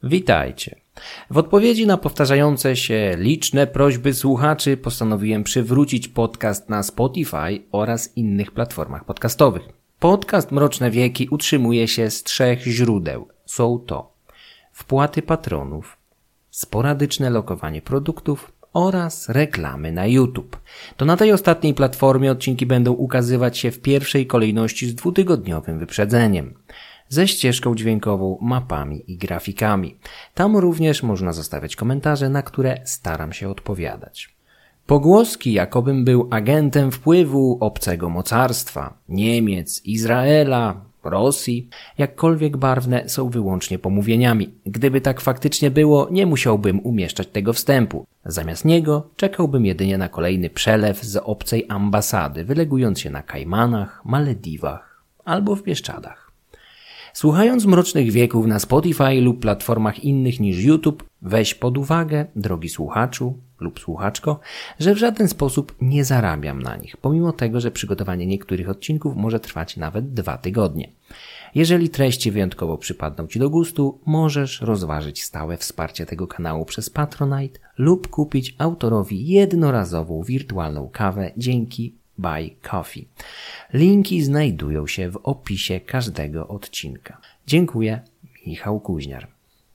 Witajcie. W odpowiedzi na powtarzające się liczne prośby słuchaczy postanowiłem przywrócić podcast na Spotify oraz innych platformach podcastowych. Podcast Mroczne Wieki utrzymuje się z 3 źródeł. Są to wpłaty patronów, sporadyczne lokowanie produktów oraz reklamy na YouTube. To na tej ostatniej platformie odcinki będą ukazywać się w pierwszej kolejności z 2-tygodniowym wyprzedzeniem, ze ścieżką dźwiękową, mapami i grafikami. Tam również można zostawiać komentarze, na które staram się odpowiadać. Pogłoski, jakobym był agentem wpływu obcego mocarstwa, Niemiec, Izraela, Rosji, jakkolwiek barwne, są wyłącznie pomówieniami. Gdyby tak faktycznie było, nie musiałbym umieszczać tego wstępu. Zamiast niego czekałbym jedynie na kolejny przelew z obcej ambasady, wylegując się na Kajmanach, Malediwach albo w Bieszczadach. Słuchając Mrocznych Wieków na Spotify lub platformach innych niż YouTube, weź pod uwagę, drogi słuchaczu lub słuchaczko, że w żaden sposób nie zarabiam na nich, pomimo tego, że przygotowanie niektórych odcinków może trwać nawet 2 tygodnie. Jeżeli treści wyjątkowo przypadną Ci do gustu, możesz rozważyć stałe wsparcie tego kanału przez Patronite lub kupić autorowi jednorazową wirtualną kawę dzięki Buy Coffee. Linki znajdują się w opisie każdego odcinka. Dziękuję, Michał Kuźniar.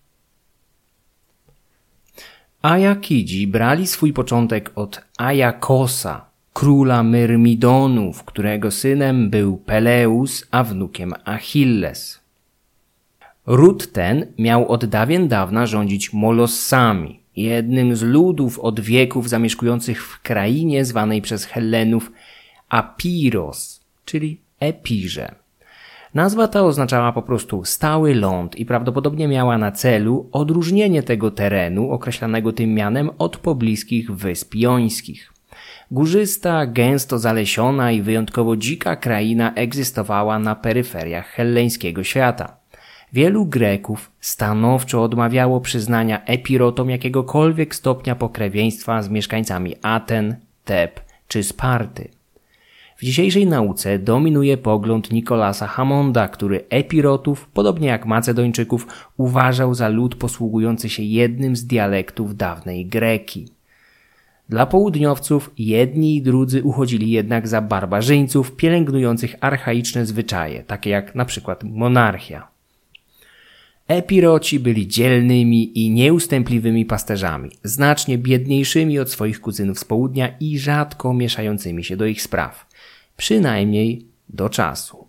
Ajakidzi brali swój początek od Ajakosa, króla Myrmidonów, którego synem był Peleus, a wnukiem Achilles. Ród ten miał od dawien dawna rządzić Molossami, jednym z ludów od wieków zamieszkujących w krainie zwanej przez Hellenów Apiros, czyli Epirze. Nazwa ta oznaczała po prostu stały ląd i prawdopodobnie miała na celu odróżnienie tego terenu określanego tym mianem od pobliskich wysp jońskich. Górzysta, gęsto zalesiona i wyjątkowo dzika kraina egzystowała na peryferiach helleńskiego świata. Wielu Greków stanowczo odmawiało przyznania Epirotom jakiegokolwiek stopnia pokrewieństwa z mieszkańcami Aten, Teb czy Sparty. W dzisiejszej nauce dominuje pogląd Nikolasa Hammonda, który Epirotów, podobnie jak Macedończyków, uważał za lud posługujący się jednym z dialektów dawnej Greki. Dla południowców jedni i drudzy uchodzili jednak za barbarzyńców pielęgnujących archaiczne zwyczaje, takie jak na przykład monarchia. Epiroci byli dzielnymi i nieustępliwymi pasterzami, znacznie biedniejszymi od swoich kuzynów z południa i rzadko mieszającymi się do ich spraw. Przynajmniej do czasu.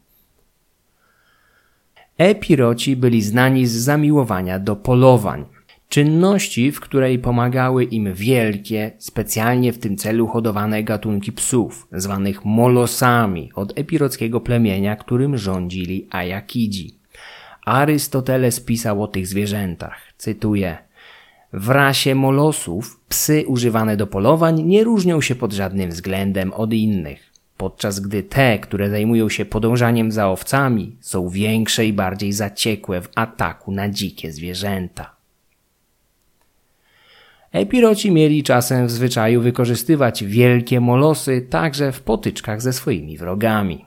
Epiroci byli znani z zamiłowania do polowań, czynności, w której pomagały im wielkie, specjalnie w tym celu hodowane gatunki psów, zwanych molosami, od epirockiego plemienia, którym rządzili Ajakidzi. Arystoteles pisał o tych zwierzętach, cytuję: w rasie molosów psy używane do polowań nie różnią się pod żadnym względem od innych, podczas gdy te, które zajmują się podążaniem za owcami, są większe i bardziej zaciekłe w ataku na dzikie zwierzęta. Epiroci mieli czasem w zwyczaju wykorzystywać wielkie molosy także w potyczkach ze swoimi wrogami.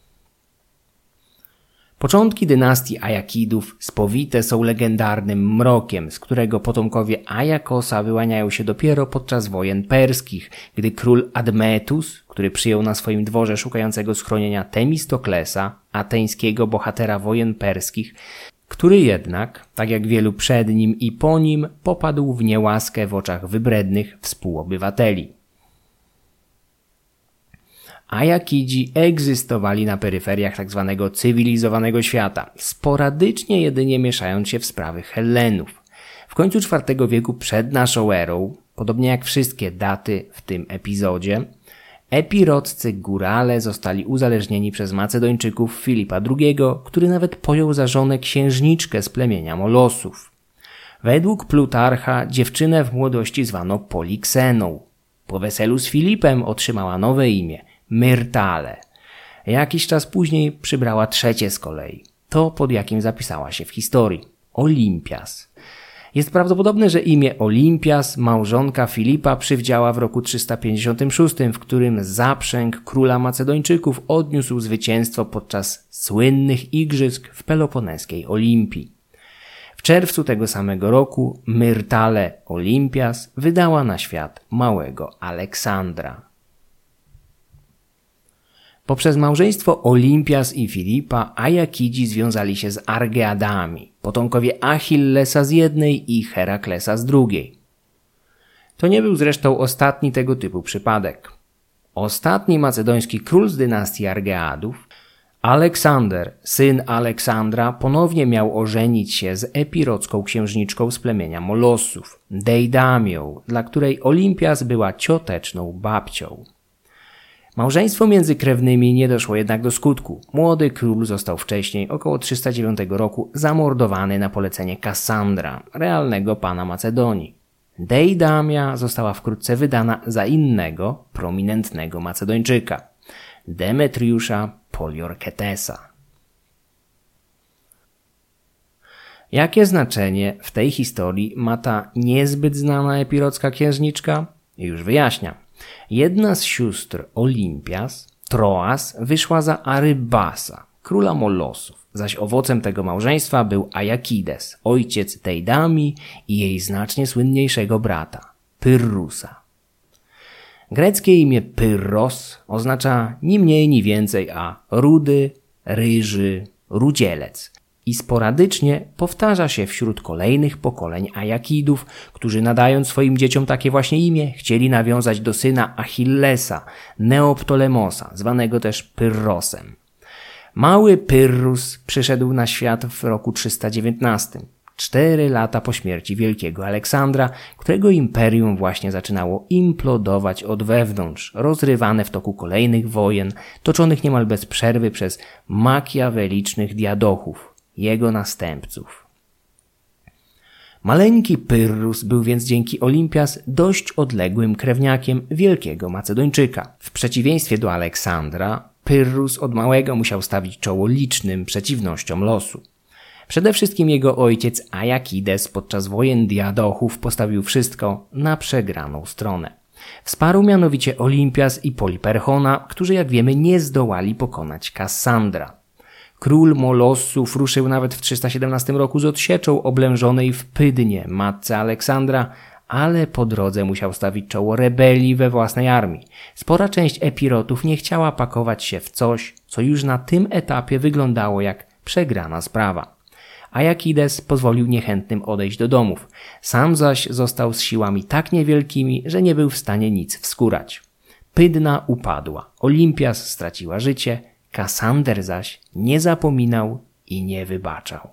Początki dynastii Ajakidów spowite są legendarnym mrokiem, z którego potomkowie Ajakosa wyłaniają się dopiero podczas wojen perskich, gdy król Admetus, który przyjął na swoim dworze szukającego schronienia Temistoklesa, ateńskiego bohatera wojen perskich, który jednak, tak jak wielu przed nim i po nim, popadł w niełaskę w oczach wybrednych współobywateli. Ajakidzi egzystowali na peryferiach tzw. cywilizowanego świata, sporadycznie jedynie mieszając się w sprawy Hellenów. W końcu IV wieku przed naszą erą, podobnie jak wszystkie daty w tym epizodzie, epiroccy górale zostali uzależnieni przez Macedończyków Filipa II, który nawet pojął za żonę księżniczkę z plemienia Molosów. Według Plutarcha dziewczynę w młodości zwano Polikseną. Po weselu z Filipem otrzymała nowe imię – Myrtale. Jakiś czas później przybrała trzecie z kolei, to pod jakim zapisała się w historii – Olimpias. Jest prawdopodobne, że imię Olimpias małżonka Filipa przywdziała w roku 356, w którym zaprzęg króla Macedończyków odniósł zwycięstwo podczas słynnych igrzysk w peloponeskiej Olimpii. W W czerwcu tego samego roku Myrtale Olympias wydała na świat małego Aleksandra. Poprzez małżeństwo Olympias i Filipa Ajakidzi związali się z Argeadami, potomkowie Achillesa z jednej i Heraklesa z drugiej. To nie był zresztą ostatni tego typu przypadek. Ostatni macedoński król z dynastii Argeadów, Aleksander, syn Aleksandra, ponownie miał ożenić się z epirocką księżniczką z plemienia Molossów, Deidamią, dla której Olympias była cioteczną babcią. Małżeństwo między krewnymi nie doszło jednak do skutku. Młody król został wcześniej, około 309 roku, zamordowany na polecenie Kassandra, realnego pana Macedonii. Deidamia została wkrótce wydana za innego, prominentnego Macedończyka, Demetriusza Poliorketesa. Jakie znaczenie w tej historii ma ta niezbyt znana epirocka księżniczka? Już wyjaśniam. Jedna z sióstr Olympias, Troas, wyszła za Arybasa, króla Molossów, zaś owocem tego małżeństwa był Ajakides, ojciec Deidamii i jej znacznie słynniejszego brata, Pyrrusa. Greckie imię Pyrros oznacza ni mniej ni więcej a rudy, ryży, rudzielec i sporadycznie powtarza się wśród kolejnych pokoleń Ajakidów, którzy nadając swoim dzieciom takie właśnie imię chcieli nawiązać do syna Achillesa, Neoptolemosa, zwanego też Pyrrosem. Mały Pyrrus przyszedł na świat w roku 319, 4 lata po śmierci wielkiego Aleksandra, którego imperium właśnie zaczynało implodować od wewnątrz, rozrywane w toku kolejnych wojen, toczonych niemal bez przerwy przez makiawelicznych diadochów, jego następców. Maleńki Pyrrus był więc dzięki Olympias dość odległym krewniakiem wielkiego Macedończyka. W przeciwieństwie do Aleksandra, Pyrrus od małego musiał stawić czoło licznym przeciwnościom losu. Przede wszystkim jego ojciec Ajakides podczas wojen diadochów postawił wszystko na przegraną stronę. Wsparł mianowicie Olympias i Poliperchona, którzy jak wiemy nie zdołali pokonać Kassandra. Król Molossów ruszył nawet w 317 roku z odsieczą oblężonej w Pydnie, matce Aleksandra, ale po drodze musiał stawić czoło rebelii we własnej armii. Spora część epirotów nie chciała pakować się w coś, co już na tym etapie wyglądało jak przegrana sprawa. Ajakides pozwolił niechętnym odejść do domów. Sam zaś został z siłami tak niewielkimi, że nie był w stanie nic wskórać. Pydna upadła, Olympias straciła życie, Kassander zaś nie zapominał i nie wybaczał.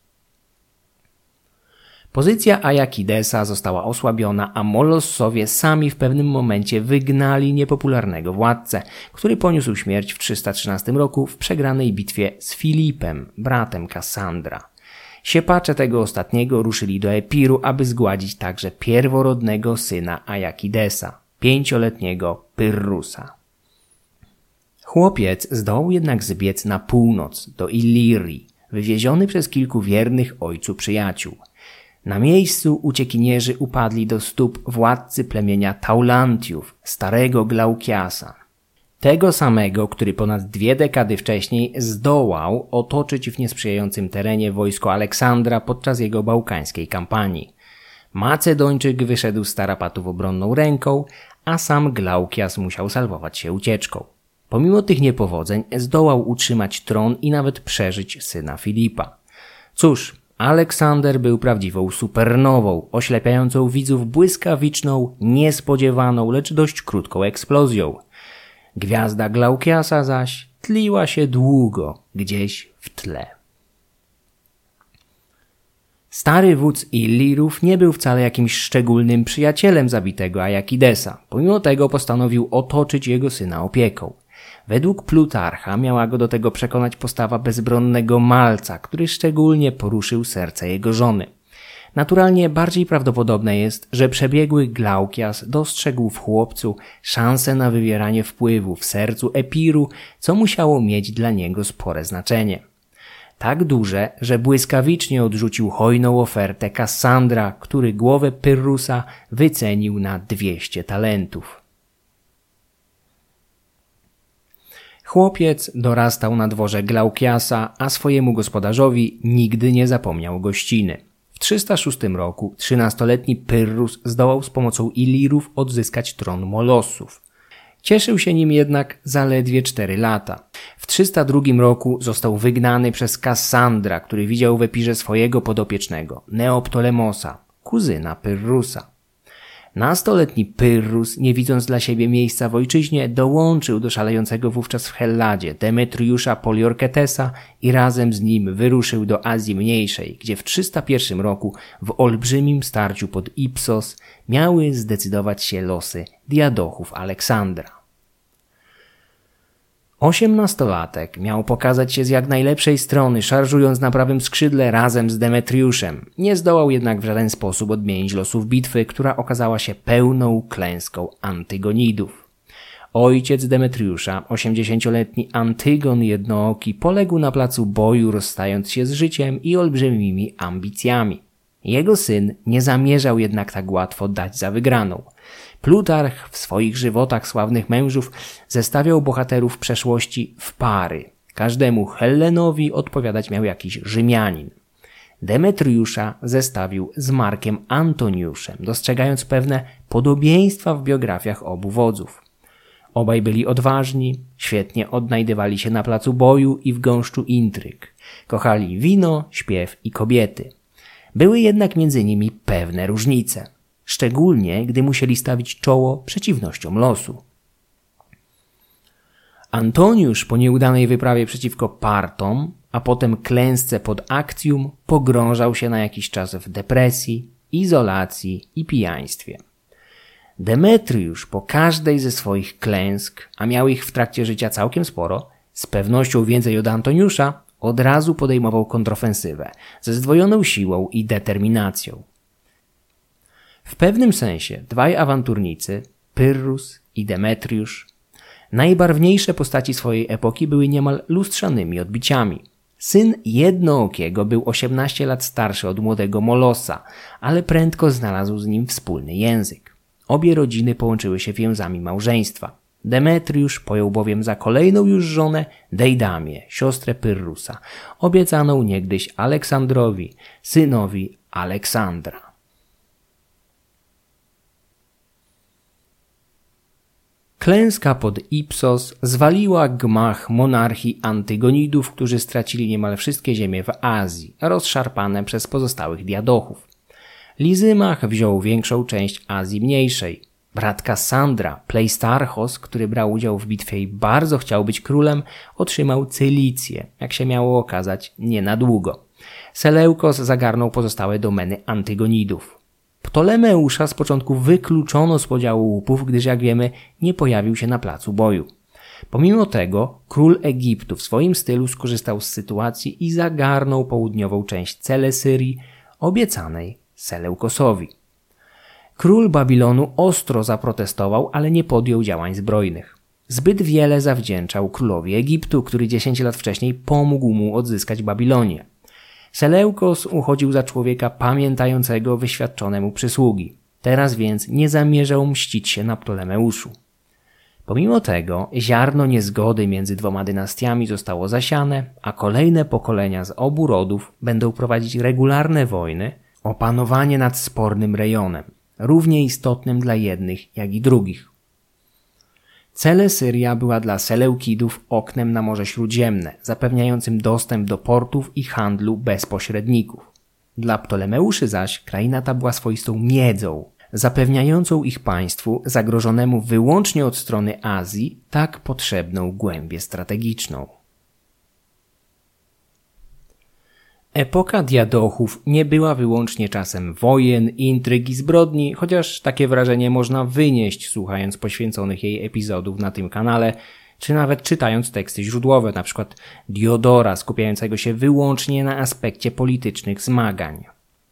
Pozycja Ajakidesa została osłabiona, a Molossowie sami w pewnym momencie wygnali niepopularnego władcę, który poniósł śmierć w 313 roku w przegranej bitwie z Filipem, bratem Kassandra. Siepacze tego ostatniego ruszyli do Epiru, aby zgładzić także pierworodnego syna Ajakidesa, 5-letniego Pyrrusa. Chłopiec zdołał jednak zbiec na północ, do Ilirii, wywieziony przez kilku wiernych ojcu przyjaciół. Na miejscu uciekinierzy upadli do stóp władcy plemienia Taulantiów, starego Glaukiasa. Tego samego, który ponad 2 dekady wcześniej zdołał otoczyć w niesprzyjającym terenie wojsko Aleksandra podczas jego bałkańskiej kampanii. Macedończyk wyszedł z tarapatów obronną ręką, a sam Glaukias musiał salwować się ucieczką. Pomimo tych niepowodzeń zdołał utrzymać tron i nawet przeżyć syna Filipa. Cóż, Aleksander był prawdziwą supernową, oślepiającą widzów błyskawiczną, niespodziewaną, lecz dość krótką eksplozją. Gwiazda Glaukiasa zaś tliła się długo, gdzieś w tle. Stary wódz Illirów nie był wcale jakimś szczególnym przyjacielem zabitego Ajakidesa. Pomimo tego postanowił otoczyć jego syna opieką. Według Plutarcha miała go do tego przekonać postawa bezbronnego malca, który szczególnie poruszył serce jego żony. Naturalnie bardziej prawdopodobne jest, że przebiegły Glaukias dostrzegł w chłopcu szansę na wywieranie wpływu w sercu Epiru, co musiało mieć dla niego spore znaczenie. Tak duże, że błyskawicznie odrzucił hojną ofertę Kassandra, który głowę Pyrrusa wycenił na 200 talentów. Chłopiec dorastał na dworze Glaukiasa, a swojemu gospodarzowi nigdy nie zapomniał gościny. 306 roku 13-letni Pyrrhus zdołał z pomocą Ilirów odzyskać tron Molosów. Cieszył się nim jednak zaledwie 4 lata. W 302 roku został wygnany przez Kassandra, który widział w Epirze swojego podopiecznego, Neoptolemosa, kuzyna Pyrrhusa. Nastoletni Pyrrhus, nie widząc dla siebie miejsca w ojczyźnie, dołączył do szalejącego wówczas w Helladzie Demetriusza Poliorketesa i razem z nim wyruszył do Azji Mniejszej, gdzie w 301 roku w olbrzymim starciu pod Ipsos miały zdecydować się losy diadochów Aleksandra. 18-latek miał pokazać się z jak najlepszej strony, szarżując na prawym skrzydle razem z Demetriuszem. Nie zdołał jednak w żaden sposób odmienić losów bitwy, która okazała się pełną klęską Antygonidów. Ojciec Demetriusza, 80-letni Antygon Jednooki, poległ na placu boju, rozstając się z życiem i olbrzymimi ambicjami. Jego syn nie zamierzał jednak tak łatwo dać za wygraną. Plutarch w swoich żywotach sławnych mężów zestawiał bohaterów przeszłości w pary. Każdemu Hellenowi odpowiadać miał jakiś Rzymianin. Demetriusza zestawił z Markiem Antoniuszem, dostrzegając pewne podobieństwa w biografiach obu wodzów. Obaj byli odważni, świetnie odnajdywali się na placu boju i w gąszczu intryg. Kochali wino, śpiew i kobiety. Były jednak między nimi pewne różnice. Szczególnie gdy musieli stawić czoło przeciwnościom losu. Antoniusz po nieudanej wyprawie przeciwko Partom, a potem klęsce pod Actium, pogrążał się na jakiś czas w depresji, izolacji i pijaństwie. Demetriusz po każdej ze swoich klęsk, a miał ich w trakcie życia całkiem sporo, z pewnością więcej od Antoniusza, od razu podejmował kontrofensywę ze zdwojoną siłą i determinacją. W pewnym sensie dwaj awanturnicy, Pyrrhus i Demetriusz, najbarwniejsze postaci swojej epoki, były niemal lustrzanymi odbiciami. Syn Jednookiego był 18 lat starszy od młodego Molosa, ale prędko znalazł z nim wspólny język. Obie rodziny połączyły się więzami małżeństwa. Demetriusz pojął bowiem za kolejną już żonę Deidamię, siostrę Pyrrhusa, obiecaną niegdyś Aleksandrowi, synowi Aleksandra. Klęska pod Ipsos zwaliła gmach monarchii Antygonidów, którzy stracili niemal wszystkie ziemie w Azji, rozszarpane przez pozostałych diadochów. Lizymach wziął większą część Azji Mniejszej. Brat Kassandra, Pleistarchos, który brał udział w bitwie i bardzo chciał być królem, otrzymał Cylicję, jak się miało okazać, nie na długo. Seleukos zagarnął pozostałe domeny Antygonidów. Ptolemeusza z początku wykluczono z podziału łupów, gdyż jak wiemy nie pojawił się na placu boju. Pomimo tego król Egiptu w swoim stylu skorzystał z sytuacji i zagarnął południową część Celesyrii obiecanej Seleukosowi. Król Babilonu ostro zaprotestował, ale nie podjął działań zbrojnych. Zbyt wiele zawdzięczał królowi Egiptu, który 10 lat wcześniej pomógł mu odzyskać Babilonię. Seleukos uchodził za człowieka pamiętającego wyświadczone mu przysługi. Teraz więc nie zamierzał mścić się na Ptolemeuszu. Pomimo tego ziarno niezgody między dwoma dynastiami zostało zasiane, a kolejne pokolenia z obu rodów będą prowadzić regularne wojny o panowanie nad spornym rejonem, równie istotnym dla jednych jak i drugich. Celesyria była dla Seleukidów oknem na Morze Śródziemne, zapewniającym dostęp do portów i handlu bez pośredników. Dla Ptolemeuszy zaś kraina ta była swoistą miedzą, zapewniającą ich państwu, zagrożonemu wyłącznie od strony Azji, tak potrzebną głębię strategiczną. Epoka diadochów nie była wyłącznie czasem wojen, intryg i zbrodni, chociaż takie wrażenie można wynieść słuchając poświęconych jej epizodów na tym kanale, czy nawet czytając teksty źródłowe, np. Diodora skupiającego się wyłącznie na aspekcie politycznych zmagań.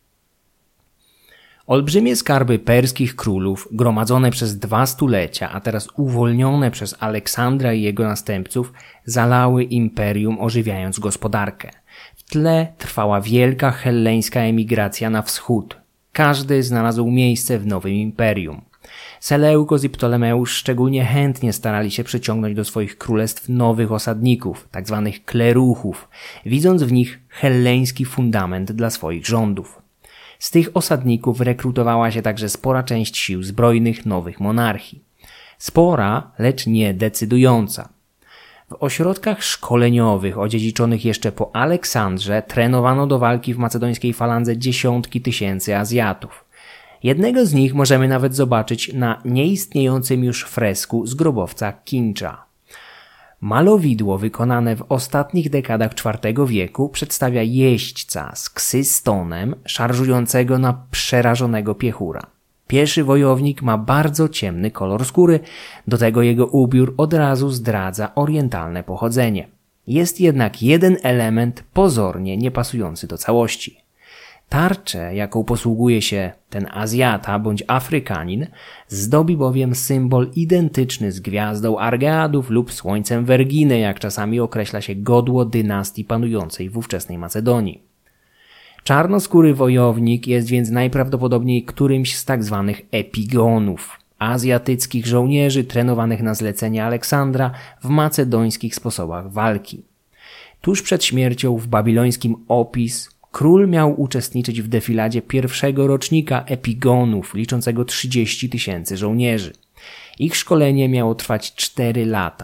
Olbrzymie skarby perskich królów, gromadzone przez 2 stulecia, a teraz uwolnione przez Aleksandra i jego następców, zalały imperium, ożywiając gospodarkę. W tle trwała wielka helleńska emigracja na wschód. Każdy znalazł miejsce w nowym imperium. Seleukos i Ptolemeusz szczególnie chętnie starali się przyciągnąć do swoich królestw nowych osadników, tzw. kleruchów, widząc w nich helleński fundament dla swoich rządów. Z tych osadników rekrutowała się także spora część sił zbrojnych nowych monarchii. Spora, lecz nie decydująca. W ośrodkach szkoleniowych odziedziczonych jeszcze po Aleksandrze trenowano do walki w macedońskiej falandze dziesiątki tysięcy Azjatów. Jednego z nich możemy nawet zobaczyć na nieistniejącym już fresku z grobowca Kincza. Malowidło wykonane w ostatnich dekadach IV wieku przedstawia jeźdźca z ksystonem szarżującego na przerażonego piechura. Pieszy wojownik ma bardzo ciemny kolor skóry, do tego jego ubiór od razu zdradza orientalne pochodzenie. Jest jednak jeden element pozornie niepasujący do całości. Tarczę, jaką posługuje się ten Azjata bądź Afrykanin, zdobi bowiem symbol identyczny z gwiazdą Argeadów lub słońcem Verginy, jak czasami określa się godło dynastii panującej w ówczesnej Macedonii. Czarnoskóry wojownik jest więc najprawdopodobniej którymś z tak zwanych epigonów, azjatyckich żołnierzy trenowanych na zlecenie Aleksandra w macedońskich sposobach walki. Tuż przed śmiercią w babilońskim Opis król miał uczestniczyć w defiladzie pierwszego rocznika epigonów, liczącego 30 tysięcy żołnierzy. Ich szkolenie miało trwać 4 lata.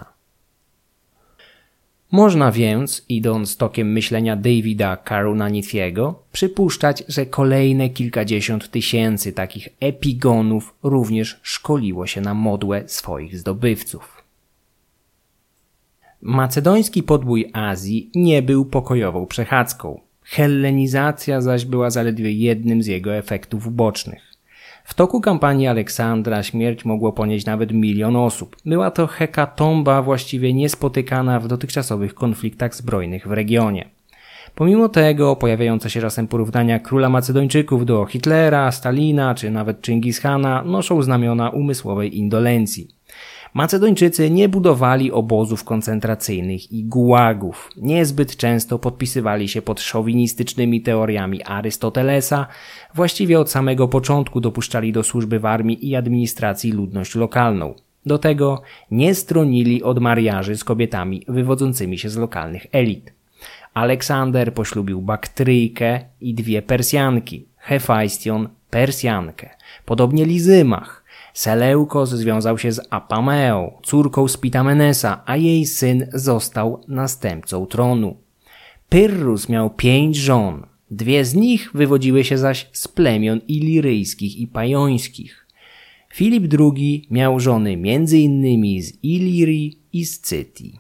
Można więc, idąc tokiem myślenia Davida Karunanithiego, przypuszczać, że kolejne kilkadziesiąt tysięcy takich epigonów również szkoliło się na modłę swoich zdobywców. Macedoński podbój Azji nie był pokojową przechadzką. Hellenizacja zaś była zaledwie jednym z jego efektów ubocznych. W toku kampanii Aleksandra śmierć mogło ponieść nawet 1 milion osób. Była to hekatomba właściwie niespotykana w dotychczasowych konfliktach zbrojnych w regionie. Pomimo tego pojawiające się czasem porównania króla Macedończyków do Hitlera, Stalina czy nawet Czingis-Hana noszą znamiona umysłowej indolencji. Macedończycy nie budowali obozów koncentracyjnych i gułagów. Niezbyt często podpisywali się pod szowinistycznymi teoriami Arystotelesa. Właściwie od samego początku dopuszczali do służby w armii i administracji ludność lokalną. Do tego nie stronili od mariaży z kobietami wywodzącymi się z lokalnych elit. Aleksander poślubił Baktryjkę i 2 Persjanki, Hefajstion Persjankę. Podobnie Lizymach. Seleukos związał się z Apameą, córką Spitamenesa, a jej syn został następcą tronu. Pyrrhus miał 5 żon, 2 z nich wywodziły się zaś z plemion iliryjskich i pajońskich. Filip II miał żony m.in. z Ilirii i z Cytii.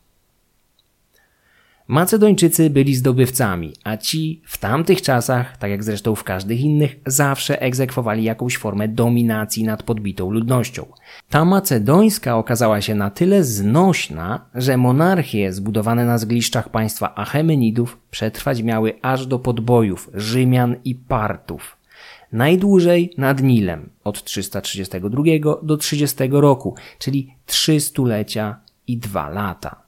Macedończycy byli zdobywcami, a ci w tamtych czasach, tak jak zresztą w każdych innych, zawsze egzekwowali jakąś formę dominacji nad podbitą ludnością. Ta macedońska okazała się na tyle znośna, że monarchie zbudowane na zgliszczach państwa Achemenidów przetrwać miały aż do podbojów Rzymian i Partów. Najdłużej nad Nilem, od 332 do 30 roku, czyli 3 stulecia i 2 lata.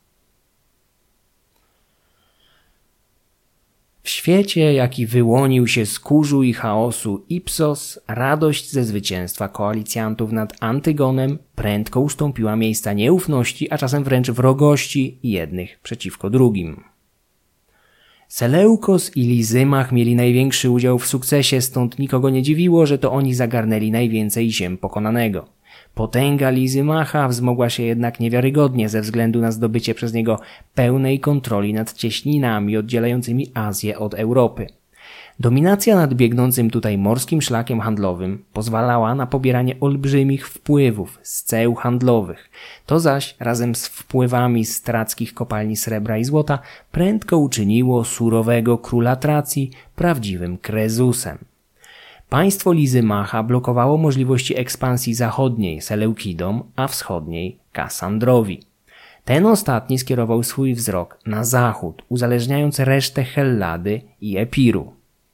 W świecie, jaki wyłonił się z kurzu i chaosu Ipsos, radość ze zwycięstwa koalicjantów nad Antygonem prędko ustąpiła miejsca nieufności, a czasem wręcz wrogości jednych przeciwko drugim. Seleukos i Lizymach mieli największy udział w sukcesie, stąd nikogo nie dziwiło, że to oni zagarnęli najwięcej ziem pokonanego. Potęga Lizymacha wzmogła się jednak niewiarygodnie ze względu na zdobycie przez niego pełnej kontroli nad cieśninami oddzielającymi Azję od Europy. Dominacja nad biegnącym tutaj morskim szlakiem handlowym pozwalała na pobieranie olbrzymich wpływów z ceł handlowych. To zaś razem z wpływami z trackich kopalni srebra i złota prędko uczyniło surowego króla Tracji prawdziwym Krezusem. Państwo Lizymacha blokowało możliwości ekspansji zachodniej Seleukidom, a wschodniej Kassandrowi. Ten ostatni skierował swój wzrok na zachód, uzależniając resztę Hellady i Epiru.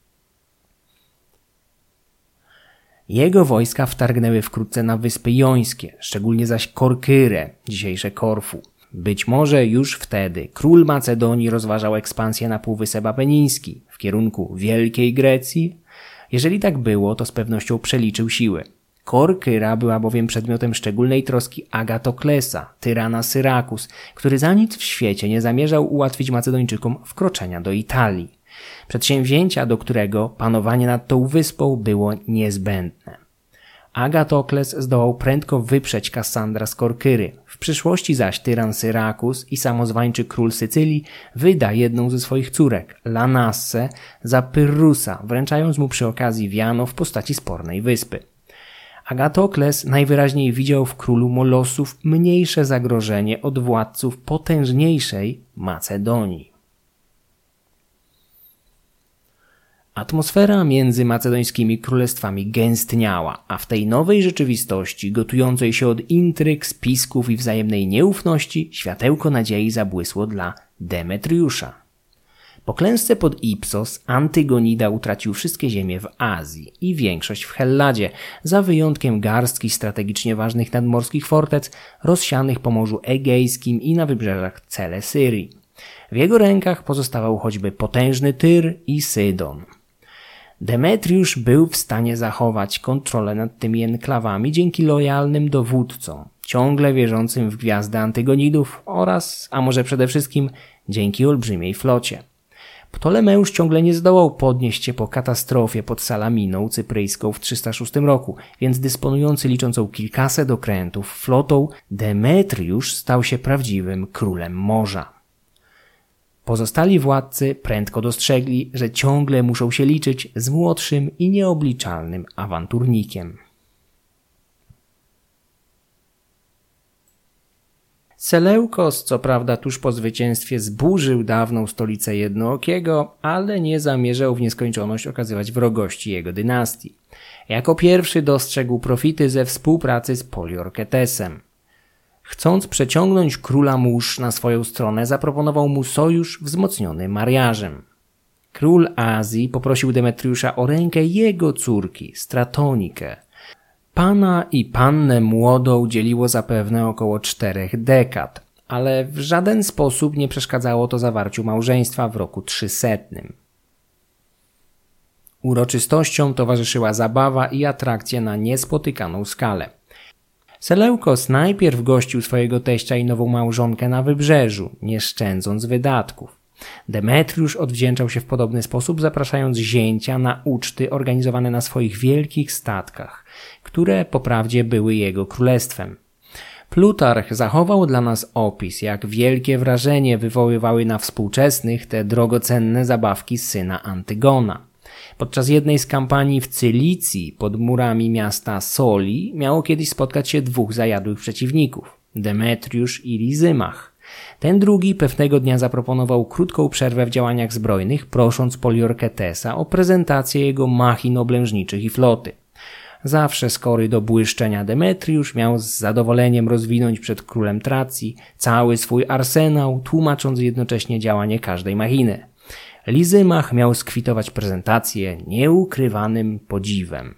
Jego wojska wtargnęły wkrótce na Wyspy Jońskie, szczególnie zaś Korkyrę, dzisiejsze Korfu. Być może już wtedy król Macedonii rozważał ekspansję na Półwysep Apeniński w kierunku Wielkiej Grecji. Jeżeli tak było, to z pewnością przeliczył siły. Korkyra była bowiem przedmiotem szczególnej troski Agatoklesa, tyrana Syrakus, który za nic w świecie nie zamierzał ułatwić Macedończykom wkroczenia do Italii. przedsięwzięcia, do którego panowanie nad tą wyspą było niezbędne. Agatokles zdołał prędko wyprzeć Kassandra z Korkyry. W przyszłości zaś tyran Syrakus i samozwańczy król Sycylii wyda jedną ze swoich córek, Lanassę, za Pyrrusa, wręczając mu przy okazji wiano w postaci spornej wyspy. Agatokles najwyraźniej widział w królu Molosów mniejsze zagrożenie od władców potężniejszej Macedonii. Atmosfera między macedońskimi królestwami gęstniała, a w tej nowej rzeczywistości, gotującej się od intryg, spisków i wzajemnej nieufności, światełko nadziei zabłysło dla Demetriusza. Po klęsce pod Ipsos Antygonida utracił wszystkie ziemie w Azji i większość w Helladzie, za wyjątkiem garstki strategicznie ważnych nadmorskich fortec rozsianych po Morzu Egejskim i na wybrzeżach Celesyrii. W jego rękach pozostawał choćby potężny Tyr i Sydon. Demetriusz był w stanie zachować kontrolę nad tymi enklawami dzięki lojalnym dowódcom, ciągle wierzącym w gwiazdy Antygonidów oraz, a może przede wszystkim, dzięki olbrzymiej flocie. Ptolemeusz ciągle nie zdołał podnieść się po katastrofie pod Salaminą cypryjską w 306 roku, więc dysponujący liczącą kilkaset okrętów flotą, Demetriusz stał się prawdziwym królem morza. Pozostali władcy prędko dostrzegli, że ciągle muszą się liczyć z młodszym i nieobliczalnym awanturnikiem. Seleukos, co prawda, tuż po zwycięstwie zburzył dawną stolicę Jednookiego, ale nie zamierzał w nieskończoność okazywać wrogości jego dynastii. Jako pierwszy dostrzegł profity ze współpracy z Poliorketesem. Chcąc przeciągnąć króla mórz na swoją stronę, zaproponował mu sojusz wzmocniony mariażem. Król Azji poprosił Demetriusza o rękę jego córki, Stratonikę. Pana i pannę młodą dzieliło zapewne około 4 dekad, ale w żaden sposób nie przeszkadzało to zawarciu małżeństwa w roku 300. Uroczystościom towarzyszyła zabawa i atrakcje na niespotykaną skalę. Seleukos najpierw gościł swojego teścia i nową małżonkę na wybrzeżu, nie szczędząc wydatków. Demetriusz odwdzięczał się w podobny sposób, zapraszając zięcia na uczty organizowane na swoich wielkich statkach, które poprawdzie były jego królestwem. Plutarch zachował dla nas opis, jak wielkie wrażenie wywoływały na współczesnych te drogocenne zabawki syna Antygona. Podczas jednej z kampanii w Cylicji pod murami miasta Soli miało kiedyś spotkać się 2 zajadłych przeciwników, Demetriusz i Lizymach. Ten drugi pewnego dnia zaproponował krótką przerwę w działaniach zbrojnych, prosząc Poliorketesa o prezentację jego machin oblężniczych i floty. Zawsze skory do błyszczenia Demetriusz miał z zadowoleniem rozwinąć przed królem Tracji cały swój arsenał, tłumacząc jednocześnie działanie każdej machiny. Lizymach miał skwitować prezentację nieukrywanym podziwem.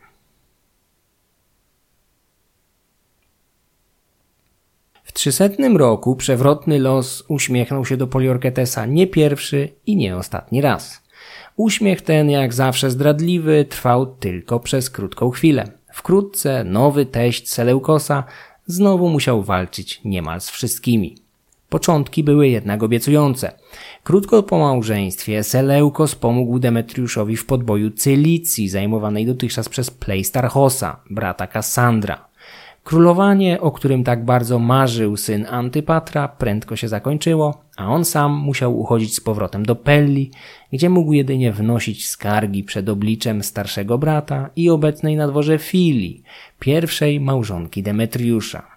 W 300 roku przewrotny los uśmiechnął się do Poliorketesa nie pierwszy i nie ostatni raz. Uśmiech ten, jak zawsze zdradliwy, trwał tylko przez krótką chwilę. Wkrótce nowy teść Seleukosa znowu musiał walczyć niemal z wszystkimi. Początki były jednak obiecujące. Krótko po małżeństwie Seleukos pomógł Demetriuszowi w podboju Cylicji, zajmowanej dotychczas przez Pleistarchosa, brata Kassandra. Królowanie, o którym tak bardzo marzył syn Antypatra, prędko się zakończyło, a on sam musiał uchodzić z powrotem do Pelli, gdzie mógł jedynie wnosić skargi przed obliczem starszego brata i obecnej na dworze Filii, pierwszej małżonki Demetriusza.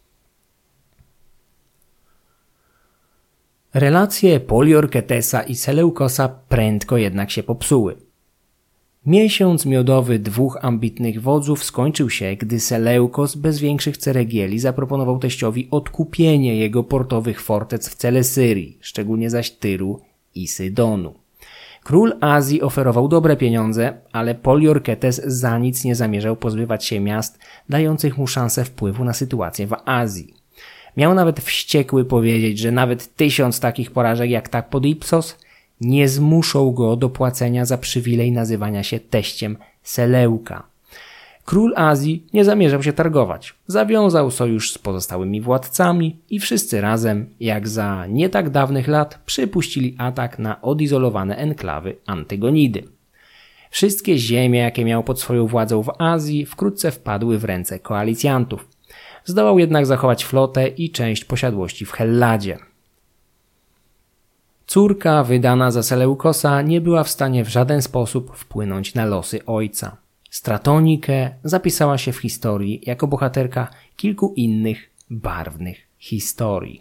Relacje Poliorketesa i Seleukosa prędko jednak się popsuły. Miesiąc miodowy 2 ambitnych wodzów skończył się, gdy Seleukos bez większych ceregieli zaproponował teściowi odkupienie jego portowych fortec w Celesyrii, szczególnie zaś Tyru i Sydonu. Król Azji oferował dobre pieniądze, ale Poliorketes za nic nie zamierzał pozbywać się miast, dających mu szansę wpływu na sytuację w Azji. Miał nawet wściekły powiedzieć, że nawet 1000 takich porażek jak ta pod Ipsos nie zmuszą go do płacenia za przywilej nazywania się teściem Seleuka. Król Azji nie zamierzał się targować. Zawiązał sojusz z pozostałymi władcami i wszyscy razem, jak za nie tak dawnych lat, przypuścili atak na odizolowane enklawy Antygonidy. Wszystkie ziemie, jakie miał pod swoją władzą w Azji, wkrótce wpadły w ręce koalicjantów. Zdołał jednak zachować flotę i część posiadłości w Helladzie. Córka wydana za Seleukosa nie była w stanie w żaden sposób wpłynąć na losy ojca. Stratonike zapisała się w historii jako bohaterka kilku innych barwnych historii.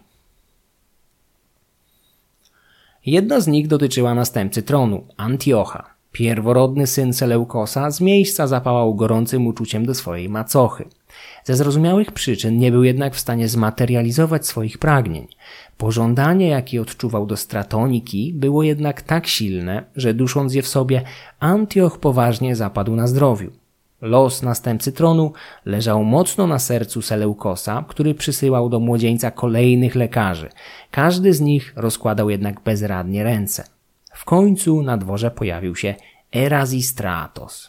Jedna z nich dotyczyła następcy tronu, Antiocha. Pierworodny syn Seleukosa z miejsca zapałał gorącym uczuciem do swojej macochy. Ze zrozumiałych przyczyn nie był jednak w stanie zmaterializować swoich pragnień. Pożądanie, jakie odczuwał do Stratoniki, było jednak tak silne, że dusząc je w sobie, Antioch poważnie zapadł na zdrowiu. Los następcy tronu leżał mocno na sercu Seleukosa, który przysyłał do młodzieńca kolejnych lekarzy. Każdy z nich rozkładał jednak bezradnie ręce. W końcu na dworze pojawił się Erasistratos.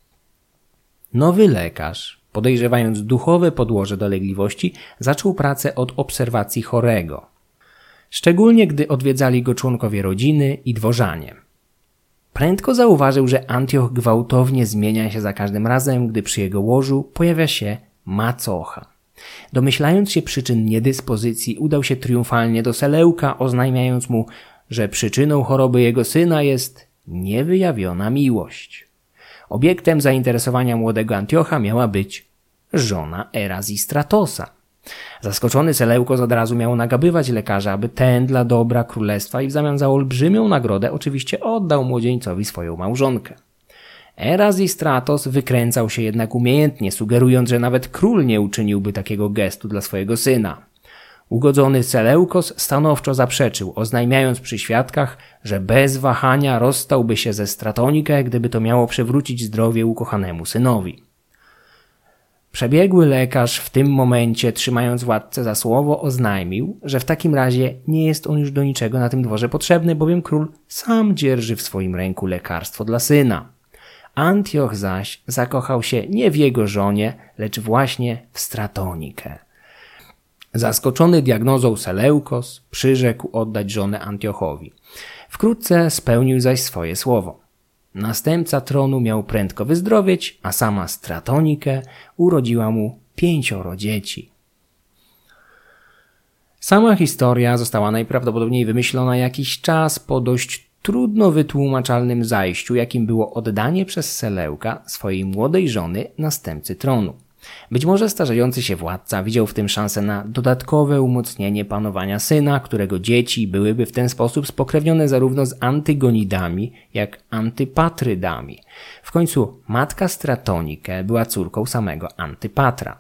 Nowy lekarz, podejrzewając duchowe podłoże dolegliwości, zaczął pracę od obserwacji chorego. Szczególnie gdy odwiedzali go członkowie rodziny i dworzanie. Prędko zauważył, że Antioch gwałtownie zmienia się za każdym razem, gdy przy jego łożu pojawia się macocha. Domyślając się przyczyn niedyspozycji, udał się triumfalnie do Seleuka, oznajmiając mu, że przyczyną choroby jego syna jest niewyjawiona miłość. Obiektem zainteresowania młodego Antiocha miała być żona Erasistratosa. Zaskoczony Seleukos od razu miał nagabywać lekarza, aby ten dla dobra królestwa i w zamian za olbrzymią nagrodę oczywiście oddał młodzieńcowi swoją małżonkę. Erasistratos wykręcał się jednak umiejętnie, sugerując, że nawet król nie uczyniłby takiego gestu dla swojego syna. Ugodzony Seleukos stanowczo zaprzeczył, oznajmiając przy świadkach, że bez wahania rozstałby się ze Stratonikę, gdyby to miało przywrócić zdrowie ukochanemu synowi. Przebiegły lekarz w tym momencie, trzymając władcę za słowo, oznajmił, że w takim razie nie jest on już do niczego na tym dworze potrzebny, bowiem król sam dzierży w swoim ręku lekarstwo dla syna. Antioch zaś zakochał się nie w jego żonie, lecz właśnie w Stratonikę. Zaskoczony diagnozą Seleukos przyrzekł oddać żonę Antiochowi. Wkrótce spełnił zaś swoje słowo. Następca tronu miał prędko wyzdrowieć, a sama Stratonikę urodziła mu 5 dzieci. Sama historia została najprawdopodobniej wymyślona jakiś czas po dość trudno wytłumaczalnym zajściu, jakim było oddanie przez Seleuka swojej młodej żony następcy tronu. Być może starzejący się władca widział w tym szansę na dodatkowe umocnienie panowania syna, którego dzieci byłyby w ten sposób spokrewnione zarówno z Antygonidami, jak Antypatrydami. W końcu matka Stratonike była córką samego Antypatra.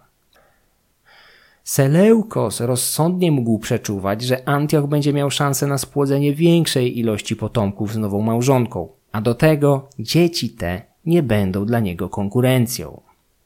Seleukos rozsądnie mógł przeczuwać, że Antioch będzie miał szansę na spłodzenie większej ilości potomków z nową małżonką, a do tego dzieci te nie będą dla niego konkurencją.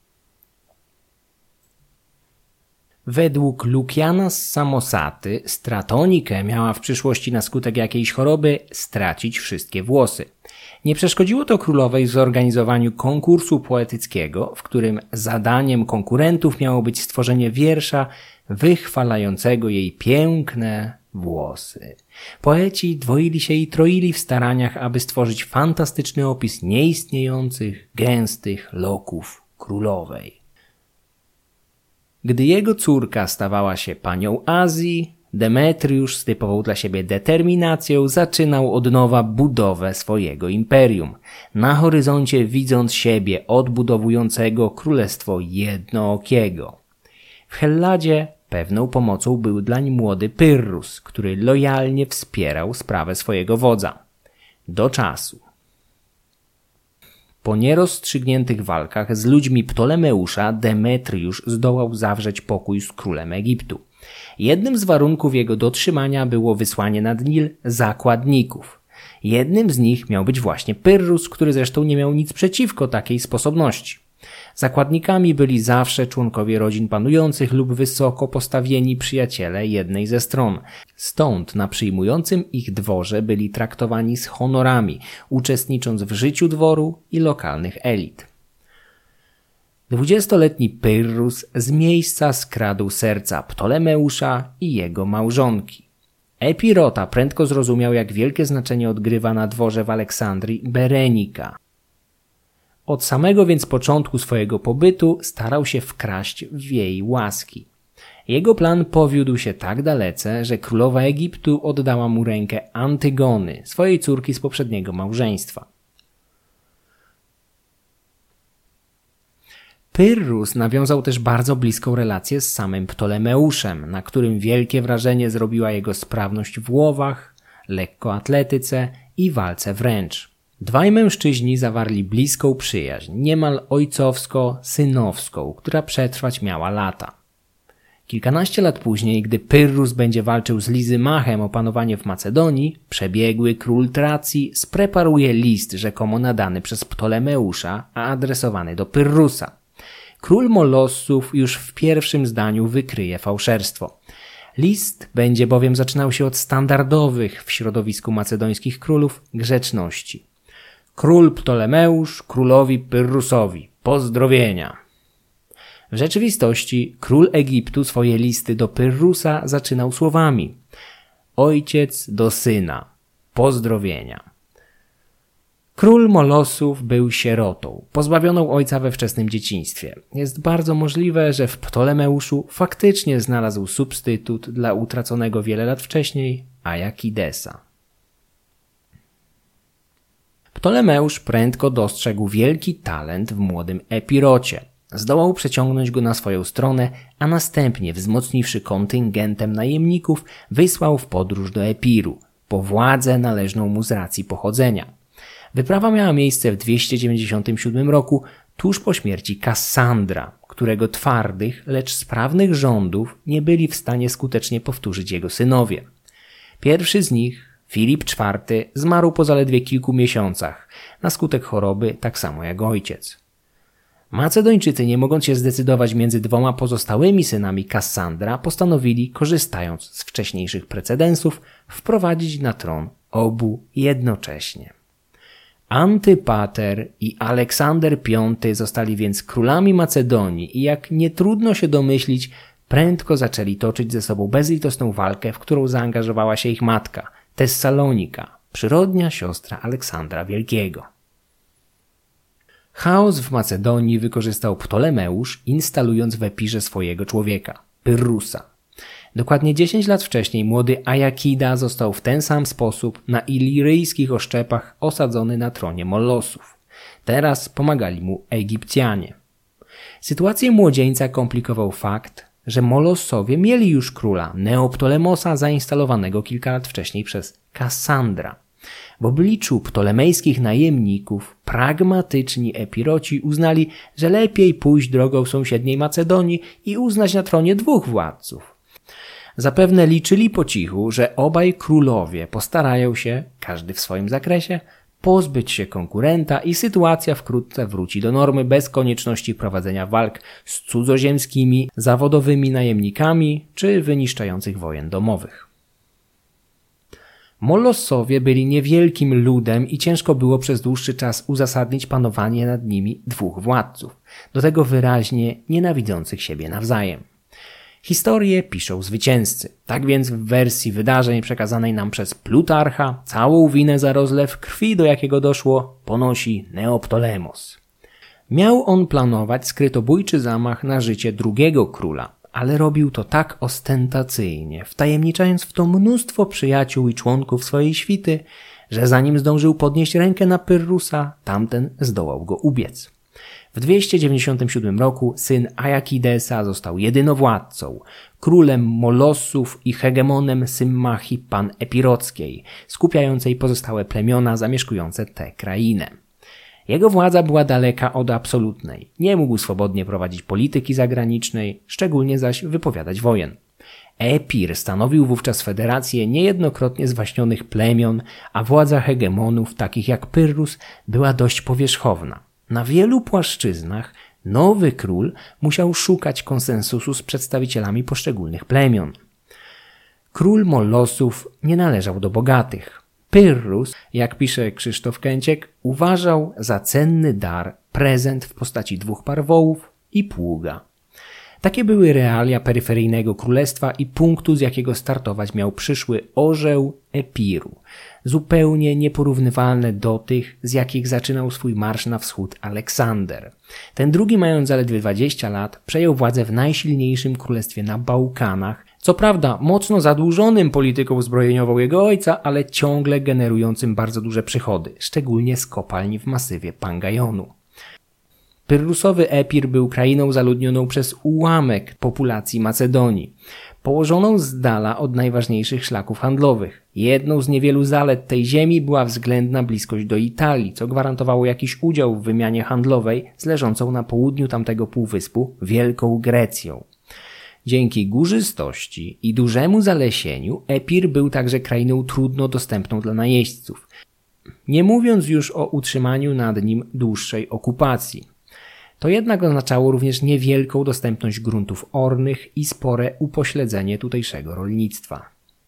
Według Lukiana z Samosaty Stratonikę miała w przyszłości na skutek jakiejś choroby stracić wszystkie włosy. Nie przeszkodziło to królowej w zorganizowaniu konkursu poetyckiego, w którym zadaniem konkurentów miało być stworzenie wiersza wychwalającego jej piękne włosy. Poeci dwoili się i troili w staraniach, aby stworzyć fantastyczny opis nieistniejących, gęstych loków królowej. Gdy jego córka stawała się panią Azji, Demetriusz z typową dla siebie determinacją zaczynał od nowa budowę swojego imperium, na horyzoncie widząc siebie odbudowującego królestwo jednookiego. W Helladzie pewną pomocą był dlań młody Pyrrhus, który lojalnie wspierał sprawę swojego wodza. Do czasu. Po nierozstrzygniętych walkach z ludźmi Ptolemeusza Demetriusz zdołał zawrzeć pokój z królem Egiptu. Jednym z warunków jego dotrzymania było wysłanie nad Nil zakładników. Jednym z nich miał być właśnie Pyrrhus, który zresztą nie miał nic przeciwko takiej sposobności. Zakładnikami byli zawsze członkowie rodzin panujących lub wysoko postawieni przyjaciele jednej ze stron. Stąd na przyjmującym ich dworze byli traktowani z honorami, uczestnicząc w życiu dworu i lokalnych elit. 20-letni Pyrrhus z miejsca skradł serca Ptolemeusza i jego małżonki. Epirota prędko zrozumiał, jak wielkie znaczenie odgrywa na dworze w Aleksandrii Berenika. Od samego więc początku swojego pobytu starał się wkraść w jej łaski. Jego plan powiódł się tak dalece, że królowa Egiptu oddała mu rękę Antygony, swojej córki z poprzedniego małżeństwa. Pyrrhus nawiązał też bardzo bliską relację z samym Ptolemeuszem, na którym wielkie wrażenie zrobiła jego sprawność w łowach, lekkoatletyce i walce wręcz. Dwaj mężczyźni zawarli bliską przyjaźń, niemal ojcowsko-synowską, która przetrwać miała lata. Kilkanaście lat później, gdy Pyrrhus będzie walczył z Lizymachem o panowanie w Macedonii, przebiegły król Tracji spreparuje list rzekomo nadany przez Ptolemeusza, a adresowany do Pyrrhusa. Król Molossów już w pierwszym zdaniu wykryje fałszerstwo. List będzie bowiem zaczynał się od standardowych w środowisku macedońskich królów grzeczności. Król Ptolemeusz królowi Pyrrhusowi. Pozdrowienia. W rzeczywistości król Egiptu swoje listy do Pyrrhusa zaczynał słowami: ojciec do syna. Pozdrowienia. Król Molossów był sierotą, pozbawioną ojca we wczesnym dzieciństwie. Jest bardzo możliwe, że w Ptolemeuszu faktycznie znalazł substytut dla utraconego wiele lat wcześniej Ajakidesa. Ptolemeusz prędko dostrzegł wielki talent w młodym Epirocie. Zdołał przeciągnąć go na swoją stronę, a następnie, wzmocniwszy kontyngentem najemników, wysłał w podróż do Epiru, po władzę należną mu z racji pochodzenia. Wyprawa miała miejsce w 297 roku, tuż po śmierci Kassandra, którego twardych, lecz sprawnych rządów nie byli w stanie skutecznie powtórzyć jego synowie. Pierwszy z nich, Filip IV, zmarł po zaledwie kilku miesiącach, na skutek choroby tak samo jak ojciec. Macedończycy, nie mogąc się zdecydować między dwoma pozostałymi synami Kassandra, postanowili, korzystając z wcześniejszych precedensów, wprowadzić na tron obu jednocześnie. Antypater i Aleksander V zostali więc królami Macedonii i jak nie trudno się domyślić, prędko zaczęli toczyć ze sobą bezlitosną walkę, w którą zaangażowała się ich matka, Tessalonika, przyrodnia siostra Aleksandra Wielkiego. Chaos w Macedonii wykorzystał Ptolemeusz, instalując w Epirze swojego człowieka, Pyrrhusa. Dokładnie 10 lat wcześniej młody Ajakida został w ten sam sposób na iliryjskich oszczepach osadzony na tronie Molossów. Teraz pomagali mu Egipcjanie. Sytuację młodzieńca komplikował fakt, że Molossowie mieli już króla Neoptolemosa zainstalowanego kilka lat wcześniej przez Kassandra. W obliczu ptolemejskich najemników pragmatyczni Epiroci uznali, że lepiej pójść drogą sąsiedniej Macedonii i uznać na tronie dwóch władców. Zapewne liczyli po cichu, że obaj królowie postarają się, każdy w swoim zakresie, pozbyć się konkurenta i sytuacja wkrótce wróci do normy bez konieczności prowadzenia walk z cudzoziemskimi, zawodowymi najemnikami czy wyniszczających wojen domowych. Molossowie byli niewielkim ludem i ciężko było przez dłuższy czas uzasadnić panowanie nad nimi dwóch władców, do tego wyraźnie nienawidzących siebie nawzajem. Historię piszą zwycięzcy. Tak więc w wersji wydarzeń przekazanej nam przez Plutarcha całą winę za rozlew krwi, do jakiego doszło, ponosi Neoptolemos. Miał on planować skrytobójczy zamach na życie drugiego króla, ale robił to tak ostentacyjnie, wtajemniczając w to mnóstwo przyjaciół i członków swojej świty, że zanim zdążył podnieść rękę na Pyrrhusa, tamten zdołał go ubiec. W 297 roku syn Ajakidesa został jedynowładcą, królem Molossów i hegemonem Symmachii pan-epirockiej, skupiającej pozostałe plemiona zamieszkujące tę krainę. Jego władza była daleka od absolutnej, nie mógł swobodnie prowadzić polityki zagranicznej, szczególnie zaś wypowiadać wojen. Epir stanowił wówczas federację niejednokrotnie zwaśnionych plemion, a władza hegemonów, takich jak Pyrrhus, była dość powierzchowna. Na wielu płaszczyznach nowy król musiał szukać konsensusu z przedstawicielami poszczególnych plemion. Król Molossów nie należał do bogatych. Pyrrhus, jak pisze Krzysztof Kęciek, uważał za cenny dar prezent w postaci 2 par wołów, i pługa. Takie były realia peryferyjnego królestwa i punktu, z jakiego startować miał przyszły orzeł Epiru, zupełnie nieporównywalne do tych, z jakich zaczynał swój marsz na wschód Aleksander. Ten drugi, mając zaledwie 20 lat, przejął władzę w najsilniejszym królestwie na Bałkanach, co prawda mocno zadłużonym polityką zbrojeniową jego ojca, ale ciągle generującym bardzo duże przychody, szczególnie z kopalń w masywie Pangajonu. Pyrrusowy Epir był krainą zaludnioną przez ułamek populacji Macedonii, położoną z dala od najważniejszych szlaków handlowych. Jedną z niewielu zalet tej ziemi była względna bliskość do Italii, co gwarantowało jakiś udział w wymianie handlowej z leżącą na południu tamtego półwyspu Wielką Grecją. Dzięki górzystości i dużemu zalesieniu Epir był także krainą trudno dostępną dla najeźdźców, nie mówiąc już o utrzymaniu nad nim dłuższej okupacji. To jednak oznaczało również niewielką dostępność gruntów ornych i spore upośledzenie tutejszego rolnictwa.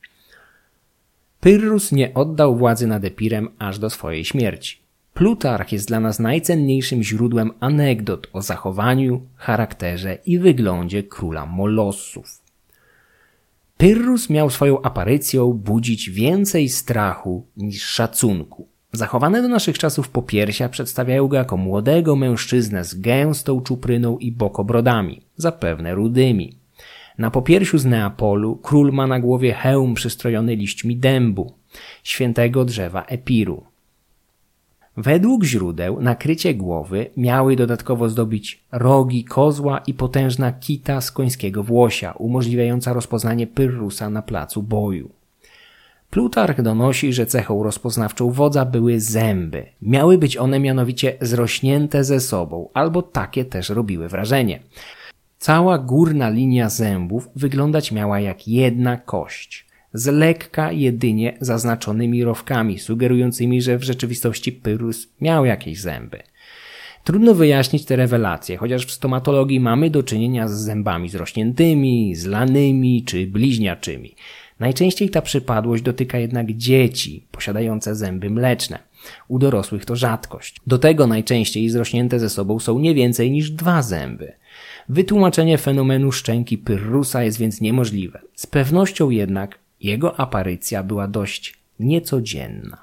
Pyrrhus nie oddał władzy nad Epirem aż do swojej śmierci. Plutarch jest dla nas najcenniejszym źródłem anegdot o zachowaniu, charakterze i wyglądzie króla Molossów. Pyrrhus miał swoją aparycją budzić więcej strachu niż szacunku. Zachowane do naszych czasów popiersia przedstawiają go jako młodego mężczyznę z gęstą czupryną i bokobrodami, zapewne rudymi. Na popiersiu z Neapolu król ma na głowie hełm przystrojony liśćmi dębu, świętego drzewa Epiru. Według źródeł nakrycie głowy miały dodatkowo zdobić rogi kozła i potężna kita z końskiego włosia, umożliwiająca rozpoznanie Pyrrhusa na placu boju. Plutarch donosi, że cechą rozpoznawczą wodza były zęby. Miały być one mianowicie zrośnięte ze sobą, albo takie też robiły wrażenie. Cała górna linia zębów wyglądać miała jak jedna kość, z lekka jedynie zaznaczonymi rowkami, sugerującymi, że w rzeczywistości Pyrrhus miał jakieś zęby. Trudno wyjaśnić te rewelacje, chociaż w stomatologii mamy do czynienia z zębami zrośniętymi, zlanymi czy bliźniaczymi. Najczęściej ta przypadłość dotyka jednak dzieci posiadające zęby mleczne. U dorosłych to rzadkość. Do tego najczęściej zrośnięte ze sobą są nie więcej niż 2 zęby. Wytłumaczenie fenomenu szczęki Pyrrhusa jest więc niemożliwe. Z pewnością jednak jego aparycja była dość niecodzienna.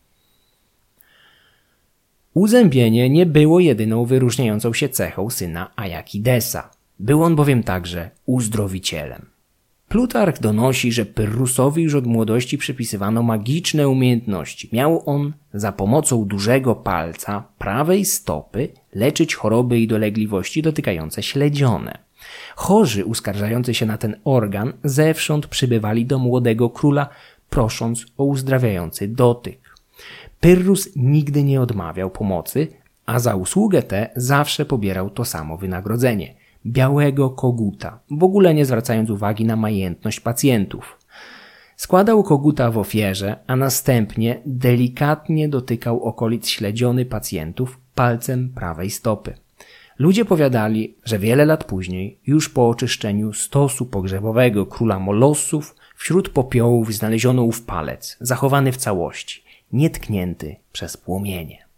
Uzębienie nie było jedyną wyróżniającą się cechą syna Ajakidesa. Był on bowiem także uzdrowicielem. Plutarch donosi, że Pyrrhusowi już od młodości przypisywano magiczne umiejętności. Miał on za pomocą dużego palca prawej stopy leczyć choroby i dolegliwości dotykające śledzione. Chorzy uskarżający się na ten organ zewsząd przybywali do młodego króla, prosząc o uzdrawiający dotyk. Pyrrhus nigdy nie odmawiał pomocy, a za usługę tę zawsze pobierał to samo wynagrodzenie – białego koguta, w ogóle nie zwracając uwagi na majętność pacjentów. Składał koguta w ofierze, a następnie delikatnie dotykał okolic śledziony pacjentów palcem prawej stopy. Ludzie powiadali, że wiele lat później, już po oczyszczeniu stosu pogrzebowego króla Molossów, wśród popiołów znaleziono ów palec, zachowany w całości, nietknięty przez płomienie.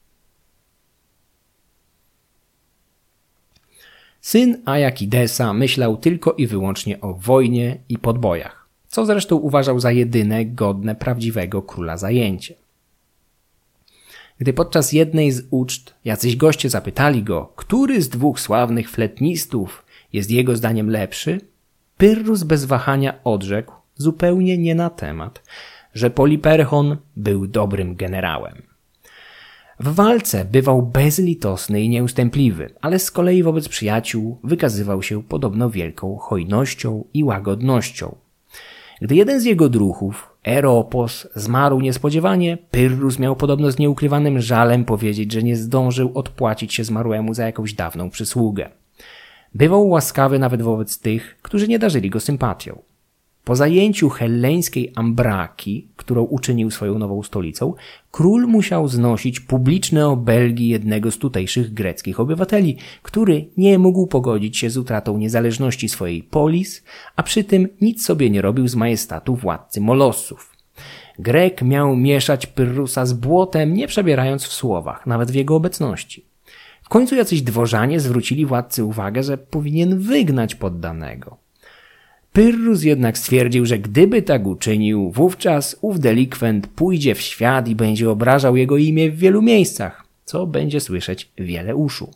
Syn Ajakidesa myślał tylko i wyłącznie o wojnie i podbojach, co zresztą uważał za jedyne godne prawdziwego króla zajęcie. Gdy podczas jednej z uczt jacyś goście zapytali go, który z 2 sławnych fletnistów jest jego zdaniem lepszy, Pyrrhus bez wahania odrzekł, zupełnie nie na temat, że Poliperchon był dobrym generałem. W walce bywał bezlitosny i nieustępliwy, ale z kolei wobec przyjaciół wykazywał się podobno wielką hojnością i łagodnością. Gdy jeden z jego druhów, Eropos, zmarł niespodziewanie, Pyrrhus miał podobno z nieukrywanym żalem powiedzieć, że nie zdążył odpłacić się zmarłemu za jakąś dawną przysługę. Bywał łaskawy nawet wobec tych, którzy nie darzyli go sympatią. Po zajęciu helleńskiej Ambraki, którą uczynił swoją nową stolicą, król musiał znosić publiczne obelgi jednego z tutejszych greckich obywateli, który nie mógł pogodzić się z utratą niezależności swojej polis, a przy tym nic sobie nie robił z majestatu władcy Molossów. Grek miał mieszać Pyrrhusa z błotem, nie przebierając w słowach, nawet w jego obecności. W W końcu jacyś dworzanie zwrócili władcy uwagę, że powinien wygnać poddanego. Pyrrhus jednak stwierdził, że gdyby tak uczynił, wówczas ów delikwent pójdzie w świat i będzie obrażał jego imię w wielu miejscach, co będzie słyszeć wiele uszu.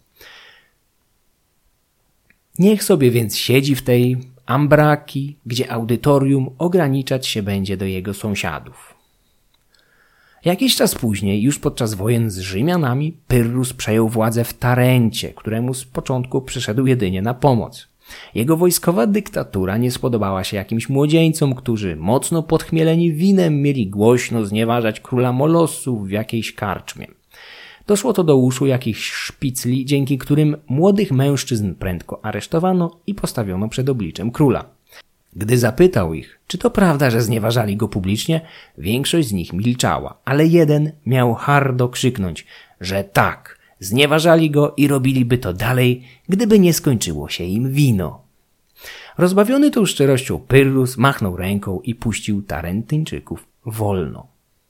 Niech sobie więc siedzi w tej ambraki, gdzie audytorium ograniczać się będzie do jego sąsiadów. Jakiś czas później, już podczas wojen z Rzymianami, Pyrrhus przejął władzę w Tarencie, któremu z początku przyszedł jedynie na pomoc. Jego wojskowa dyktatura nie spodobała się jakimś młodzieńcom, którzy mocno podchmieleni winem mieli głośno znieważać króla Molossów w jakiejś karczmie. Doszło to do uszu jakichś szpicli, dzięki którym młodych mężczyzn prędko aresztowano i postawiono przed obliczem króla. Gdy zapytał ich, czy to prawda, że znieważali go publicznie, większość z nich milczała, ale jeden miał hardo krzyknąć, że tak, znieważali go i robiliby to dalej, gdyby nie skończyło się im wino. Rozbawiony tą szczerością Pyrrhus machnął ręką i puścił Tarentyńczyków wolno.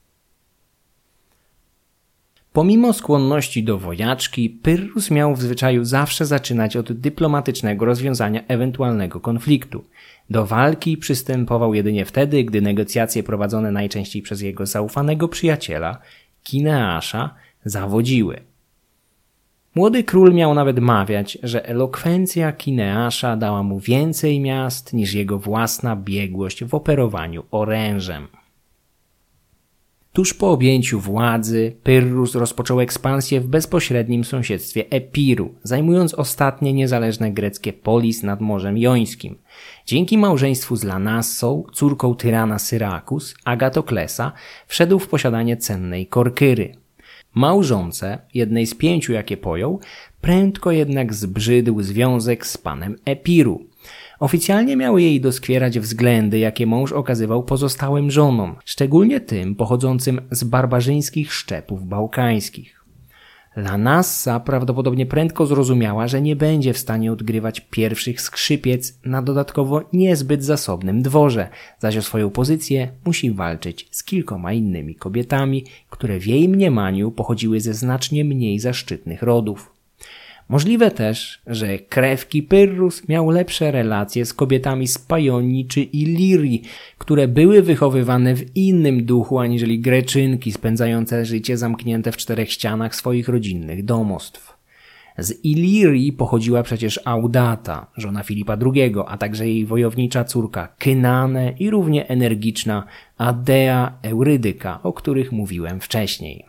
Pomimo skłonności do wojaczki, Pyrrhus miał w zwyczaju zawsze zaczynać od dyplomatycznego rozwiązania ewentualnego konfliktu. Do walki przystępował jedynie wtedy, gdy negocjacje prowadzone najczęściej przez jego zaufanego przyjaciela, Kineasza, zawodziły. Młody król miał nawet mawiać, że elokwencja Kineasza dała mu więcej miast niż jego własna biegłość w operowaniu orężem. Tuż po objęciu władzy Pyrrhus rozpoczął ekspansję w bezpośrednim sąsiedztwie Epiru, zajmując ostatnie niezależne greckie polis nad Morzem Jońskim. Dzięki małżeństwu z Lanassą, córką tyrana Syrakus, Agatoklesa, wszedł w posiadanie cennej Korkyry. Małżonce, jednej z 5 jakie pojął, prędko jednak zbrzydł związek z panem Epiru. Oficjalnie miały jej doskwierać względy, jakie mąż okazywał pozostałym żonom, szczególnie tym pochodzącym z barbarzyńskich szczepów bałkańskich. Lanassa prawdopodobnie prędko zrozumiała, że nie będzie w stanie odgrywać pierwszych skrzypiec na dodatkowo niezbyt zasobnym dworze, zaś o swoją pozycję musi walczyć z kilkoma innymi kobietami, które w jej mniemaniu pochodziły ze znacznie mniej zaszczytnych rodów. Możliwe też, że krewki Pyrrhus miał lepsze relacje z kobietami z Pajonii czy Ilirii, które były wychowywane w innym duchu aniżeli Greczynki spędzające życie zamknięte w 4 ścianach swoich rodzinnych domostw. Z Ilirii pochodziła przecież Audata, żona Filipa II, a także jej wojownicza córka Kynane i równie energiczna Adea Eurydyka, o których mówiłem wcześniej.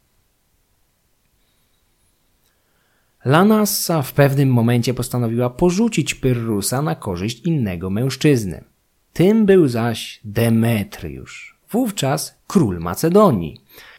Lanassa w pewnym momencie postanowiła porzucić Pyrrhusa na korzyść innego mężczyzny. Tym był zaś Demetriusz, wówczas król Macedonii.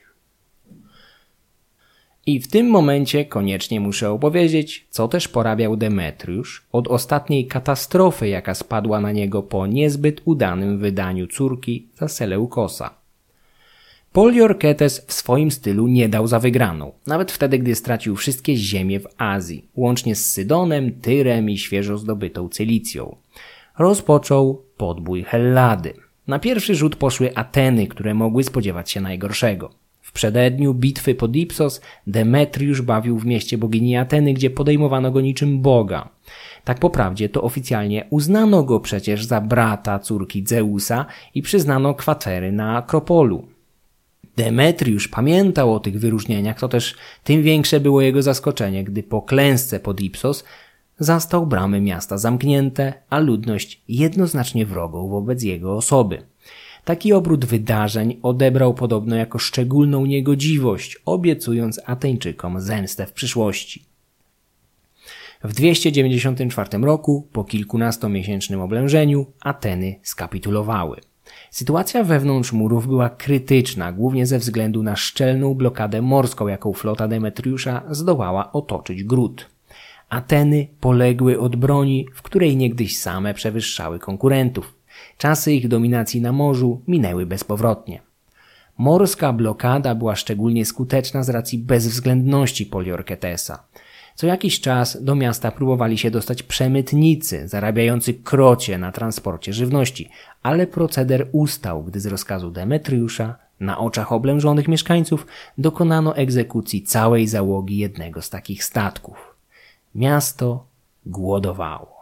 I w tym momencie koniecznie muszę opowiedzieć, co też porabiał Demetriusz od ostatniej katastrofy, jaka spadła na niego po niezbyt udanym wydaniu córki za Seleukosa. Poliorketes w swoim stylu nie dał za wygraną, nawet wtedy, gdy stracił wszystkie ziemie w Azji, łącznie z Sydonem, Tyrem i świeżo zdobytą Cylicją. Rozpoczął podbój Hellady. Na pierwszy rzut poszły Ateny, które mogły spodziewać się najgorszego. W przededniu bitwy pod Ipsos Demetriusz bawił w mieście bogini Ateny, gdzie podejmowano go niczym boga. Tak po prawdzie to oficjalnie uznano go przecież za brata córki Zeusa i przyznano kwatery na Akropolu. Demetriusz pamiętał o tych wyróżnieniach, to też tym większe było jego zaskoczenie, gdy po klęsce pod Ipsos zastał bramy miasta zamknięte, a ludność jednoznacznie wrogą wobec jego osoby. Taki obrót wydarzeń odebrał podobno jako szczególną niegodziwość, obiecując Ateńczykom zemstę w przyszłości. W 294 roku, po kilkunastomiesięcznym oblężeniu, Ateny skapitulowały. Sytuacja wewnątrz murów była krytyczna, głównie ze względu na szczelną blokadę morską, jaką flota Demetriusza zdołała otoczyć gród. Ateny poległy od broni, w której niegdyś same przewyższały konkurentów. Czasy ich dominacji na morzu minęły bezpowrotnie. Morska blokada była szczególnie skuteczna z racji bezwzględności Poliorketesa. Co jakiś czas do miasta próbowali się dostać przemytnicy zarabiający krocie na transporcie żywności, ale proceder ustał, gdy z rozkazu Demetriusza na oczach oblężonych mieszkańców dokonano egzekucji całej załogi jednego z takich statków. Miasto głodowało.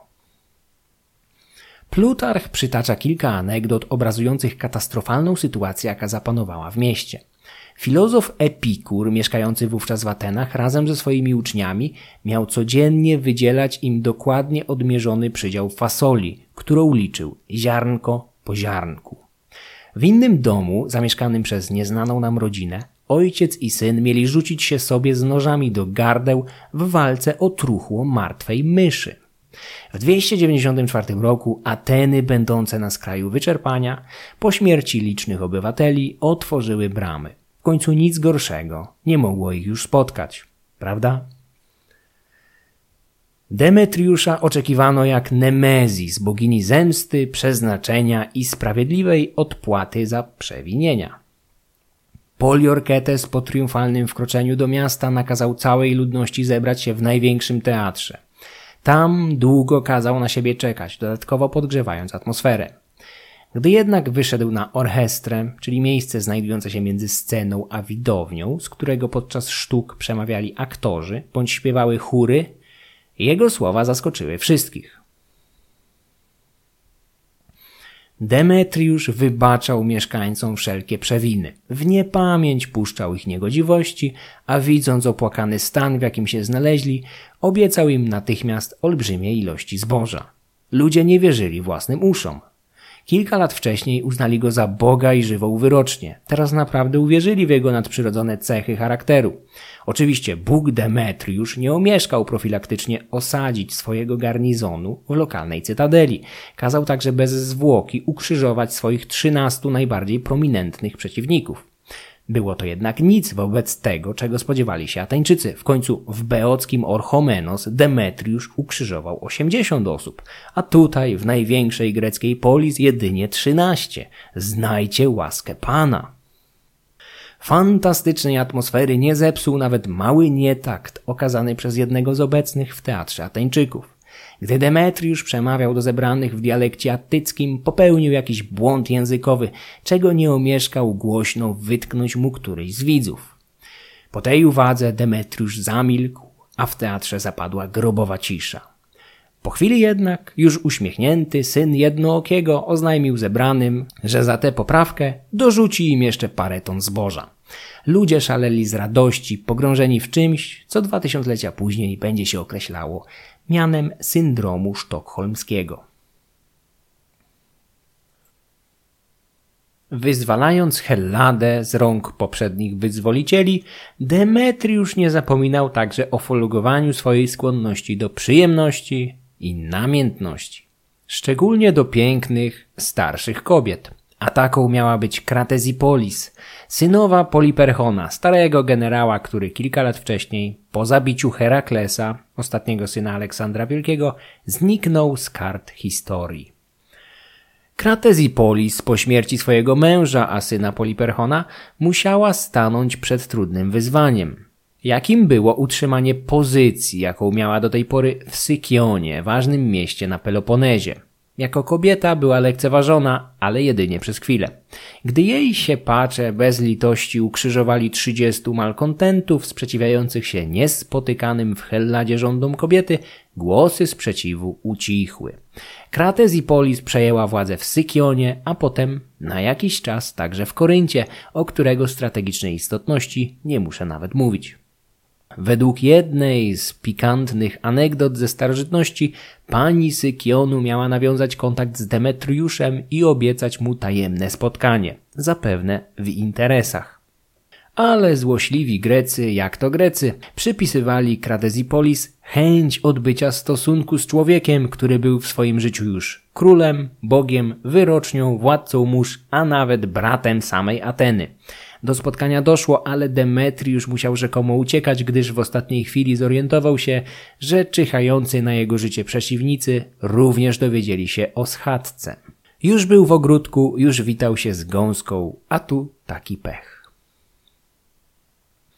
Plutarch przytacza kilka anegdot obrazujących katastrofalną sytuację, jaka zapanowała w mieście. Filozof Epikur, mieszkający wówczas w Atenach, razem ze swoimi uczniami miał codziennie wydzielać im dokładnie odmierzony przydział fasoli, którą liczył ziarnko po ziarnku. W innym domu, zamieszkanym przez nieznaną nam rodzinę, ojciec i syn mieli rzucić się sobie z nożami do gardeł w walce o truchło martwej myszy. W 294 roku Ateny, będące na skraju wyczerpania, po śmierci licznych obywateli otworzyły bramy. W końcu nic gorszego nie mogło ich już spotkać, prawda? Demetriusza oczekiwano jak Nemezis, bogini zemsty, przeznaczenia i sprawiedliwej odpłaty za przewinienia. Poliorketes po triumfalnym wkroczeniu do miasta nakazał całej ludności zebrać się w największym teatrze. Tam długo kazał na siebie czekać, dodatkowo podgrzewając atmosferę. Gdy jednak wyszedł na orchestrę, czyli miejsce znajdujące się między sceną a widownią, z którego podczas sztuk przemawiali aktorzy bądź śpiewały chóry, jego słowa zaskoczyły wszystkich. Demetriusz wybaczał mieszkańcom wszelkie przewiny. W niepamięć puszczał ich niegodziwości, a widząc opłakany stan, w jakim się znaleźli, obiecał im natychmiast olbrzymie ilości zboża. Ludzie nie wierzyli własnym uszom. Kilka lat wcześniej uznali go za Boga i żywą wyrocznię. Teraz naprawdę uwierzyli w jego nadprzyrodzone cechy charakteru. Oczywiście Bóg Demetriusz nie omieszkał profilaktycznie osadzić swojego garnizonu w lokalnej cytadeli. Kazał także bez zwłoki ukrzyżować swoich 13 najbardziej prominentnych przeciwników. Było to jednak nic wobec tego, czego spodziewali się Ateńczycy. W końcu w beockim Orchomenos Demetriusz ukrzyżował 80 osób, a tutaj w największej greckiej polis jedynie 13. Znajcie łaskę Pana. Fantastycznej atmosfery nie zepsuł nawet mały nietakt okazany przez jednego z obecnych w teatrze Ateńczyków. Gdy Demetriusz przemawiał do zebranych w dialekcie attyckim, popełnił jakiś błąd językowy, czego nie omieszkał głośno wytknąć mu któryś z widzów. Po tej uwadze Demetriusz zamilkł, a w teatrze zapadła grobowa cisza. Po chwili jednak, już uśmiechnięty, syn Jednookiego oznajmił zebranym, że za tę poprawkę dorzuci im jeszcze parę ton zboża. Ludzie szaleli z radości, pogrążeni w czymś, co 2000-lecia później będzie się określało mianem syndromu sztokholmskiego. Wyzwalając Helladę z rąk poprzednich wyzwolicieli, Demetriusz nie zapominał także o folgowaniu swojej skłonności do przyjemności i namiętności. Szczególnie do pięknych, starszych kobiet. A taką miała być Kratesipolis, synowa Poliperchona, starego generała, który kilka lat wcześniej, po zabiciu Heraklesa, ostatniego syna Aleksandra Wielkiego, zniknął z kart historii. Kratesipolis po śmierci swojego męża, a syna Poliperchona, musiała stanąć przed trudnym wyzwaniem, jakim było utrzymanie pozycji, jaką miała do tej pory w Sykionie, ważnym mieście na Peloponezie. Jako kobieta była lekceważona, ale jedynie przez chwilę. Gdy jej siepacze bez litości ukrzyżowali 30 malkontentów sprzeciwiających się niespotykanym w Helladzie rządom kobiety, głosy sprzeciwu ucichły. Kratesipolis przejęła władzę w Sykionie, a potem na jakiś czas także w Koryncie, o którego strategicznej istotności nie muszę nawet mówić. Według jednej z pikantnych anegdot ze starożytności, pani Sykionu miała nawiązać kontakt z Demetriuszem i obiecać mu tajemne spotkanie, zapewne w interesach. Ale złośliwi Grecy, jak to Grecy, przypisywali Kratesipolis chęć odbycia stosunku z człowiekiem, który był w swoim życiu już królem, bogiem, wyrocznią, władcą mórz, a nawet bratem samej Ateny. Do spotkania doszło, ale Demetriusz musiał rzekomo uciekać, gdyż w ostatniej chwili zorientował się, że czyhający na jego życie przeciwnicy również dowiedzieli się o schadzce. Już był w ogródku, już witał się z gąską, a tu taki pech.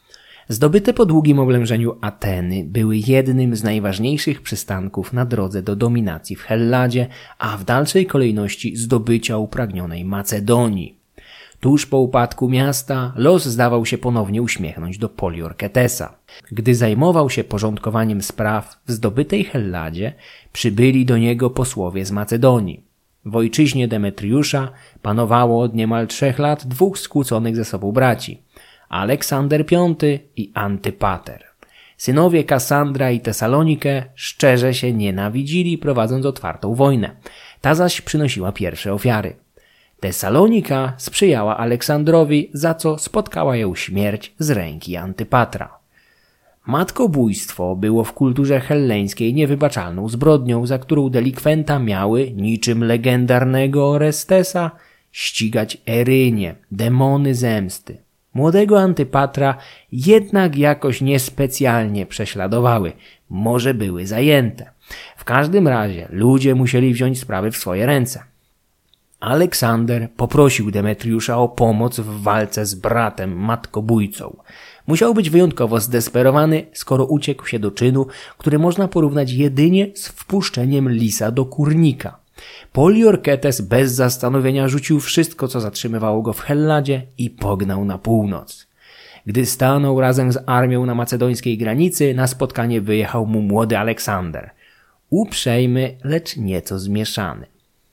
Zdobyte po długim oblężeniu Ateny były jednym z najważniejszych przystanków na drodze do dominacji w Helladzie, a w dalszej kolejności zdobycia upragnionej Macedonii. Tuż po upadku miasta los zdawał się ponownie uśmiechnąć do Poliorketesa. Gdy zajmował się porządkowaniem spraw w zdobytej Helladzie, przybyli do niego posłowie z Macedonii. W ojczyźnie Demetriusza panowało od niemal 3 lat 2 skłóconych ze sobą braci – Aleksander V i Antypater. Synowie Kassandra i Tesalonikę szczerze się nienawidzili, prowadząc otwartą wojnę. Ta zaś przynosiła pierwsze ofiary. Tesalonika sprzyjała Aleksandrowi, za co spotkała ją śmierć z ręki Antypatra. Matkobójstwo było w kulturze helleńskiej niewybaczalną zbrodnią, za którą delikwenta miały, niczym legendarnego Orestesa, ścigać Erynie, demony zemsty. Młodego Antypatra jednak jakoś niespecjalnie prześladowały, może były zajęte. W każdym razie ludzie musieli wziąć sprawy w swoje ręce. Aleksander poprosił Demetriusza o pomoc w walce z bratem matkobójcą. Musiał być wyjątkowo zdesperowany, skoro uciekł się do czynu, który można porównać jedynie z wpuszczeniem lisa do kurnika. Poliorketes bez zastanowienia rzucił wszystko, co zatrzymywało go w Helladzie i pognał na północ. Gdy stanął razem z armią na macedońskiej granicy, na spotkanie wyjechał mu młody Aleksander. Uprzejmy, lecz nieco zmieszany.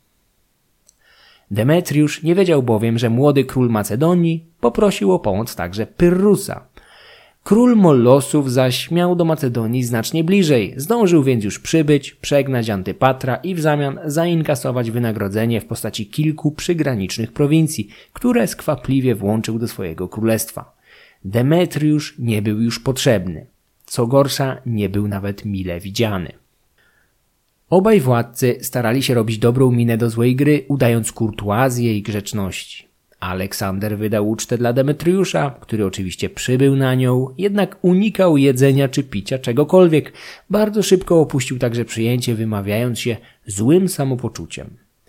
Demetriusz nie wiedział bowiem, że młody król Macedonii poprosił o pomoc także Pyrrusa. Król Mollosów zaś miał do Macedonii znacznie bliżej, zdążył więc już przybyć, przegnać Antypatra i w zamian zainkasować wynagrodzenie w postaci kilku przygranicznych prowincji, które skwapliwie włączył do swojego królestwa. Demetriusz nie był już potrzebny. Co gorsza, nie był nawet mile widziany. Obaj władcy starali się robić dobrą minę do złej gry, udając kurtuazję i grzeczności. Aleksander wydał ucztę dla Demetriusza, który oczywiście przybył na nią, jednak unikał jedzenia czy picia czegokolwiek. Bardzo szybko opuścił także przyjęcie, wymawiając się złym samopoczuciem.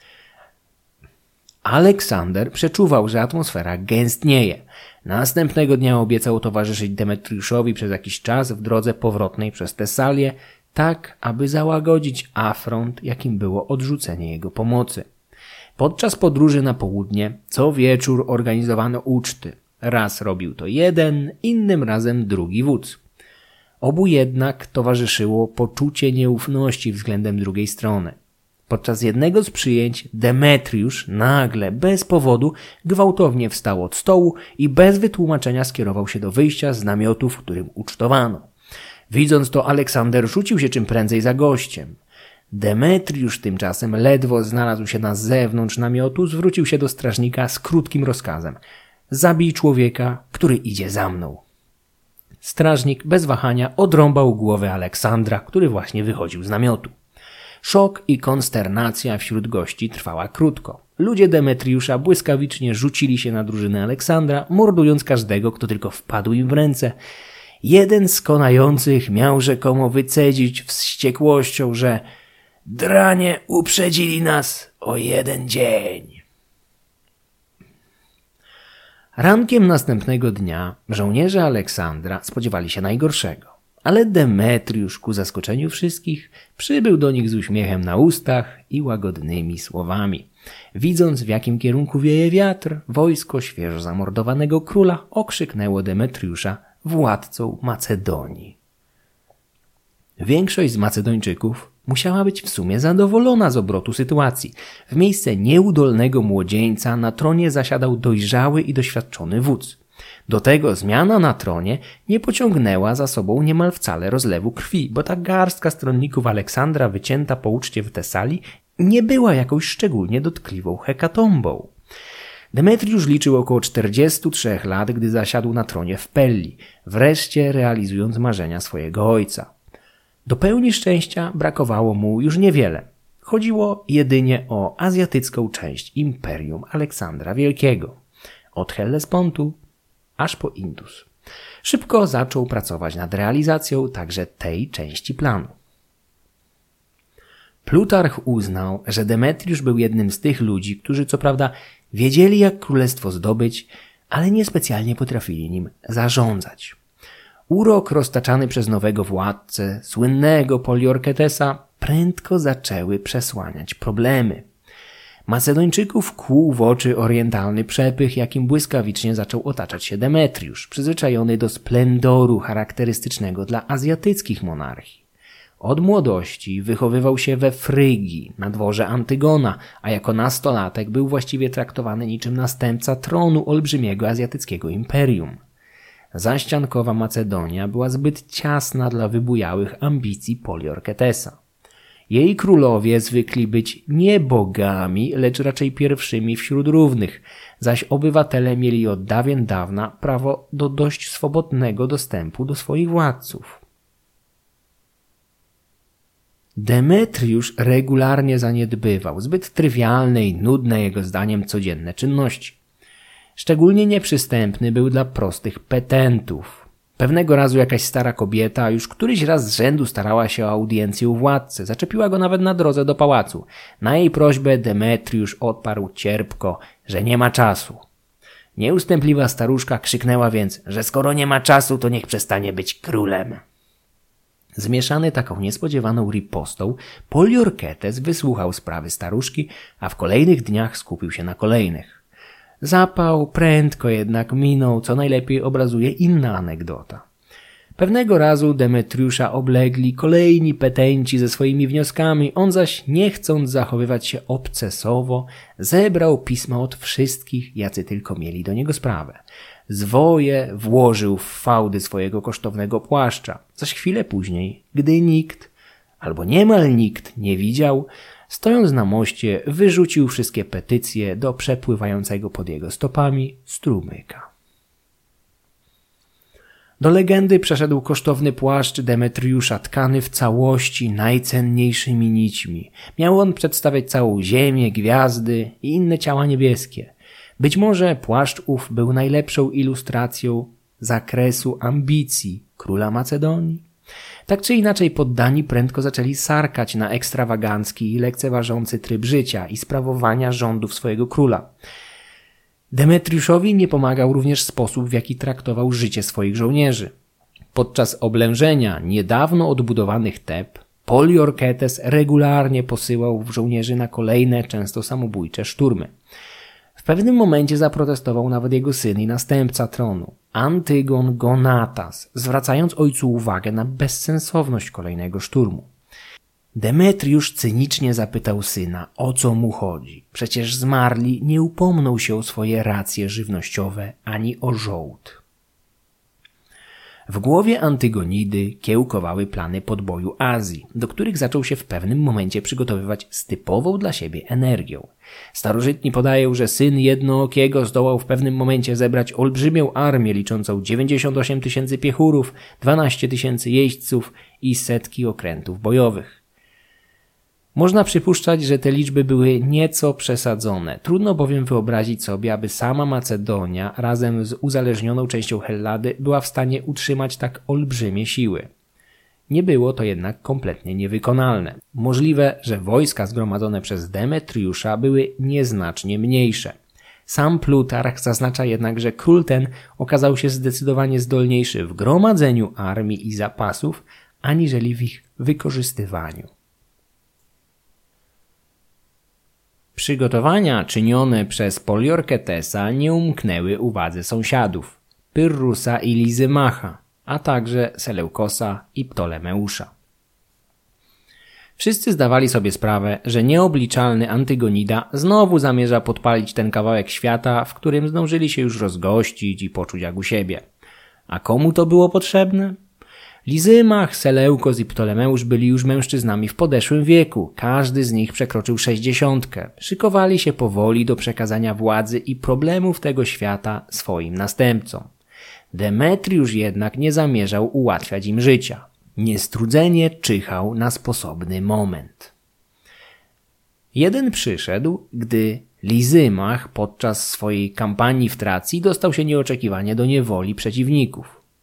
Aleksander przeczuwał, że atmosfera gęstnieje. Następnego dnia obiecał towarzyszyć Demetriuszowi przez jakiś czas w drodze powrotnej przez Tesalię, tak aby załagodzić afront, jakim było odrzucenie jego pomocy. Podczas podróży na południe co wieczór organizowano uczty. Raz robił to jeden, innym razem drugi wódz. Obu jednak towarzyszyło poczucie nieufności względem drugiej strony. Podczas jednego z przyjęć Demetriusz nagle, bez powodu, gwałtownie wstał od stołu i bez wytłumaczenia skierował się do wyjścia z namiotu, w którym ucztowano. Widząc to, Aleksander rzucił się czym prędzej za gościem. Demetriusz tymczasem ledwo znalazł się na zewnątrz namiotu, zwrócił się do strażnika z krótkim rozkazem. Zabij człowieka, który idzie za mną. Strażnik bez wahania odrąbał głowę Aleksandra, który właśnie wychodził z namiotu. Szok i konsternacja wśród gości trwała krótko. Ludzie Demetriusza błyskawicznie rzucili się na drużynę Aleksandra, mordując każdego, kto tylko wpadł im w ręce. Jeden z konających miał rzekomo wycedzić wściekłością, że dranie uprzedzili nas o 1 dzień. Rankiem następnego dnia żołnierze Aleksandra spodziewali się najgorszego, ale Demetriusz ku zaskoczeniu wszystkich przybył do nich z uśmiechem na ustach i łagodnymi słowami. Widząc, w jakim kierunku wieje wiatr, wojsko świeżo zamordowanego króla okrzyknęło Demetriusza władcą Macedonii. Większość z Macedończyków musiała być w sumie zadowolona z obrotu sytuacji. W miejsce nieudolnego młodzieńca na tronie zasiadał dojrzały i doświadczony wódz. Do tego zmiana na tronie nie pociągnęła za sobą niemal wcale rozlewu krwi, bo ta garstka stronników Aleksandra wycięta po uczcie w Tesalii nie była jakąś szczególnie dotkliwą hekatombą. Demetriusz liczył około 43 lat, gdy zasiadł na tronie w Pelli, wreszcie realizując marzenia swojego ojca. Do pełni szczęścia brakowało mu już niewiele. Chodziło jedynie o azjatycką część imperium Aleksandra Wielkiego. Od Hellespontu aż po Indus. Szybko zaczął pracować nad realizacją także tej części planu. Plutarch uznał, że Demetriusz był jednym z tych ludzi, którzy co prawda wiedzieli, jak królestwo zdobyć, ale niespecjalnie potrafili nim zarządzać. Urok roztaczany przez nowego władcę, słynnego Poliorketesa, prędko zaczęły przesłaniać problemy. Macedończyków kłuł w oczy orientalny przepych, jakim błyskawicznie zaczął otaczać się Demetriusz, przyzwyczajony do splendoru charakterystycznego dla azjatyckich monarchii. Od młodości wychowywał się we Frygii, na dworze Antygona, a jako nastolatek był właściwie traktowany niczym następca tronu olbrzymiego azjatyckiego imperium. Zaściankowa Macedonia była zbyt ciasna dla wybujałych ambicji Poliorketesa. Jej królowie zwykli być nie bogami, lecz raczej pierwszymi wśród równych, zaś obywatele mieli od dawien dawna prawo do dość swobodnego dostępu do swoich władców. Demetriusz regularnie zaniedbywał zbyt trywialne i nudne jego zdaniem codzienne czynności. Szczególnie nieprzystępny był dla prostych petentów. Pewnego razu jakaś stara kobieta już któryś raz z rzędu starała się o audiencję u władcy. Zaczepiła go nawet na drodze do pałacu. Na jej prośbę Demetriusz odparł cierpko, że nie ma czasu. Nieustępliwa staruszka krzyknęła więc, że skoro nie ma czasu, to niech przestanie być królem. Zmieszany taką niespodziewaną ripostą, Poliorketes wysłuchał sprawy staruszki, a w kolejnych dniach skupił się na kolejnych. Zapał prędko jednak minął, co najlepiej obrazuje inna anegdota. Pewnego razu Demetriusza oblegli kolejni petenci ze swoimi wnioskami, on zaś, nie chcąc zachowywać się obcesowo, zebrał pisma od wszystkich, jacy tylko mieli do niego sprawę. Zwoje włożył w fałdy swojego kosztownego płaszcza, zaś chwilę później, gdy nikt, albo niemal nikt nie widział, stojąc na moście, wyrzucił wszystkie petycje do przepływającego pod jego stopami strumyka. Do legendy przeszedł kosztowny płaszcz Demetriusza, tkany w całości najcenniejszymi nićmi. Miał on przedstawiać całą ziemię, gwiazdy i inne ciała niebieskie. Być może płaszcz ów był najlepszą ilustracją zakresu ambicji króla Macedonii. Tak czy inaczej poddani prędko zaczęli sarkać na ekstrawagancki i lekceważący tryb życia i sprawowania rządów swojego króla. Demetriuszowi nie pomagał również sposób, w jaki traktował życie swoich żołnierzy. Podczas oblężenia niedawno odbudowanych Teb Poliorketes regularnie posyłał żołnierzy na kolejne, często samobójcze szturmy. W pewnym momencie zaprotestował nawet jego syn i następca tronu, Antygon Gonatas, zwracając ojcu uwagę na bezsensowność kolejnego szturmu. Demetriusz cynicznie zapytał syna, o co mu chodzi. Przecież zmarli nie upomną się o swoje racje żywnościowe ani o żołd. W głowie Antygonidy kiełkowały plany podboju Azji, do których zaczął się w pewnym momencie przygotowywać z typową dla siebie energią. Starożytni podają, że syn Jednookiego zdołał w pewnym momencie zebrać olbrzymią armię liczącą 98 000 piechurów, 12 000 jeźdźców i setki okrętów bojowych. Można przypuszczać, że te liczby były nieco przesadzone. Trudno bowiem wyobrazić sobie, aby sama Macedonia razem z uzależnioną częścią Hellady była w stanie utrzymać tak olbrzymie siły. Nie było to jednak kompletnie niewykonalne. Możliwe, że wojska zgromadzone przez Demetriusza były nieznacznie mniejsze. Sam Plutarch zaznacza jednak, że król ten okazał się zdecydowanie zdolniejszy w gromadzeniu armii i zapasów, aniżeli w ich wykorzystywaniu. Przygotowania czynione przez Poliorketesa nie umknęły uwadze sąsiadów, Pyrrusa i Lizymacha, a także Seleukosa i Ptolemeusza. Wszyscy zdawali sobie sprawę, że nieobliczalny Antygonida znowu zamierza podpalić ten kawałek świata, w którym zdążyli się już rozgościć i poczuć jak u siebie. A komu to było potrzebne? Lizymach, Seleukos i Ptolemeusz byli już mężczyznami w podeszłym wieku. Każdy z nich przekroczył 60. Szykowali się powoli do przekazania władzy i problemów tego świata swoim następcom. Demetriusz jednak nie zamierzał ułatwiać im życia. Niestrudzenie czyhał na sposobny moment. Jeden przyszedł, gdy Lizymach podczas swojej kampanii w Tracji dostał się nieoczekiwanie do niewoli przeciwników.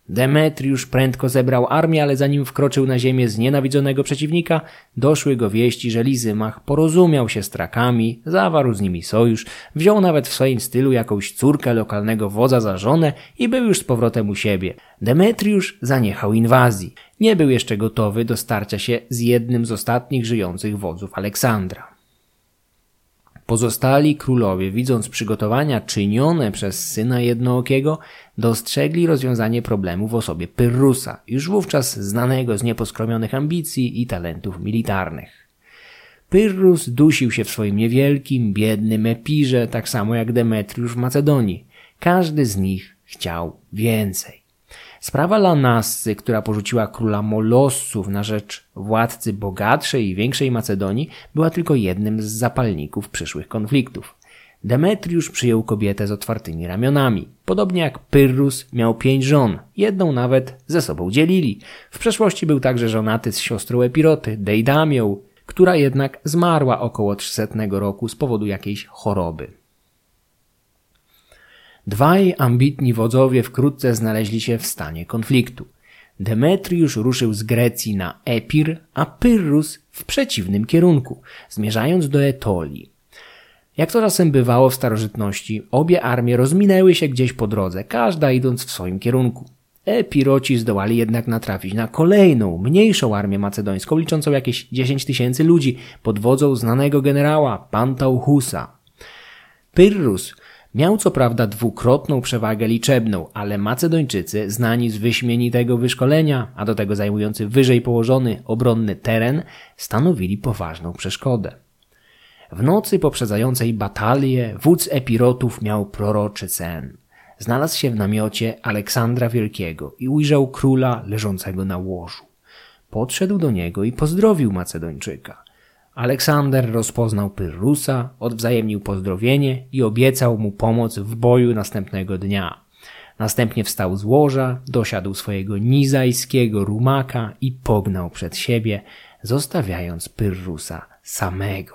Demetriusz prędko zebrał armię, ale zanim wkroczył na ziemię znienawidzonego przeciwnika, doszły go wieści, że Lizymach porozumiał się z Trakami, zawarł z nimi sojusz, wziął nawet w swoim stylu jakąś córkę lokalnego wodza za żonę i był już z powrotem u siebie. Demetriusz zaniechał inwazji. Nie był jeszcze gotowy do starcia się z jednym z ostatnich żyjących wodzów Aleksandra. Pozostali królowie, widząc przygotowania czynione przez syna Jednookiego, dostrzegli rozwiązanie problemu w osobie Pyrrusa, już wówczas znanego z nieposkromionych ambicji i talentów militarnych. Pyrrus dusił się w swoim niewielkim, biednym Epirze, tak samo jak Demetriusz w Macedonii. Każdy z nich chciał więcej. Sprawa Lanassy, która porzuciła króla Molossów na rzecz władcy bogatszej i większej Macedonii, była tylko jednym z zapalników przyszłych konfliktów. Demetriusz przyjął kobietę z otwartymi ramionami. Podobnie jak Pyrrus miał 5 żon, jedną nawet ze sobą dzielili. W przeszłości był także żonaty z siostrą Epiroty, Deidamią, która jednak zmarła około 300 roku z powodu jakiejś choroby. Dwaj ambitni wodzowie wkrótce znaleźli się w stanie konfliktu. Demetriusz ruszył z Grecji na Epir, a Pyrrus w przeciwnym kierunku, zmierzając do Etolii. Jak to czasem bywało w starożytności, obie armie rozminęły się gdzieś po drodze, każda idąc w swoim kierunku. Epiroci zdołali jednak natrafić na kolejną, mniejszą armię macedońską, liczącą jakieś 10 000 ludzi pod wodzą znanego generała Pantauchusa. Pyrrus miał co prawda dwukrotną przewagę liczebną, ale Macedończycy, znani z wyśmienitego wyszkolenia, a do tego zajmujący wyżej położony obronny teren, stanowili poważną przeszkodę. W nocy poprzedzającej batalię wódz Epirotów miał proroczy sen. Znalazł się w namiocie Aleksandra Wielkiego i ujrzał króla leżącego na łożu. Podszedł do niego i pozdrowił Macedończyka. Aleksander rozpoznał Pyrrusa, odwzajemnił pozdrowienie i obiecał mu pomoc w boju następnego dnia. Następnie wstał z łoża, dosiadł swojego nizajskiego rumaka i pognał przed siebie, zostawiając Pyrrusa samego.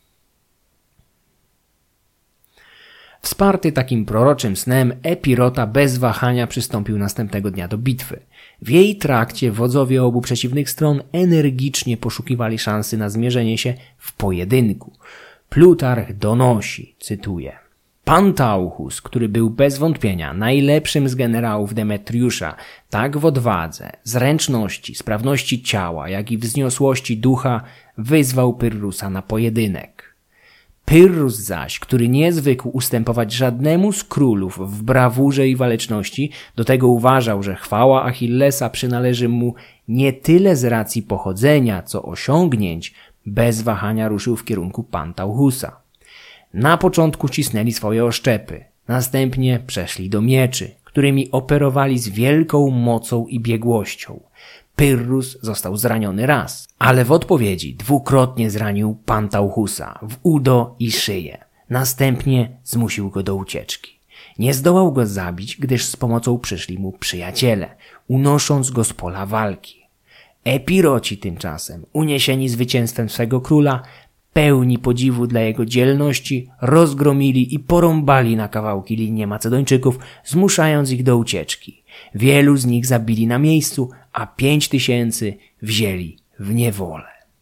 Wsparty takim proroczym snem, Epirota bez wahania przystąpił następnego dnia do bitwy. W jej trakcie wodzowie obu przeciwnych stron energicznie poszukiwali szansy na zmierzenie się w pojedynku. Plutarch donosi, cytuję: Pantauchus, który był bez wątpienia najlepszym z generałów Demetriusza, tak w odwadze, zręczności, sprawności ciała, jak i wzniosłości ducha, wyzwał Pyrrusa na pojedynek. Pyrrus zaś, który nie zwykł ustępować żadnemu z królów w brawurze i waleczności, do tego uważał, że chwała Achillesa przynależy mu nie tyle z racji pochodzenia, co osiągnięć, bez wahania ruszył w kierunku Pantauchusa. Na początku cisnęli swoje oszczepy, następnie przeszli do mieczy, którymi operowali z wielką mocą i biegłością. Pyrrus został zraniony raz, ale w odpowiedzi dwukrotnie zranił Pantauchusa w udo i szyję. Następnie zmusił go do ucieczki. Nie zdołał go zabić, gdyż z pomocą przyszli mu przyjaciele, unosząc go z pola walki. Epiroci tymczasem, uniesieni zwycięstwem swego króla, pełni podziwu dla jego dzielności, rozgromili i porąbali na kawałki linię Macedończyków, zmuszając ich do ucieczki. Wielu z nich zabili na miejscu, a 5000 wzięli w niewolę.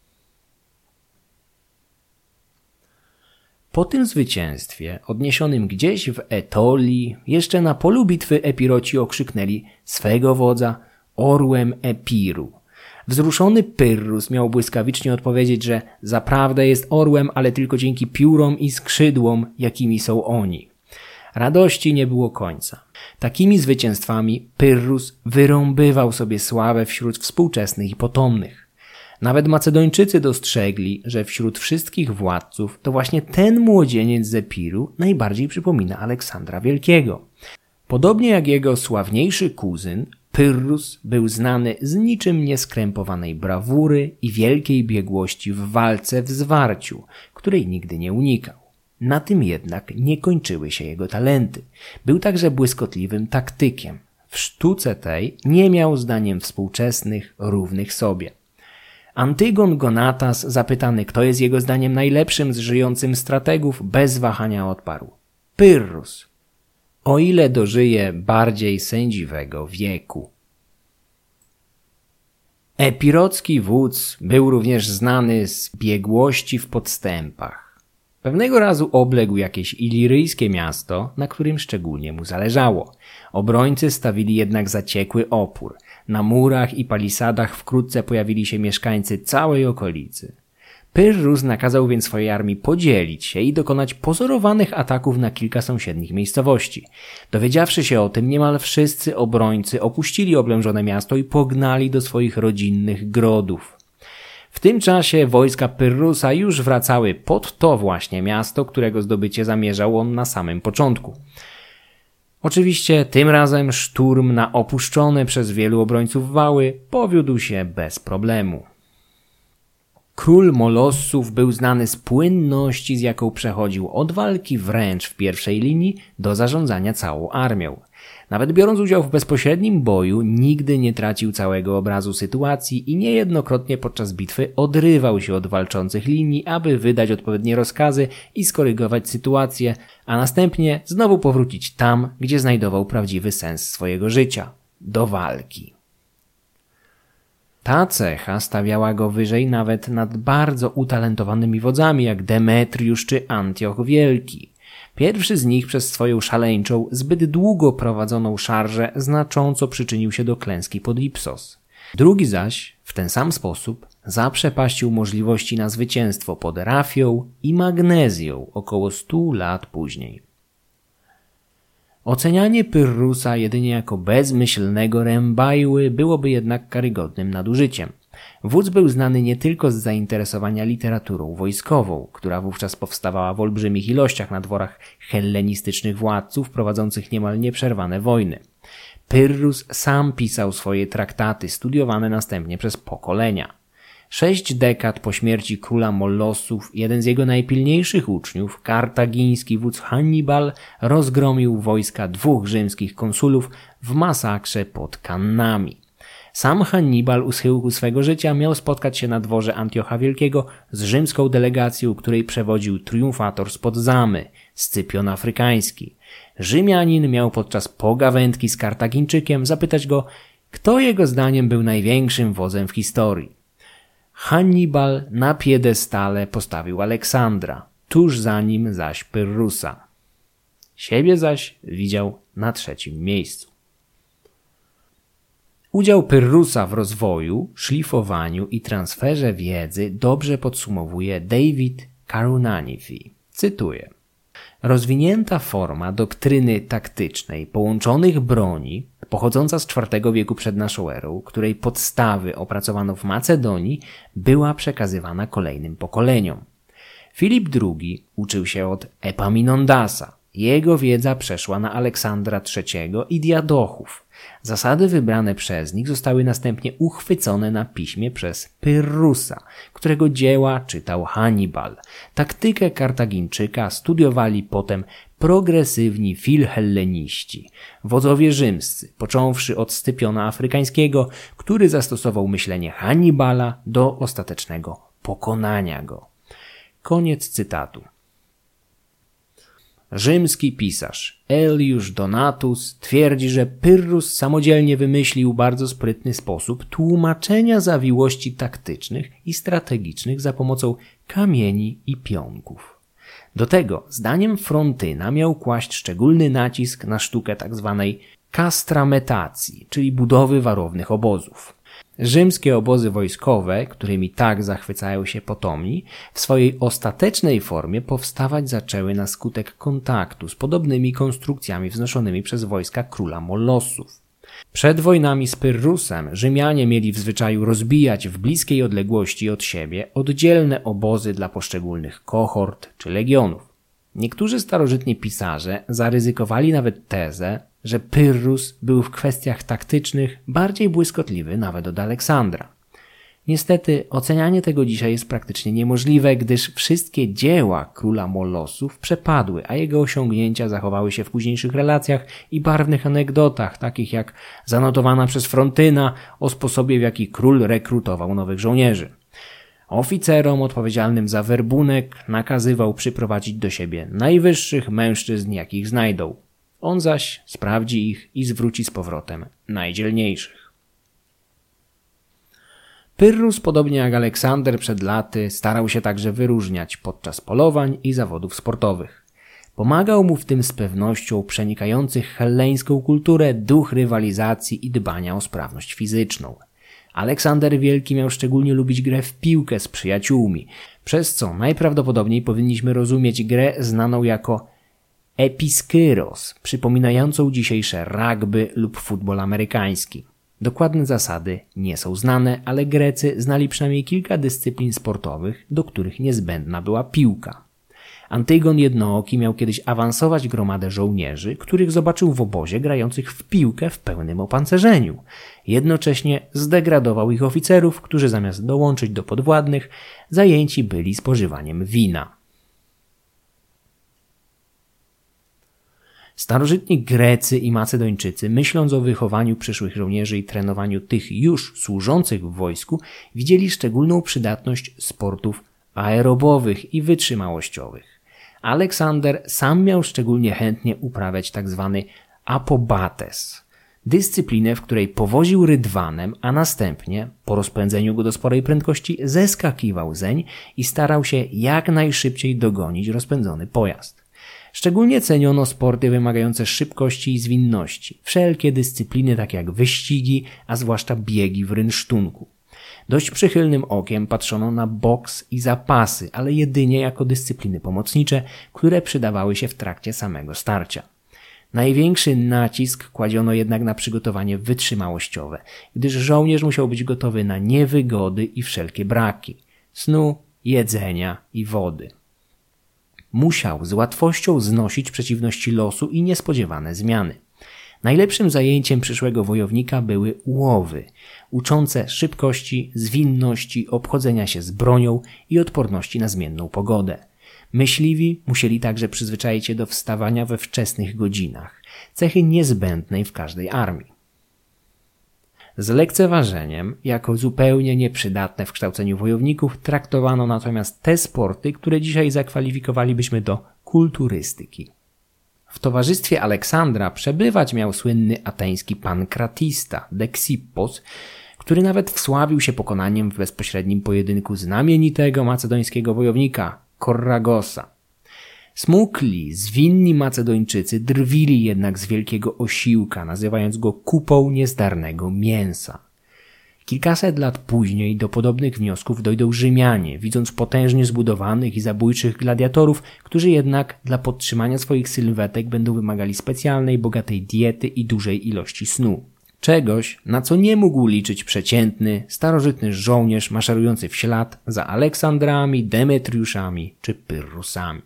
Po tym zwycięstwie, odniesionym gdzieś w Etolii, jeszcze na polu bitwy Epiroci okrzyknęli swego wodza orłem Epiru. Wzruszony Pyrrus miał błyskawicznie odpowiedzieć, że zaprawdę jest orłem, ale tylko dzięki piórom i skrzydłom, jakimi są oni. Radości nie było końca. Takimi zwycięstwami Pyrrus wyrąbywał sobie sławę wśród współczesnych i potomnych. Nawet Macedończycy dostrzegli, że wśród wszystkich władców to właśnie ten młodzieniec z Epiru najbardziej przypomina Aleksandra Wielkiego. Podobnie jak jego sławniejszy kuzyn, Pyrrus był znany z niczym nieskrępowanej brawury i wielkiej biegłości w walce w zwarciu, której nigdy nie unikał. Na tym jednak nie kończyły się jego talenty. Był także błyskotliwym taktykiem. W sztuce tej nie miał zdaniem współczesnych równych sobie. Antygon Gonatas, zapytany, kto jest jego zdaniem najlepszym z żyjącym strategów, bez wahania odparł: Pyrrus, o ile dożyje bardziej sędziwego wieku. Epirocki wódz był również znany z biegłości w podstępach. Pewnego razu obległ jakieś iliryjskie miasto, na którym szczególnie mu zależało. Obrońcy stawili jednak zaciekły opór. Na murach i palisadach wkrótce pojawili się mieszkańcy całej okolicy. Pyrrhus nakazał więc swojej armii podzielić się i dokonać pozorowanych ataków na kilka sąsiednich miejscowości. Dowiedziawszy się o tym, niemal wszyscy obrońcy opuścili oblężone miasto i pognali do swoich rodzinnych grodów. W tym czasie wojska Pyrrhusa już wracały pod to właśnie miasto, którego zdobycie zamierzał on na samym początku. Oczywiście tym razem szturm na opuszczone przez wielu obrońców wały powiódł się bez problemu. Król Molossów był znany z płynności, z jaką przechodził od walki wręcz w pierwszej linii do zarządzania całą armią. Nawet biorąc udział w bezpośrednim boju, nigdy nie tracił całego obrazu sytuacji i niejednokrotnie podczas bitwy odrywał się od walczących linii, aby wydać odpowiednie rozkazy i skorygować sytuację, a następnie znowu powrócić tam, gdzie znajdował prawdziwy sens swojego życia – do walki. Ta cecha stawiała go wyżej nawet nad bardzo utalentowanymi wodzami jak Demetriusz czy Antioch Wielki. Pierwszy z nich przez swoją szaleńczą, zbyt długo prowadzoną szarżę znacząco przyczynił się do klęski pod Ipsos. Drugi zaś, w ten sam sposób, zaprzepaścił możliwości na zwycięstwo pod Rafią i Magnezją około 100 lat później. Ocenianie Pyrrhusa jedynie jako bezmyślnego rębajły byłoby jednak karygodnym nadużyciem. Wódz był znany nie tylko z zainteresowania literaturą wojskową, która wówczas powstawała w olbrzymich ilościach na dworach hellenistycznych władców prowadzących niemal nieprzerwane wojny. Pyrrhus sam pisał swoje traktaty, studiowane następnie przez pokolenia. 6 dekad po śmierci króla Molossów, jeden z jego najpilniejszych uczniów, kartagiński wódz Hannibal, rozgromił wojska 2 rzymskich konsulów w masakrze pod Kannami. Sam Hannibal u schyłku swego życia miał spotkać się na dworze Antiocha Wielkiego z rzymską delegacją, której przewodził triumfator spod Zamy, Scypion Afrykański. Rzymianin miał podczas pogawędki z Kartagińczykiem zapytać go, kto jego zdaniem był największym wodzem w historii. Hannibal na piedestale postawił Aleksandra, tuż za nim zaś Pyrrhusa. Siebie zaś widział na 3. miejscu. Udział Pyrrhusa w rozwoju, szlifowaniu i transferze wiedzy dobrze podsumowuje David Karunanifi. Cytuję. Rozwinięta forma doktryny taktycznej połączonych broni, pochodząca z IV wieku przed naszą erą, której podstawy opracowano w Macedonii, była przekazywana kolejnym pokoleniom. Filip II uczył się od Epaminondasa. Jego wiedza przeszła na Aleksandra III i Diadochów. Zasady wybrane przez nich zostały następnie uchwycone na piśmie przez Pyrrhusa, którego dzieła czytał Hannibal. Taktykę Kartagińczyka studiowali potem progresywni filhelleniści, wodzowie rzymscy, począwszy od Scypiona Afrykańskiego, który zastosował myślenie Hannibala do ostatecznego pokonania go. Koniec cytatu. Rzymski pisarz Aelius Donatus twierdzi, że Pyrrhus samodzielnie wymyślił bardzo sprytny sposób tłumaczenia zawiłości taktycznych i strategicznych za pomocą kamieni i pionków. Do tego, zdaniem Frontyna, miał kłaść szczególny nacisk na sztukę tzw. kastrametacji, czyli budowy warownych obozów. Rzymskie obozy wojskowe, którymi tak zachwycają się potomni, w swojej ostatecznej formie powstawać zaczęły na skutek kontaktu z podobnymi konstrukcjami wznoszonymi przez wojska króla Molossów. Przed wojnami z Pyrrhusem Rzymianie mieli w zwyczaju rozbijać w bliskiej odległości od siebie oddzielne obozy dla poszczególnych kohort czy legionów. Niektórzy starożytni pisarze zaryzykowali nawet tezę, że Pyrrhus był w kwestiach taktycznych bardziej błyskotliwy nawet od Aleksandra. Niestety ocenianie tego dzisiaj jest praktycznie niemożliwe, gdyż wszystkie dzieła króla Molossów przepadły, a jego osiągnięcia zachowały się w późniejszych relacjach i barwnych anegdotach, takich jak zanotowana przez Frontyna o sposobie, w jaki król rekrutował nowych żołnierzy. Oficerom odpowiedzialnym za werbunek nakazywał przyprowadzić do siebie najwyższych mężczyzn, jakich znajdą. On zaś sprawdzi ich i zwróci z powrotem najdzielniejszych. Pyrrhus, podobnie jak Aleksander przed laty, starał się także wyróżniać podczas polowań i zawodów sportowych. Pomagał mu w tym z pewnością przenikający helleńską kulturę duch rywalizacji i dbania o sprawność fizyczną. Aleksander Wielki miał szczególnie lubić grę w piłkę z przyjaciółmi, przez co najprawdopodobniej powinniśmy rozumieć grę znaną jako episkyros, przypominającą dzisiejsze rugby lub futbol amerykański. Dokładne zasady nie są znane, ale Grecy znali przynajmniej kilka dyscyplin sportowych, do których niezbędna była piłka. Antygon Jednooki miał kiedyś awansować gromadę żołnierzy, których zobaczył w obozie grających w piłkę w pełnym opancerzeniu. Jednocześnie zdegradował ich oficerów, którzy zamiast dołączyć do podwładnych, zajęci byli spożywaniem wina. Starożytni Grecy i Macedończycy, myśląc o wychowaniu przyszłych żołnierzy i trenowaniu tych już służących w wojsku, widzieli szczególną przydatność sportów aerobowych i wytrzymałościowych. Aleksander sam miał szczególnie chętnie uprawiać tzw. apobates, dyscyplinę, w której powoził rydwanem, a następnie, po rozpędzeniu go do sporej prędkości, zeskakiwał zeń i starał się jak najszybciej dogonić rozpędzony pojazd. Szczególnie ceniono sporty wymagające szybkości i zwinności, wszelkie dyscypliny takie jak wyścigi, a zwłaszcza biegi w rynsztunku. Dość przychylnym okiem patrzono na boks i zapasy, ale jedynie jako dyscypliny pomocnicze, które przydawały się w trakcie samego starcia. Największy nacisk kładziono jednak na przygotowanie wytrzymałościowe, gdyż żołnierz musiał być gotowy na niewygody i wszelkie braki snu, jedzenia i wody. Musiał z łatwością znosić przeciwności losu i niespodziewane zmiany. Najlepszym zajęciem przyszłego wojownika były łowy, uczące szybkości, zwinności, obchodzenia się z bronią i odporności na zmienną pogodę. Myśliwi musieli także przyzwyczaić się do wstawania we wczesnych godzinach, cechy niezbędnej w każdej armii. Z lekceważeniem, jako zupełnie nieprzydatne w kształceniu wojowników, traktowano natomiast te sporty, które dzisiaj zakwalifikowalibyśmy do kulturystyki. W towarzystwie Aleksandra przebywać miał słynny ateński pankratista Dexippos, który nawet wsławił się pokonaniem w bezpośrednim pojedynku znamienitego macedońskiego wojownika Korragosa. Smukli, zwinni Macedończycy drwili jednak z wielkiego osiłka, nazywając go kupą niezdarnego mięsa. Kilkaset lat później do podobnych wniosków dojdą Rzymianie, widząc potężnie zbudowanych i zabójczych gladiatorów, którzy jednak dla podtrzymania swoich sylwetek będą wymagali specjalnej, bogatej diety i dużej ilości snu. Czegoś, na co nie mógł liczyć przeciętny, starożytny żołnierz maszerujący w ślad za Aleksandrami, Demetriuszami czy Pyrrhusami.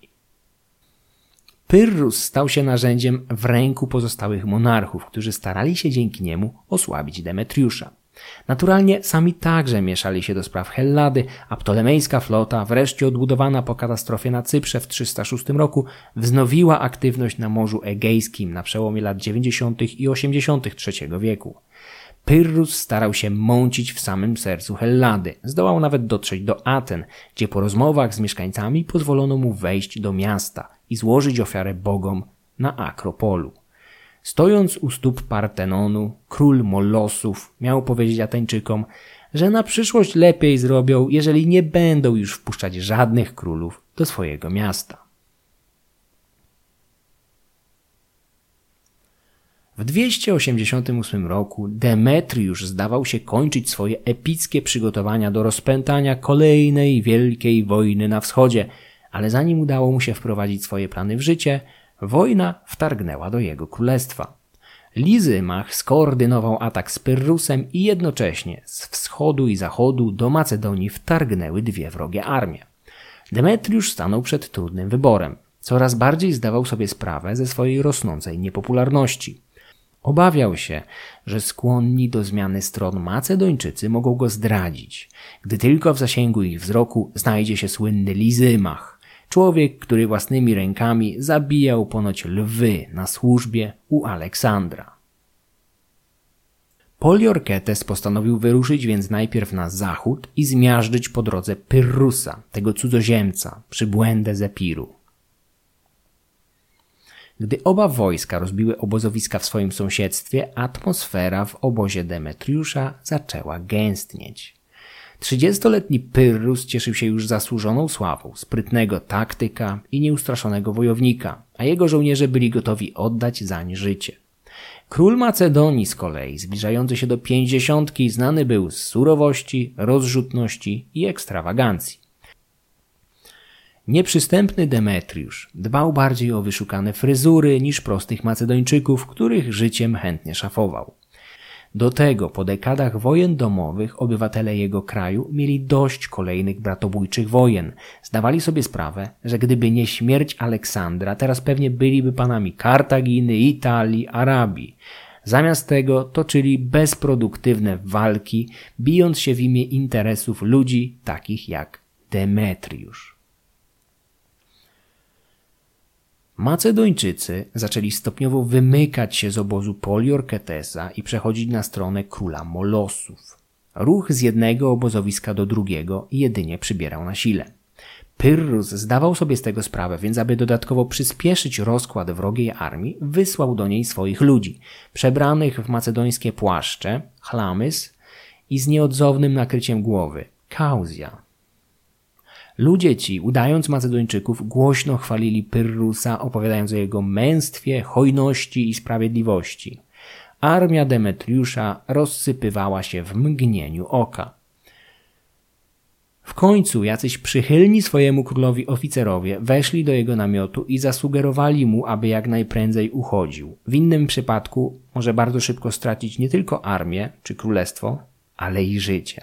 Pyrrhus stał się narzędziem w ręku pozostałych monarchów, którzy starali się dzięki niemu osłabić Demetriusza. Naturalnie sami także mieszali się do spraw Hellady, a ptolemejska flota, wreszcie odbudowana po katastrofie na Cyprze w 306 roku, wznowiła aktywność na Morzu Egejskim na przełomie lat 90. i 80. III wieku. Pyrrhus starał się mącić w samym sercu Hellady. Zdołał nawet dotrzeć do Aten, gdzie po rozmowach z mieszkańcami pozwolono mu wejść do miasta i złożyć ofiarę bogom na Akropolu. Stojąc u stóp Partenonu, król Molosów miał powiedzieć Ateńczykom, że na przyszłość lepiej zrobią, jeżeli nie będą już wpuszczać żadnych królów do swojego miasta. W 288 roku Demetriusz zdawał się kończyć swoje epickie przygotowania do rozpętania kolejnej wielkiej wojny na wschodzie, ale zanim udało mu się wprowadzić swoje plany w życie, wojna wtargnęła do jego królestwa. Lizymach skoordynował atak z Pyrrhusem i jednocześnie z wschodu i zachodu do Macedonii wtargnęły dwie wrogie armie. Demetriusz stanął przed trudnym wyborem. Coraz bardziej zdawał sobie sprawę ze swojej rosnącej niepopularności. Obawiał się, że skłonni do zmiany stron Macedończycy mogą go zdradzić, gdy tylko w zasięgu ich wzroku znajdzie się słynny Lizymach, człowiek, który własnymi rękami zabijał ponoć lwy na służbie u Aleksandra. Poliorketes postanowił wyruszyć więc najpierw na zachód i zmiażdżyć po drodze Pyrrhusa, tego cudzoziemca, przybłędę z Epiru. Gdy oba wojska rozbiły obozowiska w swoim sąsiedztwie, atmosfera w obozie Demetriusza zaczęła gęstnieć. 30-letni Pyrrhus cieszył się już zasłużoną sławą sprytnego taktyka i nieustraszonego wojownika, a jego żołnierze byli gotowi oddać zań życie. Król Macedonii z kolei, zbliżający się do 50, znany był z surowości, rozrzutności i ekstrawagancji. Nieprzystępny Demetriusz dbał bardziej o wyszukane fryzury niż prostych Macedończyków, których życiem chętnie szafował. Do tego po dekadach wojen domowych obywatele jego kraju mieli dość kolejnych bratobójczych wojen. Zdawali sobie sprawę, że gdyby nie śmierć Aleksandra, teraz pewnie byliby panami Kartaginy, Italii, Arabii. Zamiast tego toczyli bezproduktywne walki, bijąc się w imię interesów ludzi takich jak Demetriusz. Macedończycy zaczęli stopniowo wymykać się z obozu Poliorketesa i przechodzić na stronę króla Molosów. Ruch z jednego obozowiska do drugiego jedynie przybierał na sile. Pyrrhus zdawał sobie z tego sprawę, więc aby dodatkowo przyspieszyć rozkład wrogiej armii, wysłał do niej swoich ludzi, przebranych w macedońskie płaszcze, chlamys i z nieodzownym nakryciem głowy, kauzja. Ludzie ci, udając Macedończyków, głośno chwalili Pyrrhusa, opowiadając o jego męstwie, hojności i sprawiedliwości. Armia Demetriusza rozsypywała się w mgnieniu oka. W końcu jacyś przychylni swojemu królowi oficerowie weszli do jego namiotu i zasugerowali mu, aby jak najprędzej uchodził. W innym przypadku może bardzo szybko stracić nie tylko armię czy królestwo, ale i życie.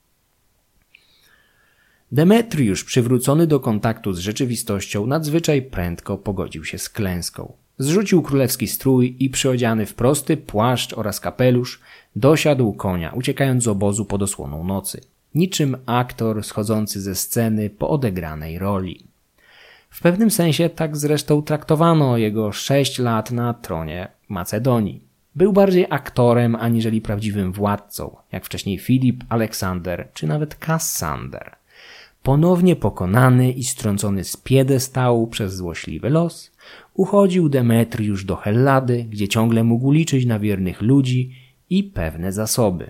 Demetriusz, przywrócony do kontaktu z rzeczywistością, nadzwyczaj prędko pogodził się z klęską. Zrzucił królewski strój i przyodziany w prosty płaszcz oraz kapelusz, dosiadł konia, uciekając z obozu pod osłoną nocy. Niczym aktor schodzący ze sceny po odegranej roli. W pewnym sensie tak zresztą traktowano jego 6 lat na tronie Macedonii. Był bardziej aktorem aniżeli prawdziwym władcą, jak wcześniej Filip, Aleksander czy nawet Kassander. Ponownie pokonany i strącony z piedestału przez złośliwy los, uchodził Demetriusz do Hellady, gdzie ciągle mógł liczyć na wiernych ludzi i pewne zasoby.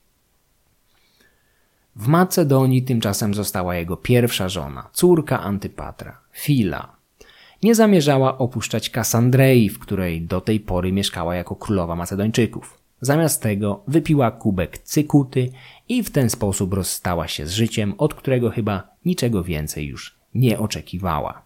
W Macedonii tymczasem została jego pierwsza żona, córka Antypatra, Fila. Nie zamierzała opuszczać Kassandrei, w której do tej pory mieszkała jako królowa Macedończyków. Zamiast tego wypiła kubek cykuty i w ten sposób rozstała się z życiem, od którego chyba niczego więcej już nie oczekiwała.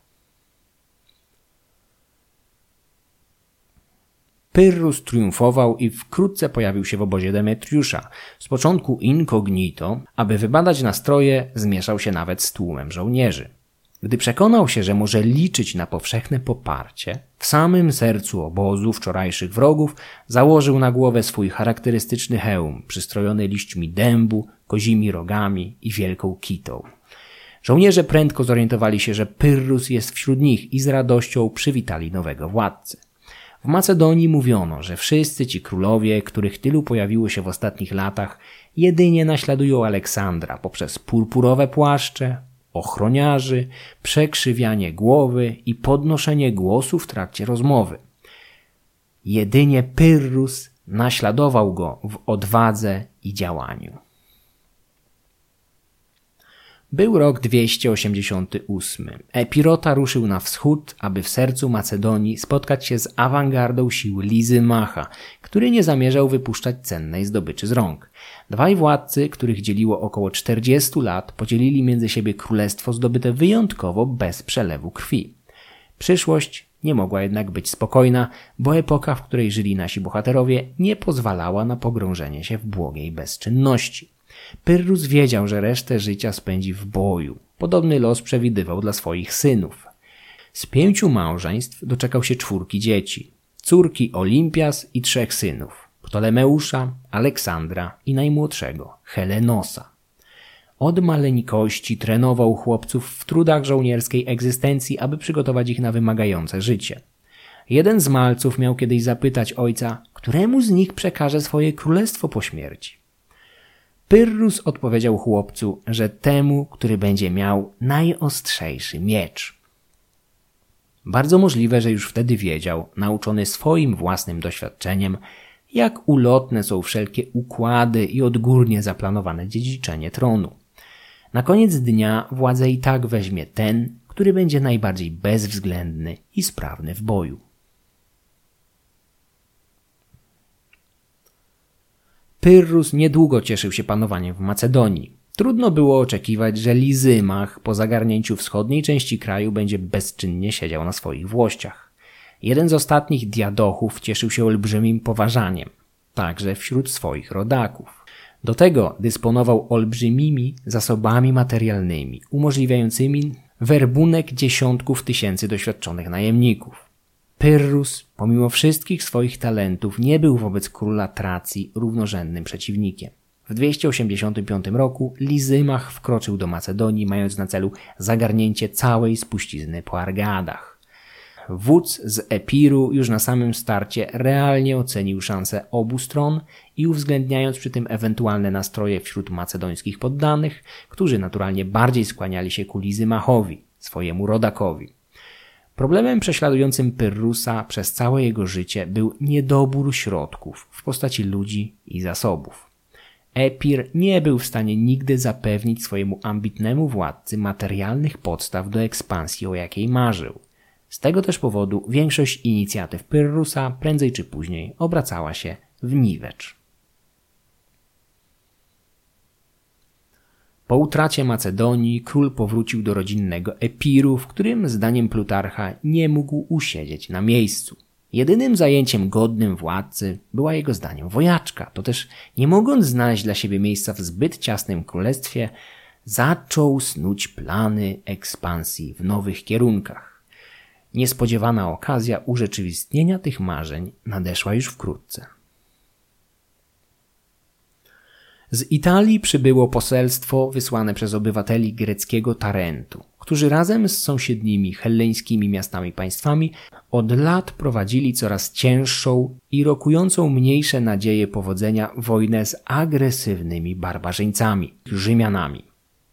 Pyrrhus triumfował i wkrótce pojawił się w obozie Demetriusza. Z początku incognito, aby wybadać nastroje, zmieszał się nawet z tłumem żołnierzy. Gdy przekonał się, że może liczyć na powszechne poparcie, w samym sercu obozu wczorajszych wrogów założył na głowę swój charakterystyczny hełm, przystrojony liśćmi dębu, kozimi rogami i wielką kitą. Żołnierze prędko zorientowali się, że Pyrrhus jest wśród nich i z radością przywitali nowego władcę. W Macedonii mówiono, że wszyscy ci królowie, których tylu pojawiło się w ostatnich latach, jedynie naśladują Aleksandra poprzez purpurowe płaszcze, ochroniarzy, przekrzywianie głowy i podnoszenie głosu w trakcie rozmowy. Jedynie Pyrrhus naśladował go w odwadze i działaniu. Był rok 288. Epirota ruszył na wschód, aby w sercu Macedonii spotkać się z awangardą sił Lizymacha, który nie zamierzał wypuszczać cennej zdobyczy z rąk. Dwaj władcy, których dzieliło około 40 lat, podzielili między siebie królestwo zdobyte wyjątkowo bez przelewu krwi. Przyszłość nie mogła jednak być spokojna, bo epoka, w której żyli nasi bohaterowie, nie pozwalała na pogrążenie się w błogiej bezczynności. Pyrrhus wiedział, że resztę życia spędzi w boju. Podobny los przewidywał dla swoich synów. Z 5 małżeństw doczekał się 4 dzieci. Córki Olimpias i 3 synów. Ptolemeusza, Aleksandra i najmłodszego, Helenosa. Od maleńkości trenował chłopców w trudach żołnierskiej egzystencji, aby przygotować ich na wymagające życie. Jeden z malców miał kiedyś zapytać ojca, któremu z nich przekaże swoje królestwo po śmierci. Pyrrhus odpowiedział chłopcu, że temu, który będzie miał najostrzejszy miecz. Bardzo możliwe, że już wtedy wiedział, nauczony swoim własnym doświadczeniem, jak ulotne są wszelkie układy i odgórnie zaplanowane dziedziczenie tronu. Na koniec dnia władzę i tak weźmie ten, który będzie najbardziej bezwzględny i sprawny w boju. Pyrrhus niedługo cieszył się panowaniem w Macedonii. Trudno było oczekiwać, że Lizymach po zagarnięciu wschodniej części kraju będzie bezczynnie siedział na swoich włościach. Jeden z ostatnich diadochów cieszył się olbrzymim poważaniem, także wśród swoich rodaków. Do tego dysponował olbrzymimi zasobami materialnymi, umożliwiającymi werbunek dziesiątków tysięcy doświadczonych najemników. Pyrrhus, pomimo wszystkich swoich talentów, nie był wobec króla Tracji równorzędnym przeciwnikiem. W 285 roku Lizymach wkroczył do Macedonii, mając na celu zagarnięcie całej spuścizny po Argadach. Wódz z Epiru już na samym starcie realnie ocenił szanse obu stron i uwzględniając przy tym ewentualne nastroje wśród macedońskich poddanych, którzy naturalnie bardziej skłaniali się ku Lizymachowi, swojemu rodakowi. Problemem prześladującym Pyrrhusa przez całe jego życie był niedobór środków w postaci ludzi i zasobów. Epir nie był w stanie nigdy zapewnić swojemu ambitnemu władcy materialnych podstaw do ekspansji, o jakiej marzył. Z tego też powodu większość inicjatyw Pyrrhusa prędzej czy później obracała się w niwecz. Po utracie Macedonii król powrócił do rodzinnego Epiru, w którym zdaniem Plutarcha nie mógł usiedzieć na miejscu. Jedynym zajęciem godnym władcy była jego zdaniem wojaczka. To też nie mogąc znaleźć dla siebie miejsca w zbyt ciasnym królestwie, zaczął snuć plany ekspansji w nowych kierunkach. Niespodziewana okazja urzeczywistnienia tych marzeń nadeszła już wkrótce. Z Italii przybyło poselstwo wysłane przez obywateli greckiego Tarentu, którzy razem z sąsiednimi helleńskimi miastami państwami od lat prowadzili coraz cięższą i rokującą mniejsze nadzieje powodzenia wojnę z agresywnymi barbarzyńcami, Rzymianami.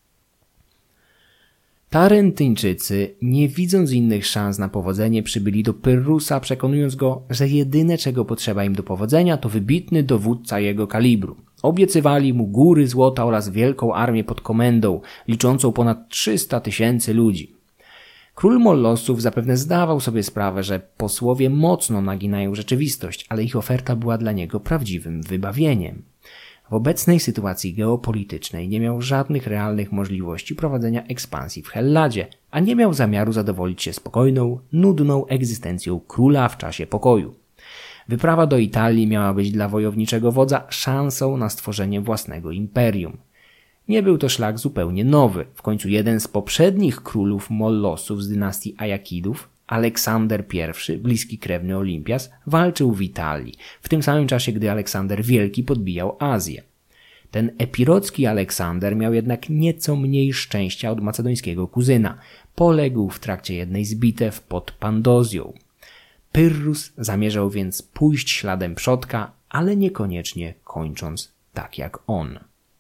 Tarentyńczycy, nie widząc innych szans na powodzenie, przybyli do Pyrrhusa, przekonując go, że jedyne czego potrzeba im do powodzenia to wybitny dowódca jego kalibru. Obiecywali mu góry złota oraz wielką armię pod komendą, liczącą ponad 300 000 ludzi. Król Mollosów zapewne zdawał sobie sprawę, że posłowie mocno naginają rzeczywistość, ale ich oferta była dla niego prawdziwym wybawieniem. W obecnej sytuacji geopolitycznej nie miał żadnych realnych możliwości prowadzenia ekspansji w Helladzie, a nie miał zamiaru zadowolić się spokojną, nudną egzystencją króla w czasie pokoju. Wyprawa do Italii miała być dla wojowniczego wodza szansą na stworzenie własnego imperium. Nie był to szlak zupełnie nowy. W końcu jeden z poprzednich królów Mollosów z dynastii Ajakidów, Aleksander I, bliski krewny Olimpias, walczył w Italii, w tym samym czasie, gdy Aleksander Wielki podbijał Azję. Ten epirocki Aleksander miał jednak nieco mniej szczęścia od macedońskiego kuzyna. Poległ w trakcie jednej z bitew pod Pandozją. Pyrrhus zamierzał więc pójść śladem przodka, ale niekoniecznie kończąc tak jak on.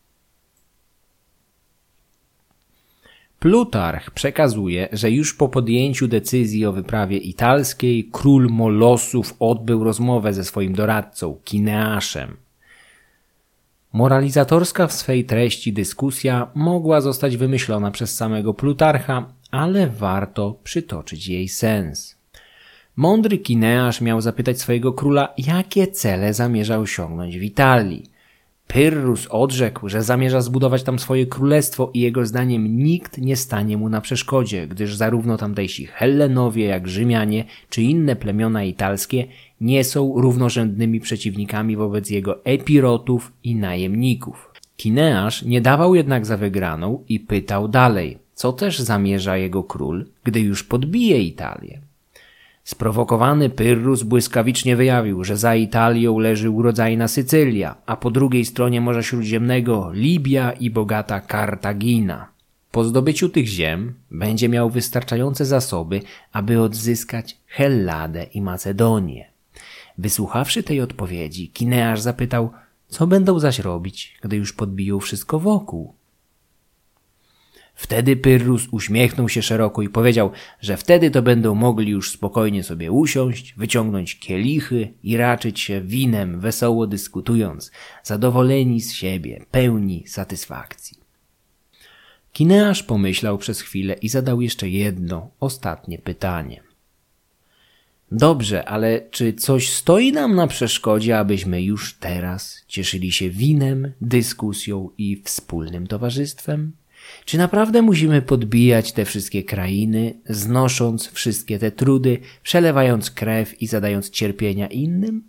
Plutarch przekazuje, że już po podjęciu decyzji o wyprawie italskiej król Mollosów odbył rozmowę ze swoim doradcą, Kineaszem. Moralizatorska w swej treści dyskusja mogła zostać wymyślona przez samego Plutarcha, ale warto przytoczyć jej sens. Mądry Kineasz miał zapytać swojego króla, jakie cele zamierza osiągnąć w Italii. Pyrrhus odrzekł, że zamierza zbudować tam swoje królestwo i jego zdaniem nikt nie stanie mu na przeszkodzie, gdyż zarówno tamtejsi Hellenowie jak Rzymianie czy inne plemiona italskie nie są równorzędnymi przeciwnikami wobec jego epirotów i najemników. Kineasz nie dawał jednak za wygraną i pytał dalej, co też zamierza jego król, gdy już podbije Italię. Sprowokowany Pyrrhus błyskawicznie wyjawił, że za Italią leży urodzajna Sycylia, a po drugiej stronie Morza Śródziemnego Libia i bogata Kartagina. Po zdobyciu tych ziem będzie miał wystarczające zasoby, aby odzyskać Helladę i Macedonię. Wysłuchawszy tej odpowiedzi, Kineasz zapytał, co będą zaś robić, gdy już podbiją wszystko wokół. Wtedy Pyrrhus uśmiechnął się szeroko i powiedział, że wtedy to będą mogli już spokojnie sobie usiąść, wyciągnąć kielichy i raczyć się winem, wesoło dyskutując, zadowoleni z siebie, pełni satysfakcji. Kineasz pomyślał przez chwilę i zadał jeszcze jedno, ostatnie pytanie. Dobrze, ale czy coś stoi nam na przeszkodzie, abyśmy już teraz cieszyli się winem, dyskusją i wspólnym towarzystwem? Czy naprawdę musimy podbijać te wszystkie krainy, znosząc wszystkie te trudy, przelewając krew i zadając cierpienia innym?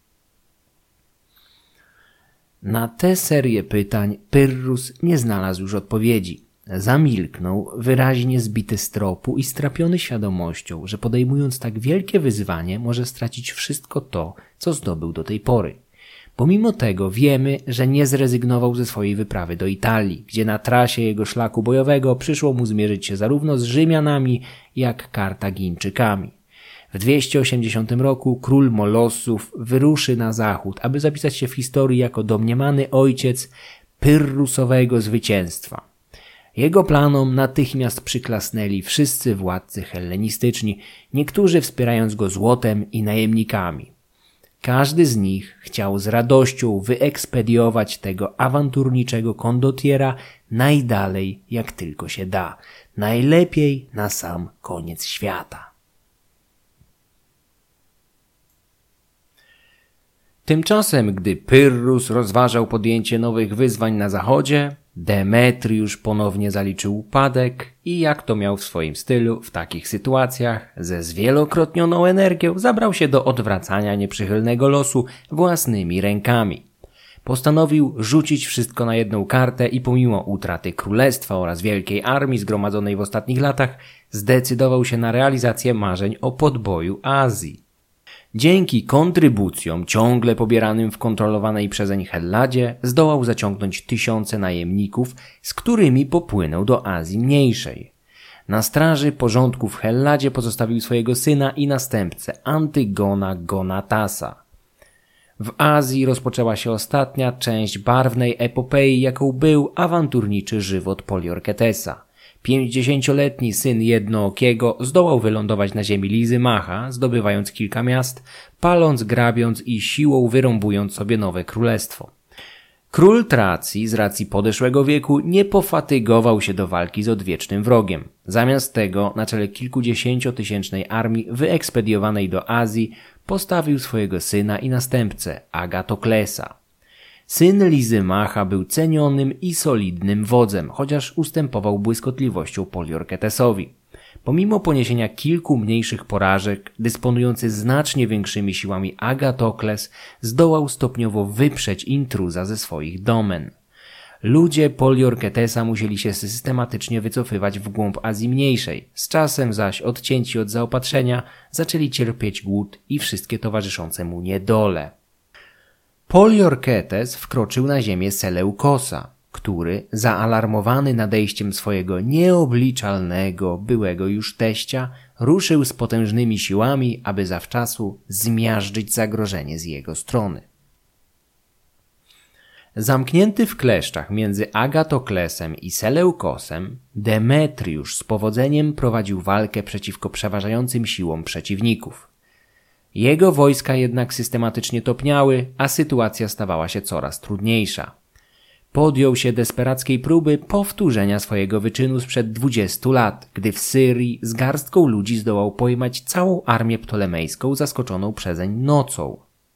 Na tę serię pytań Pyrrhus nie znalazł już odpowiedzi. Zamilknął, wyraźnie zbity z tropu i strapiony świadomością, że podejmując tak wielkie wyzwanie może stracić wszystko to, co zdobył do tej pory. Pomimo tego wiemy, że nie zrezygnował ze swojej wyprawy do Italii, gdzie na trasie jego szlaku bojowego przyszło mu zmierzyć się zarówno z Rzymianami, jak Kartagińczykami. W 280 roku król Molossów wyruszy na zachód, aby zapisać się w historii jako domniemany ojciec Pyrrhusowego zwycięstwa. Jego planom natychmiast przyklasnęli wszyscy władcy hellenistyczni, niektórzy wspierając go złotem i najemnikami. Każdy z nich chciał z radością wyekspediować tego awanturniczego kondottiera najdalej jak tylko się da, najlepiej na sam koniec świata. Tymczasem, gdy Pyrrhus rozważał podjęcie nowych wyzwań na zachodzie, Demetriusz ponownie zaliczył upadek i jak to miał w swoim stylu w takich sytuacjach, ze zwielokrotnioną energią zabrał się do odwracania nieprzychylnego losu własnymi rękami. Postanowił rzucić wszystko na jedną kartę i pomimo utraty królestwa oraz wielkiej armii zgromadzonej w ostatnich latach zdecydował się na realizację marzeń o podboju Azji. Dzięki kontrybucjom ciągle pobieranym w kontrolowanej przezeń Helladzie zdołał zaciągnąć tysiące najemników, z którymi popłynął do Azji Mniejszej. Na straży porządku w Helladzie pozostawił swojego syna i następcę Antygona Gonatasa. W Azji rozpoczęła się ostatnia część barwnej epopei, jaką był awanturniczy żywot Poliorketesa. 50-letni syn Jednookiego zdołał wylądować na ziemi Lizymacha, zdobywając kilka miast, paląc, grabiąc i siłą wyrąbując sobie nowe królestwo. Król Tracji z racji podeszłego wieku nie pofatygował się do walki z odwiecznym wrogiem. Zamiast tego na czele kilkudziesięciotysięcznej armii wyekspediowanej do Azji postawił swojego syna i następcę Agatoklesa. Syn Lizymacha był cenionym i solidnym wodzem, chociaż ustępował błyskotliwością Poliorketesowi. Pomimo poniesienia kilku mniejszych porażek, dysponujący znacznie większymi siłami Agatokles zdołał stopniowo wyprzeć intruza ze swoich domen. Ludzie Poliorketesa musieli się systematycznie wycofywać w głąb Azji Mniejszej, z czasem zaś odcięci od zaopatrzenia zaczęli cierpieć głód i wszystkie towarzyszące mu niedole. Poliorketes wkroczył na ziemię Seleukosa, który, zaalarmowany nadejściem swojego nieobliczalnego, byłego już teścia, ruszył z potężnymi siłami, aby zawczasu zmiażdżyć zagrożenie z jego strony. Zamknięty w kleszczach między Agatoklesem i Seleukosem, Demetriusz z powodzeniem prowadził walkę przeciwko przeważającym siłom przeciwników. Jego wojska jednak systematycznie topniały, a sytuacja stawała się coraz trudniejsza. Podjął się desperackiej próby powtórzenia swojego wyczynu sprzed 20 lat, gdy w Syrii z garstką ludzi zdołał pojmać całą armię ptolemejską zaskoczoną przezeń nocą.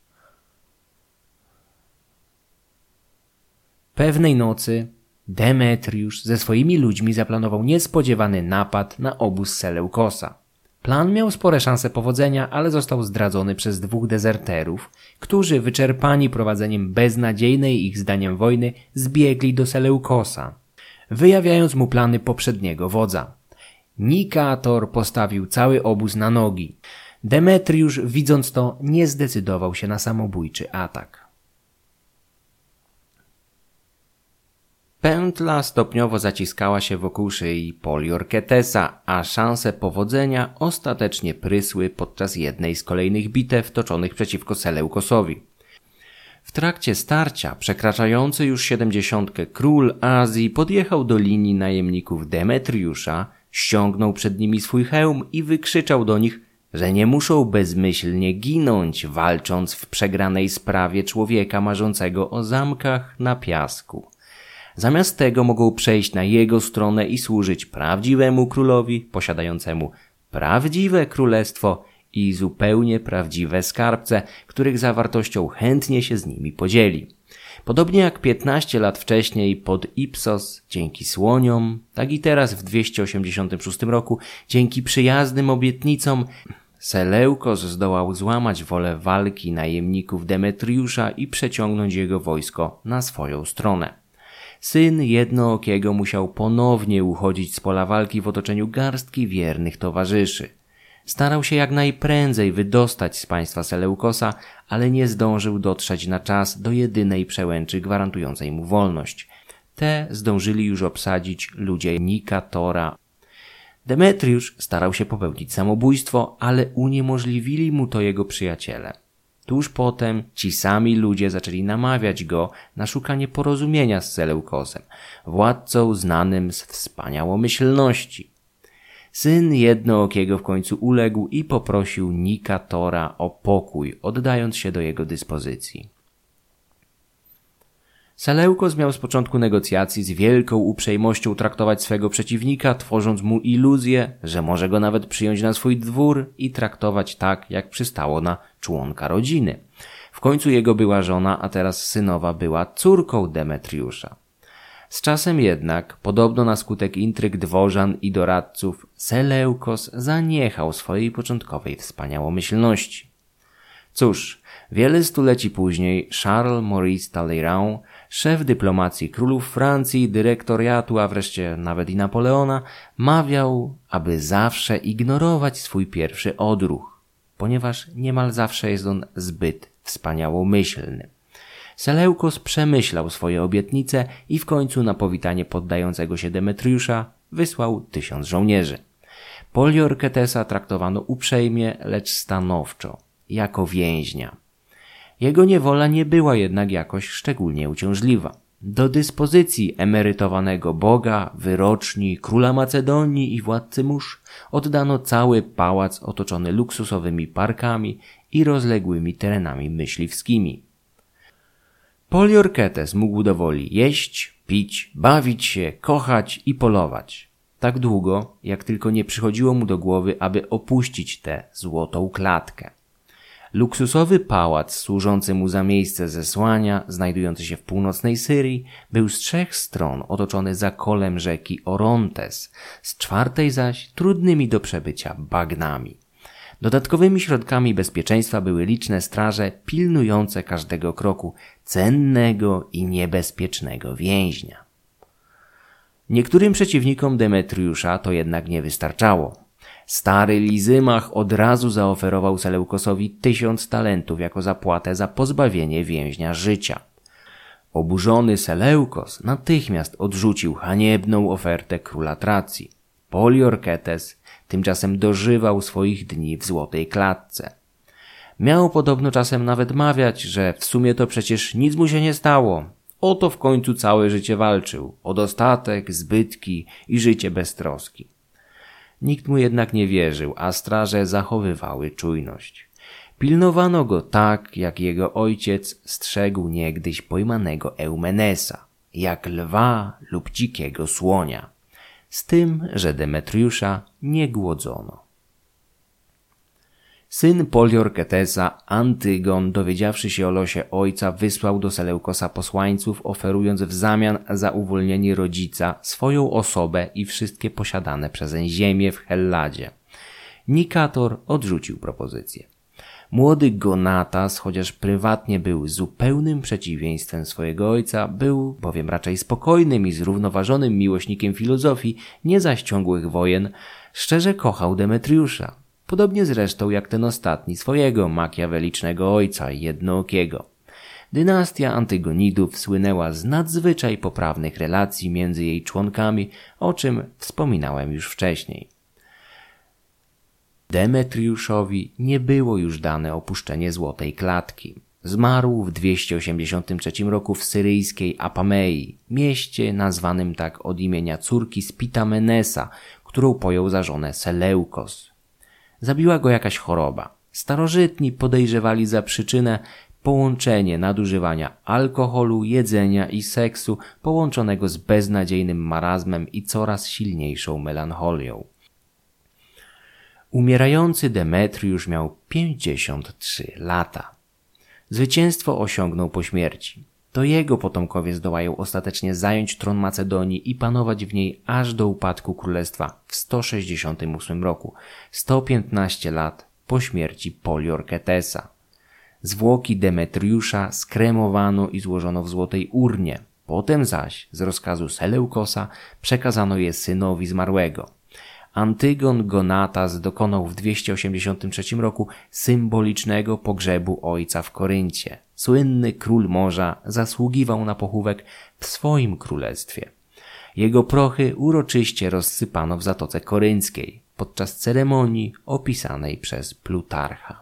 Pewnej nocy Demetriusz ze swoimi ludźmi zaplanował niespodziewany napad na obóz Seleukosa. Plan miał spore szanse powodzenia, ale został zdradzony przez 2 dezerterów, którzy wyczerpani prowadzeniem beznadziejnej ich zdaniem wojny zbiegli do Seleukosa, wyjawiając mu plany poprzedniego wodza. Nikator postawił cały obóz na nogi. Demetriusz, widząc to, nie zdecydował się na samobójczy atak. Pętla stopniowo zaciskała się wokół szyi Poliorketesa, a szanse powodzenia ostatecznie prysły podczas jednej z kolejnych bitew toczonych przeciwko Seleukosowi. W trakcie starcia przekraczający już 70 król Azji podjechał do linii najemników Demetriusza, ściągnął przed nimi swój hełm i wykrzyczał do nich, że nie muszą bezmyślnie ginąć, walcząc w przegranej sprawie człowieka marzącego o zamkach na piasku. Zamiast tego mogą przejść na jego stronę i służyć prawdziwemu królowi, posiadającemu prawdziwe królestwo i zupełnie prawdziwe skarbce, których zawartością chętnie się z nimi podzieli. Podobnie jak 15 lat wcześniej pod Ipsos, dzięki słoniom, tak i teraz w 286 roku, dzięki przyjaznym obietnicom, Seleukos zdołał złamać wolę walki najemników Demetriusza i przeciągnąć jego wojsko na swoją stronę. Syn Jednookiego musiał ponownie uchodzić z pola walki w otoczeniu garstki wiernych towarzyszy. Starał się jak najprędzej wydostać z państwa Seleukosa, ale nie zdążył dotrzeć na czas do jedynej przełęczy gwarantującej mu wolność. Te zdążyli już obsadzić ludzie Nikatora. Demetriusz starał się popełnić samobójstwo, ale uniemożliwili mu to jego przyjaciele. Tuż potem ci sami ludzie zaczęli namawiać go na szukanie porozumienia z Seleukosem, władcą znanym z wspaniałomyślności. Syn Jednookiego w końcu uległ i poprosił Nikatora o pokój, oddając się do jego dyspozycji. Seleukos miał z początku negocjacji z wielką uprzejmością traktować swego przeciwnika, tworząc mu iluzję, że może go nawet przyjąć na swój dwór i traktować tak, jak przystało na członka rodziny. W końcu jego była żona, a teraz synowa była córką Demetriusza. Z czasem jednak, podobno na skutek intryg dworzan i doradców, Seleukos zaniechał swojej początkowej wspaniałomyślności. Cóż, wiele stuleci później Charles Maurice Talleyrand, szef dyplomacji królów Francji, dyrektoriatu, a wreszcie nawet i Napoleona, mawiał, aby zawsze ignorować swój pierwszy odruch, ponieważ niemal zawsze jest on zbyt wspaniałomyślny. Seleukos przemyślał swoje obietnice i w końcu na powitanie poddającego się Demetriusza wysłał 1000 żołnierzy. Poliorketesa traktowano uprzejmie, lecz stanowczo, jako więźnia. Jego niewola nie była jednak jakoś szczególnie uciążliwa. Do dyspozycji emerytowanego boga, wyroczni, króla Macedonii i władcy mórz oddano cały pałac otoczony luksusowymi parkami i rozległymi terenami myśliwskimi. Poliorketes mógł dowoli jeść, pić, bawić się, kochać i polować. Tak długo, jak tylko nie przychodziło mu do głowy, aby opuścić tę złotą klatkę. Luksusowy pałac służący mu za miejsce zesłania, znajdujący się w północnej Syrii, był z 3 stron otoczony zakolem rzeki Orontes, z 4 zaś trudnymi do przebycia bagnami. Dodatkowymi środkami bezpieczeństwa były liczne straże pilnujące każdego kroku cennego i niebezpiecznego więźnia. Niektórym przeciwnikom Demetriusza to jednak nie wystarczało. Stary Lizymach od razu zaoferował Seleukosowi 1000 talentów jako zapłatę za pozbawienie więźnia życia. Oburzony Seleukos natychmiast odrzucił haniebną ofertę króla Tracji. Poliorketes tymczasem dożywał swoich dni w złotej klatce. Miał podobno czasem nawet mawiać, że w sumie to przecież nic mu się nie stało. Oto w końcu całe życie walczył o dostatek, zbytki i życie bez troski. Nikt mu jednak nie wierzył, a straże zachowywały czujność. Pilnowano go tak, jak jego ojciec strzegł niegdyś pojmanego Eumenesa, jak lwa lub dzikiego słonia. Z tym, że Demetriusza nie głodzono. Syn Poliorketesa, Antygon, dowiedziawszy się o losie ojca, wysłał do Seleukosa posłańców, oferując w zamian za uwolnienie rodzica swoją osobę i wszystkie posiadane przezeń ziemie w Helladzie. Nikator odrzucił propozycję. Młody Gonatas, chociaż prywatnie był zupełnym przeciwieństwem swojego ojca, był bowiem raczej spokojnym i zrównoważonym miłośnikiem filozofii, nie zaś ciągłych wojen, szczerze kochał Demetriusza. Podobnie zresztą jak ten ostatni swojego makiawelicznego ojca, Jednookiego. Dynastia Antygonidów słynęła z nadzwyczaj poprawnych relacji między jej członkami, o czym wspominałem już wcześniej. Demetriuszowi nie było już dane opuszczenie złotej klatki. Zmarł w 283 roku w syryjskiej Apamei, mieście nazwanym tak od imienia córki Spitamenesa, którą pojął za żonę Seleukos. Zabiła go jakaś choroba. Starożytni podejrzewali za przyczynę połączenie nadużywania alkoholu, jedzenia i seksu połączonego z beznadziejnym marazmem i coraz silniejszą melancholią. Umierający Demetriusz miał 53 lata. Zwycięstwo osiągnął po śmierci. To jego potomkowie zdołają ostatecznie zająć tron Macedonii i panować w niej aż do upadku królestwa w 168 roku, 115 lat po śmierci Poliorketesa. Zwłoki Demetriusza skremowano i złożono w złotej urnie. Potem zaś z rozkazu Seleukosa przekazano je synowi zmarłego. Antygon Gonatas dokonał w 283 roku symbolicznego pogrzebu ojca w Koryncie. Słynny król morza zasługiwał na pochówek w swoim królestwie. Jego prochy uroczyście rozsypano w Zatoce Korynckiej podczas ceremonii opisanej przez Plutarcha.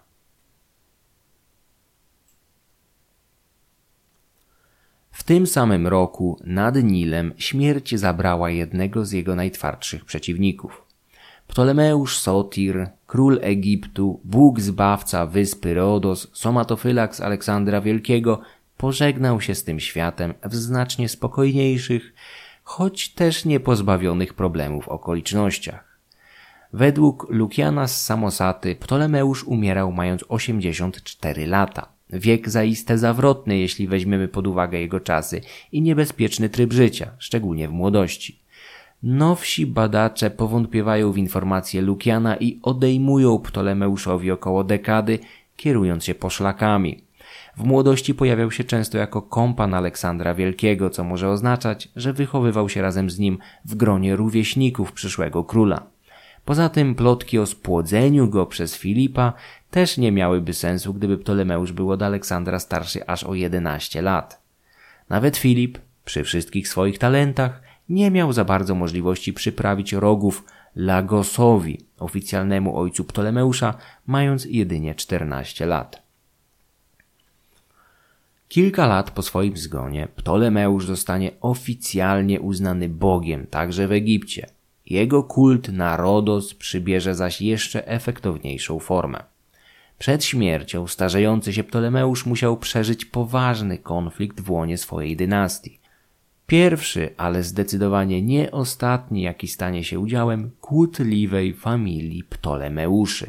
W tym samym roku nad Nilem śmierć zabrała jednego z jego najtwardszych przeciwników. Ptolemeusz Sotir, król Egiptu, Bóg zbawca wyspy Rodos, somatofylaks Aleksandra Wielkiego, pożegnał się z tym światem w znacznie spokojniejszych, choć też niepozbawionych problemów okolicznościach. Według Lukiana z Samosaty Ptolemeusz umierał mając 84 lata. Wiek zaiste zawrotny, jeśli weźmiemy pod uwagę jego czasy i niebezpieczny tryb życia, szczególnie w młodości. Nowsi badacze powątpiewają w informacje Lukiana i odejmują Ptolemeuszowi około dekady, kierując się poszlakami. W młodości pojawiał się często jako kompan Aleksandra Wielkiego, co może oznaczać, że wychowywał się razem z nim w gronie rówieśników przyszłego króla. Poza tym plotki o spłodzeniu go przez Filipa też nie miałyby sensu, gdyby Ptolemeusz był od Aleksandra starszy aż o 11 lat. Nawet Filip, przy wszystkich swoich talentach, nie miał za bardzo możliwości przyprawić rogów Lagosowi, oficjalnemu ojcu Ptolemeusza, mając jedynie 14 lat. Kilka lat po swoim zgonie Ptolemeusz zostanie oficjalnie uznany Bogiem także w Egipcie. Jego kult na Rodos przybierze zaś jeszcze efektowniejszą formę. Przed śmiercią starzejący się Ptolemeusz musiał przeżyć poważny konflikt w łonie swojej dynastii. Pierwszy, ale zdecydowanie nie ostatni, jaki stanie się udziałem kłótliwej familii Ptolemeuszy.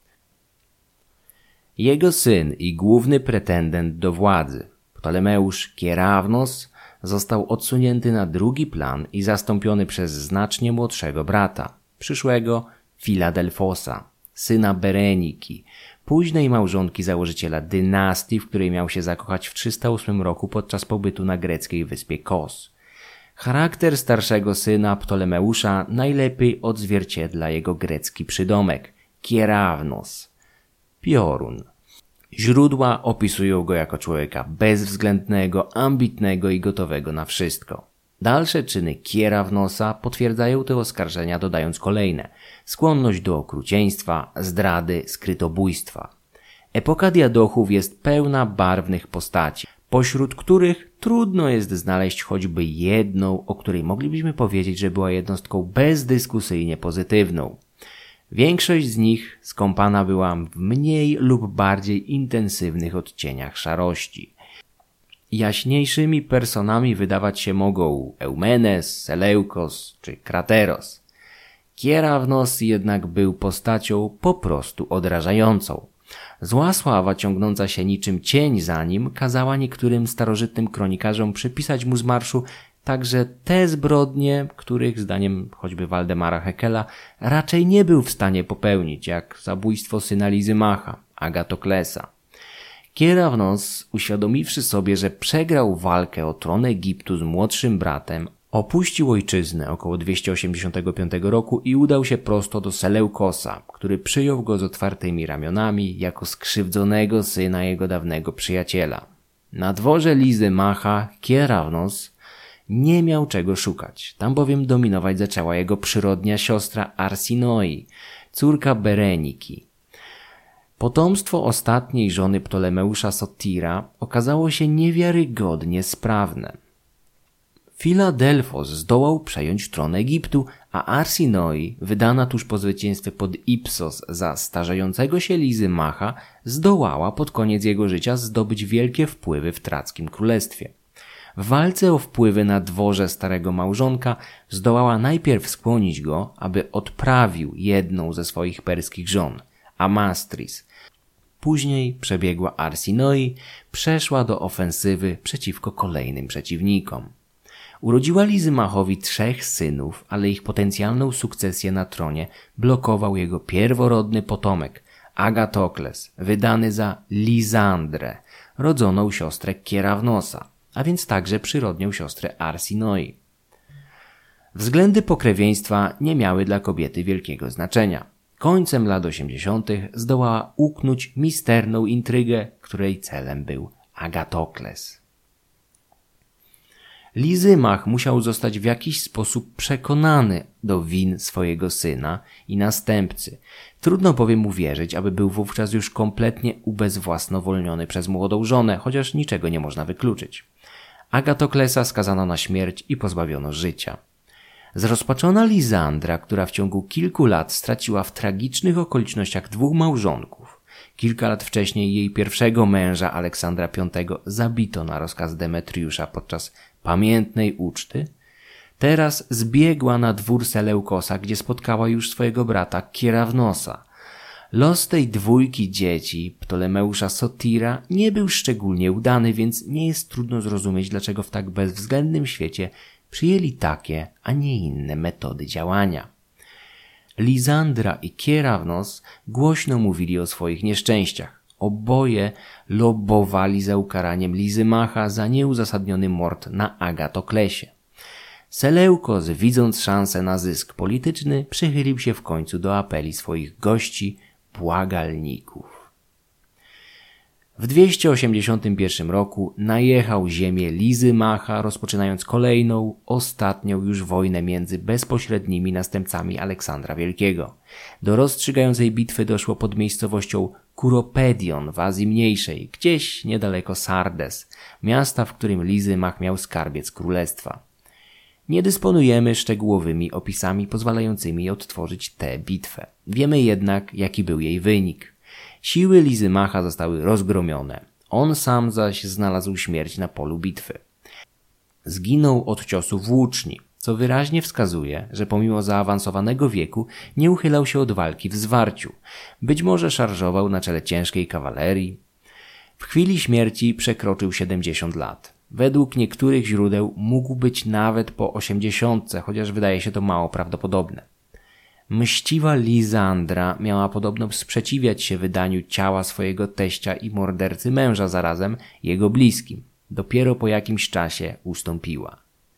Jego syn i główny pretendent do władzy, Ptolemeusz Kierawnos, został odsunięty na drugi plan i zastąpiony przez znacznie młodszego brata, przyszłego Filadelfosa, syna Bereniki, późnej małżonki założyciela dynastii, w której miał się zakochać w 308 roku podczas pobytu na greckiej wyspie Kos. Charakter starszego syna Ptolemeusza najlepiej odzwierciedla jego grecki przydomek Kierawnos, piorun. Źródła opisują go jako człowieka bezwzględnego, ambitnego i gotowego na wszystko. Dalsze czyny Kierawnosa potwierdzają te oskarżenia, dodając kolejne: skłonność do okrucieństwa, zdrady, skrytobójstwa. Epoka diadochów jest pełna barwnych postaci, pośród których trudno jest znaleźć choćby jedną, o której moglibyśmy powiedzieć, że była jednostką bezdyskusyjnie pozytywną. Większość z nich skąpana była w mniej lub bardziej intensywnych odcieniach szarości. Jaśniejszymi personami wydawać się mogą Eumenes, Seleukos czy Krateros. Kierawnos jednak był postacią po prostu odrażającą. Zła sława ciągnąca się niczym cień za nim kazała niektórym starożytnym kronikarzom przypisać mu z marszu także te zbrodnie, których zdaniem choćby Waldemara Hekela raczej nie był w stanie popełnić, jak zabójstwo syna Lizymacha, Agatoklesa. Kierawnos, uświadomiwszy sobie, że przegrał walkę o tron Egiptu z młodszym bratem, opuścił ojczyznę około 285 roku i udał się prosto do Seleukosa, który przyjął go z otwartymi ramionami jako skrzywdzonego syna jego dawnego przyjaciela. Na dworze Lizymacha Kierawnos nie miał czego szukać, tam bowiem dominować zaczęła jego przyrodnia siostra Arsinoi, córka Bereniki. Potomstwo ostatniej żony Ptolemeusza Sotira okazało się niewiarygodnie sprawne. Filadelfos zdołał przejąć tron Egiptu, a Arsinoi, wydana tuż po zwycięstwie pod Ipsos za starzejącego się Lizymacha, zdołała pod koniec jego życia zdobyć wielkie wpływy w trackim królestwie. W walce o wpływy na dworze starego małżonka zdołała najpierw skłonić go, aby odprawił jedną ze swoich perskich żon, Amastris. Później przebiegła Arsinoi, przeszła do ofensywy przeciwko kolejnym przeciwnikom. Urodziła Lizymachowi 3 synów, ale ich potencjalną sukcesję na tronie blokował jego pierworodny potomek, Agatokles, wydany za Lizandrę, rodzoną siostrę Kierawnosa, a więc także przyrodnią siostrę Arsinoi. Względy pokrewieństwa nie miały dla kobiety wielkiego znaczenia. Końcem lat 80. zdołała uknąć misterną intrygę, której celem był Agatokles. Lizymach musiał zostać w jakiś sposób przekonany do win swojego syna i następcy. Trudno bowiem uwierzyć, aby był wówczas już kompletnie ubezwłasnowolniony przez młodą żonę, chociaż niczego nie można wykluczyć. Agatoklesa skazano na śmierć i pozbawiono życia. Zrozpaczona Lizandra, która w ciągu kilku lat straciła w tragicznych okolicznościach 2 małżonków. Kilka lat wcześniej jej pierwszego męża Aleksandra V zabito na rozkaz Demetriusza podczas pamiętnej uczty, teraz zbiegła na dwór Seleukosa, gdzie spotkała już swojego brata Kierawnosa. Los tej 2 dzieci, Ptolemeusza Sotira, nie był szczególnie udany, więc nie jest trudno zrozumieć, dlaczego w tak bezwzględnym świecie przyjęli takie, a nie inne metody działania. Lizandra i Kierawnos głośno mówili o swoich nieszczęściach. Oboje lobowali za ukaraniem Lizymacha za nieuzasadniony mord na Agatoklesie. Seleukos, widząc szansę na zysk polityczny, przychylił się w końcu do apeli swoich gości, błagalników. W 281 roku najechał ziemię Lizymacha, rozpoczynając kolejną, ostatnią już wojnę między bezpośrednimi następcami Aleksandra Wielkiego. Do rozstrzygającej bitwy doszło pod miejscowością Kuropedion w Azji Mniejszej, gdzieś niedaleko Sardes, miasta, w którym Lizymach miał skarbiec królestwa. Nie dysponujemy szczegółowymi opisami pozwalającymi odtworzyć tę bitwę. Wiemy jednak, jaki był jej wynik. Siły Lizymacha zostały rozgromione. On sam zaś znalazł śmierć na polu bitwy. Zginął od ciosu włóczni, co wyraźnie wskazuje, że pomimo zaawansowanego wieku nie uchylał się od walki w zwarciu. Być może szarżował na czele ciężkiej kawalerii. W chwili śmierci przekroczył 70 lat. Według niektórych źródeł mógł być nawet po 80, chociaż wydaje się to mało prawdopodobne. Mściwa Lizandra miała podobno sprzeciwiać się wydaniu ciała swojego teścia i mordercy męża zarazem jego bliskim. Dopiero po jakimś czasie ustąpiła.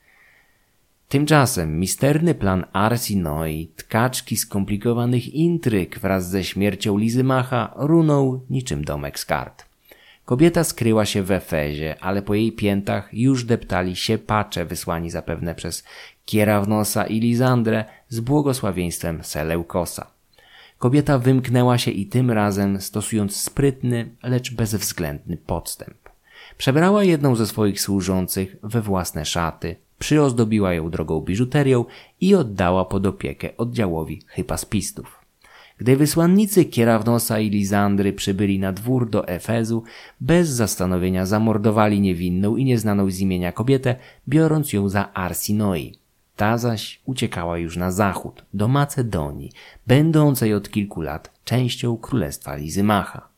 Tymczasem misterny plan Arsinoi, tkaczki skomplikowanych intryg wraz ze śmiercią Lizymacha runął niczym domek z kart. Kobieta skryła się w Efezie, ale po jej piętach już deptali siepacze wysłani zapewne przez Kierawnosa i Lizandrę z błogosławieństwem Seleukosa. Kobieta wymknęła się i tym razem stosując sprytny, lecz bezwzględny podstęp. Przebrała jedną ze swoich służących we własne szaty, przyozdobiła ją drogą biżuterią i oddała pod opiekę oddziałowi hypaspistów. Gdy wysłannicy Kierawnosa i Lizandry przybyli na dwór do Efezu, bez zastanowienia zamordowali niewinną i nieznaną z imienia kobietę, biorąc ją za Arsinoi. Ta zaś uciekała już na zachód, do Macedonii, będącej od kilku lat częścią królestwa Lizymacha.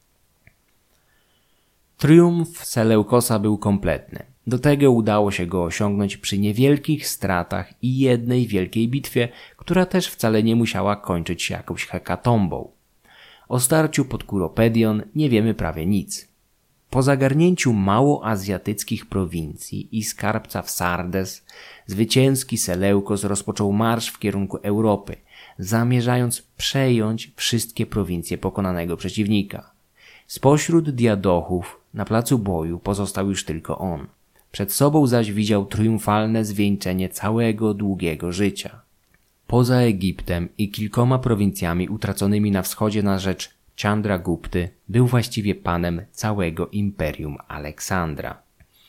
Triumf Seleukosa był kompletny. Do tego udało się go osiągnąć przy niewielkich stratach i jednej wielkiej bitwie, która też wcale nie musiała kończyć się jakąś hekatombą. O starciu pod Kuropedion nie wiemy prawie nic. Po zagarnięciu małoazjatyckich prowincji i skarbca w Sardes, zwycięski Seleukos rozpoczął marsz w kierunku Europy, zamierzając przejąć wszystkie prowincje pokonanego przeciwnika. Spośród diadochów na placu boju pozostał już tylko on. Przed sobą zaś widział triumfalne zwieńczenie całego długiego życia. Poza Egiptem i kilkoma prowincjami utraconymi na wschodzie na rzecz Chandragupty był właściwie panem całego imperium Aleksandra.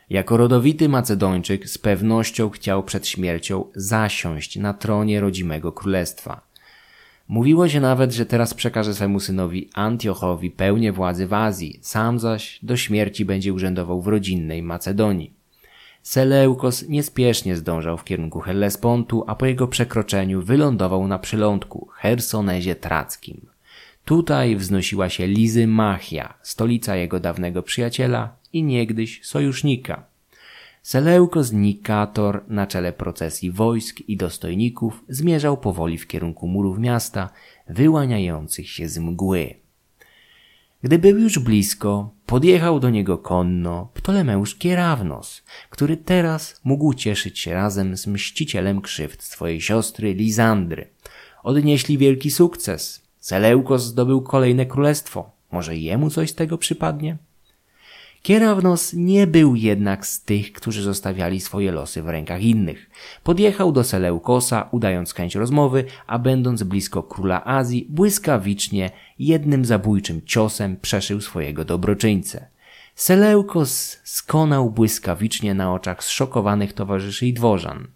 Jako rodowity Macedończyk z pewnością chciał przed śmiercią zasiąść na tronie rodzimego królestwa. Mówiło się nawet, że teraz przekaże swemu synowi Antiochowi pełnię władzy w Azji, sam zaś do śmierci będzie urzędował w rodzinnej Macedonii. Seleukos niespiesznie zdążał w kierunku Hellespontu, a po jego przekroczeniu wylądował na przylądku Chersonezie Trackim. Tutaj wznosiła się Lizymachia, stolica jego dawnego przyjaciela i niegdyś sojusznika. Seleukos Nikator na czele procesji wojsk i dostojników zmierzał powoli w kierunku murów miasta, wyłaniających się z mgły. Gdy był już blisko, podjechał do niego konno Ptolemeusz Kierawnos, który teraz mógł cieszyć się razem z mścicielem krzywd swojej siostry Lizandry. Odnieśli wielki sukces. Seleukos zdobył kolejne królestwo. Może jemu coś z tego przypadnie? Kierawnos nie był jednak z tych, którzy zostawiali swoje losy w rękach innych. Podjechał do Seleukosa, udając chęć rozmowy, a będąc blisko króla Azji, błyskawicznie jednym zabójczym ciosem przeszył swojego dobroczyńcę. Seleukos skonał błyskawicznie na oczach zszokowanych towarzyszy i dworzan.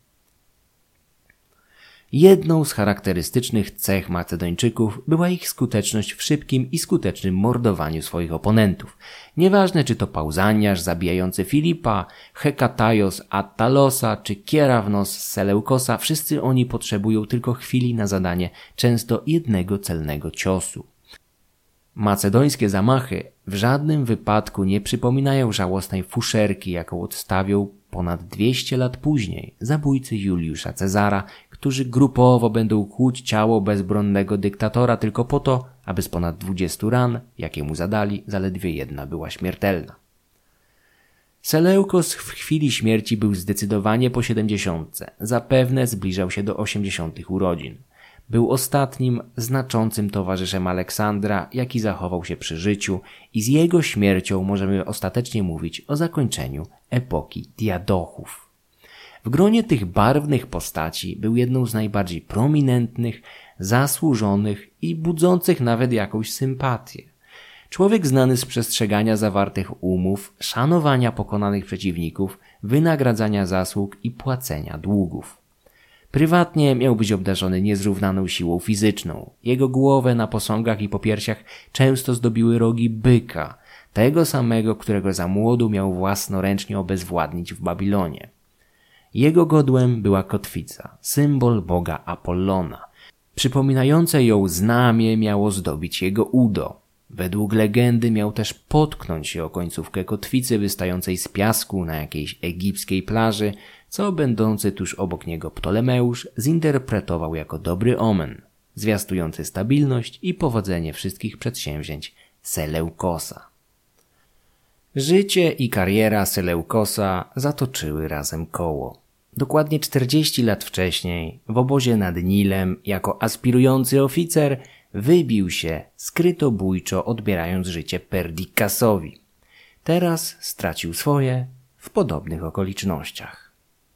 Jedną z charakterystycznych cech Macedończyków była ich skuteczność w szybkim i skutecznym mordowaniu swoich oponentów. Nieważne, czy to Pausaniasz zabijający Filipa, Hekatajos Attalosa czy Kierawnos z Seleukosa, wszyscy oni potrzebują tylko chwili na zadanie często jednego celnego ciosu. Macedońskie zamachy w żadnym wypadku nie przypominają żałosnej fuszerki, jaką odstawią ponad 200 lat później zabójcy Juliusza Cezara, którzy grupowo będą kłuć ciało bezbronnego dyktatora tylko po to, aby z ponad 20 ran, jakie mu zadali, zaledwie jedna była śmiertelna. Seleukos w chwili śmierci był zdecydowanie po 70. Zapewne zbliżał się do 80. urodzin. Był ostatnim znaczącym towarzyszem Aleksandra, jaki zachował się przy życiu i z jego śmiercią możemy ostatecznie mówić o zakończeniu epoki Diadochów. W gronie tych barwnych postaci był jedną z najbardziej prominentnych, zasłużonych i budzących nawet jakąś sympatię. Człowiek znany z przestrzegania zawartych umów, szanowania pokonanych przeciwników, wynagradzania zasług i płacenia długów. Prywatnie miał być obdarzony niezrównaną siłą fizyczną. Jego głowę na posągach i popiersiach często zdobiły rogi byka, tego samego, którego za młodu miał własnoręcznie obezwładnić w Babilonie. Jego godłem była kotwica, symbol boga Apollona. Przypominające ją znamie miało zdobić jego udo. Według legendy miał też potknąć się o końcówkę kotwicy wystającej z piasku na jakiejś egipskiej plaży, co będący tuż obok niego Ptolemeusz zinterpretował jako dobry omen, zwiastujący stabilność i powodzenie wszystkich przedsięwzięć Seleukosa. Życie i kariera Seleukosa zatoczyły razem koło. Dokładnie 40 lat wcześniej, w obozie nad Nilem, jako aspirujący oficer, wybił się skrytobójczo, odbierając życie Perdikasowi. Teraz stracił swoje w podobnych okolicznościach.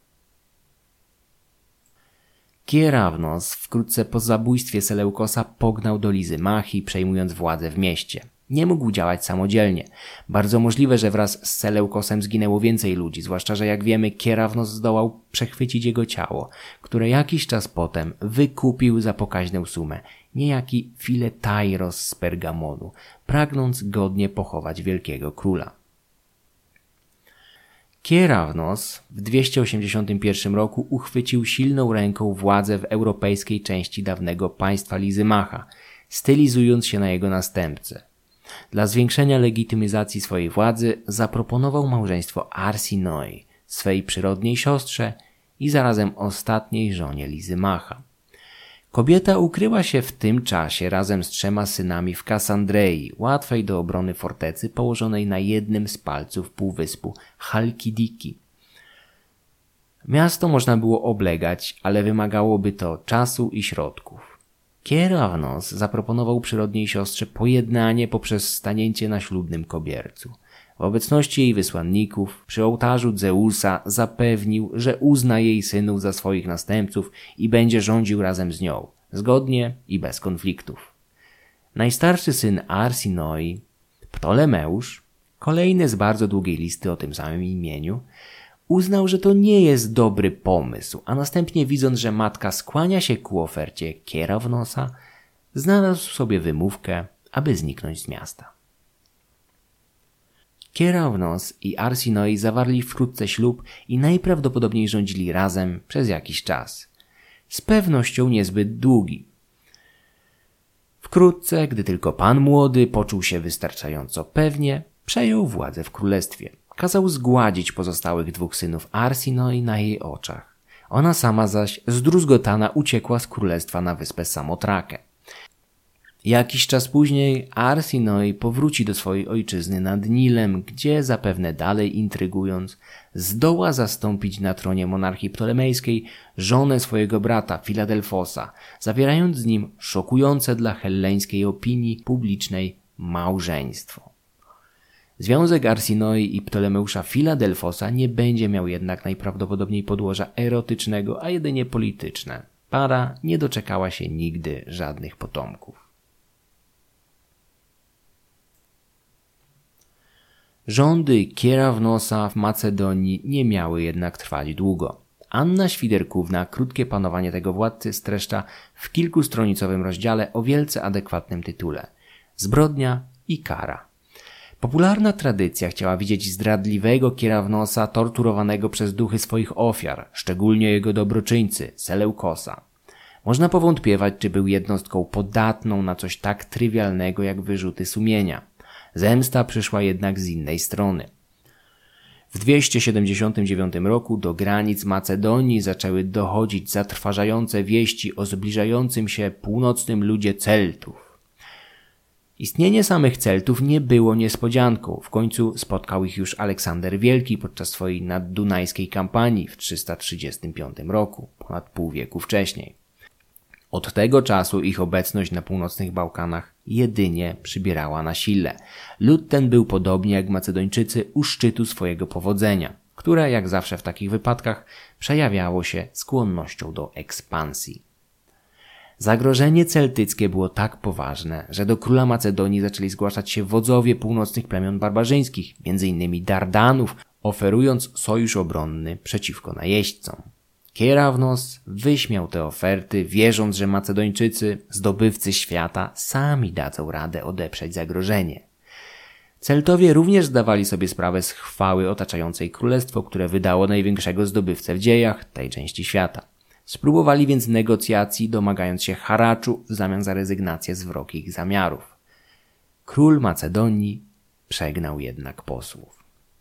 Kierawnos wkrótce po zabójstwie Seleukosa pognał do Lizymachii, przejmując władzę w mieście. Nie mógł działać samodzielnie. Bardzo możliwe, że wraz z Seleukosem zginęło więcej ludzi, zwłaszcza, że jak wiemy, Kierawnos zdołał przechwycić jego ciało, które jakiś czas potem wykupił za pokaźną sumę niejaki Filetairos z Pergamonu, pragnąc godnie pochować wielkiego króla. Kierawnos w 281 roku uchwycił silną ręką władzę w europejskiej części dawnego państwa Lizymacha, stylizując się na jego następcę. Dla zwiększenia legitymizacji swojej władzy zaproponował małżeństwo Arsinoi, swej przyrodniej siostrze i zarazem ostatniej żonie Lizymacha. Kobieta ukryła się w tym czasie razem z 3 synami w Kassandrei, łatwej do obrony fortecy położonej na jednym z palców półwyspu Chalkidiki. Miasto można było oblegać, ale wymagałoby to czasu i środków. Kierawnos zaproponował przyrodniej siostrze pojednanie poprzez stanięcie na ślubnym kobiercu. W obecności jej wysłanników przy ołtarzu Zeusa zapewnił, że uzna jej synów za swoich następców i będzie rządził razem z nią, zgodnie i bez konfliktów. Najstarszy syn Arsinoi, Ptolemeusz, kolejny z bardzo długiej listy o tym samym imieniu, uznał, że to nie jest dobry pomysł, a następnie widząc, że matka skłania się ku ofercie Kierawnosa, znalazł sobie wymówkę, aby zniknąć z miasta. Kierawnos i Arsinoe zawarli wkrótce ślub i najprawdopodobniej rządzili razem przez jakiś czas. Z pewnością niezbyt długi. Wkrótce, gdy tylko pan młody poczuł się wystarczająco pewnie, przejął władzę w królestwie. Kazał zgładzić pozostałych dwóch synów Arsinoe na jej oczach. Ona sama zaś zdruzgotana uciekła z królestwa na wyspę Samotrakę. Jakiś czas później Arsinoe powróci do swojej ojczyzny nad Nilem, gdzie zapewne dalej intrygując zdoła zastąpić na tronie monarchii ptolemejskiej żonę swojego brata Filadelfosa, zawierając z nim szokujące dla helleńskiej opinii publicznej małżeństwo. Związek Arsinoe i Ptolemeusza Filadelfosa nie będzie miał jednak najprawdopodobniej podłoża erotycznego, a jedynie polityczne. Para nie doczekała się nigdy żadnych potomków. Rządy Kierawnosa w Macedonii nie miały jednak trwać długo. Anna Świderkówna krótkie panowanie tego władcy streszcza w kilkustronicowym rozdziale o wielce adekwatnym tytule Zbrodnia i kara. Popularna tradycja chciała widzieć zdradliwego Kierawnosa torturowanego przez duchy swoich ofiar, szczególnie jego dobroczyńcy, Seleukosa. Można powątpiewać, czy był jednostką podatną na coś tak trywialnego jak wyrzuty sumienia. Zemsta przyszła jednak z innej strony. W 279 roku do granic Macedonii zaczęły dochodzić zatrważające wieści o zbliżającym się północnym ludzie Celtów. Istnienie samych Celtów nie było niespodzianką. W końcu spotkał ich już Aleksander Wielki podczas swojej naddunajskiej kampanii w 335 roku, ponad pół wieku wcześniej. Od tego czasu ich obecność na północnych Bałkanach jedynie przybierała na sile. Lud ten był podobnie jak Macedończycy u szczytu swojego powodzenia, które jak zawsze w takich wypadkach przejawiało się skłonnością do ekspansji. Zagrożenie celtyckie było tak poważne, że do króla Macedonii zaczęli zgłaszać się wodzowie północnych plemion barbarzyńskich, m.in. Dardanów, oferując sojusz obronny przeciwko najeźdźcom. Kierawnos wyśmiał te oferty, wierząc, że Macedończycy, zdobywcy świata, sami dadzą radę odeprzeć zagrożenie. Celtowie również zdawali sobie sprawę z chwały otaczającej królestwo, które wydało największego zdobywcę w dziejach tej części świata. Spróbowali więc negocjacji, domagając się haraczu w zamian za rezygnację z wrogich zamiarów. Król Macedonii przegnał jednak posłów.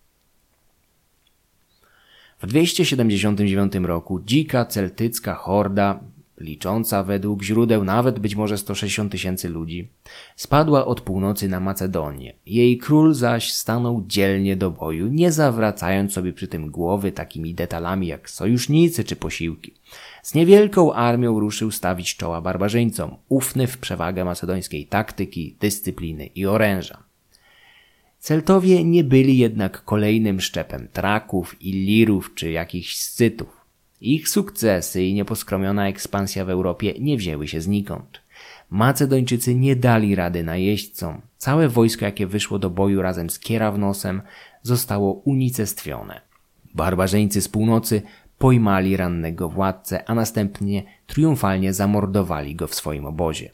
W 279 roku dzika celtycka horda, licząca według źródeł nawet być może 160 000 ludzi, spadła od północy na Macedonię. Jej król zaś stanął dzielnie do boju, nie zawracając sobie przy tym głowy takimi detalami jak sojusznicy czy posiłki. Z niewielką armią ruszył stawić czoła barbarzyńcom, ufny w przewagę macedońskiej taktyki, dyscypliny i oręża. Celtowie nie byli jednak kolejnym szczepem Traków, Illirów czy jakichś Scytów. Ich sukcesy i nieposkromiona ekspansja w Europie nie wzięły się znikąd. Macedończycy nie dali rady najeźdźcom. Całe wojsko, jakie wyszło do boju razem z Kierawnosem, zostało unicestwione. Barbarzyńcy z północy pojmali rannego władcę, a następnie triumfalnie zamordowali go w swoim obozie.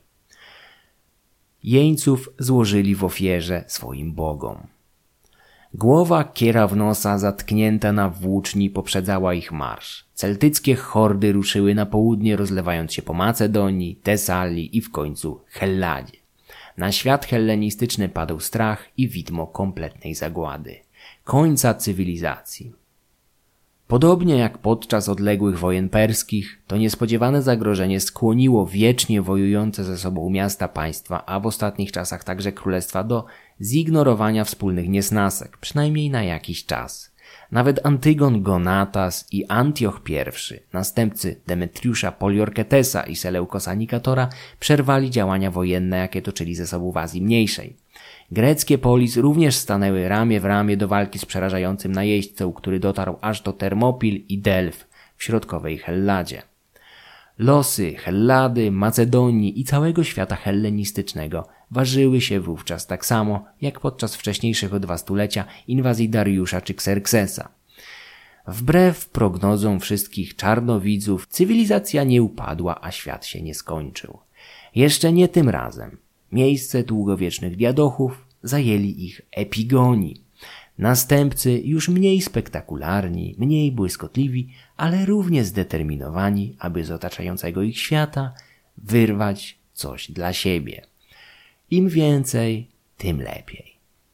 Jeńców złożyli w ofierze swoim bogom. Głowa Kierawnosa zatknięta na włóczni poprzedzała ich marsz. Celtyckie hordy ruszyły na południe, rozlewając się po Macedonii, Tesalii i w końcu Helladzie. Na świat hellenistyczny padł strach i widmo kompletnej zagłady. Końca cywilizacji. Podobnie jak podczas odległych wojen perskich, to niespodziewane zagrożenie skłoniło wiecznie wojujące ze sobą miasta państwa, a w ostatnich czasach także królestwa do zignorowania wspólnych niesnasek, przynajmniej na jakiś czas. Nawet Antygon Gonatas i Antioch I, następcy Demetriusza Poliorketesa i Seleukosa Nikatora, przerwali działania wojenne, jakie toczyli ze sobą w Azji Mniejszej. Greckie polis również stanęły ramię w ramię do walki z przerażającym najeźdźcą, który dotarł aż do Termopil i Delf w środkowej Helladzie. Losy Hellady, Macedonii i całego świata hellenistycznego ważyły się wówczas tak samo jak podczas wcześniejszych o 2 stulecia inwazji Dariusza czy Xerxesa. Wbrew prognozom wszystkich czarnowidzów cywilizacja nie upadła, a świat się nie skończył. Jeszcze nie tym razem. Miejsce długowiecznych diadochów zajęli ich epigoni. Następcy już mniej spektakularni, mniej błyskotliwi, ale równie zdeterminowani, aby z otaczającego ich świata wyrwać coś dla siebie. Im więcej, tym lepiej.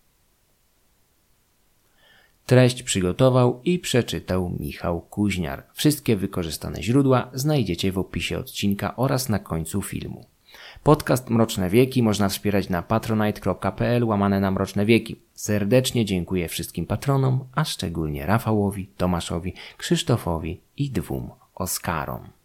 Treść przygotował i przeczytał Michał Kuźniar. Wszystkie wykorzystane źródła znajdziecie w opisie odcinka oraz na końcu filmu. Podcast Mroczne Wieki można wspierać na patronite.pl/Mroczne Wieki. Serdecznie dziękuję wszystkim patronom, a szczególnie Rafałowi, Tomaszowi, Krzysztofowi i 2 Oskarom.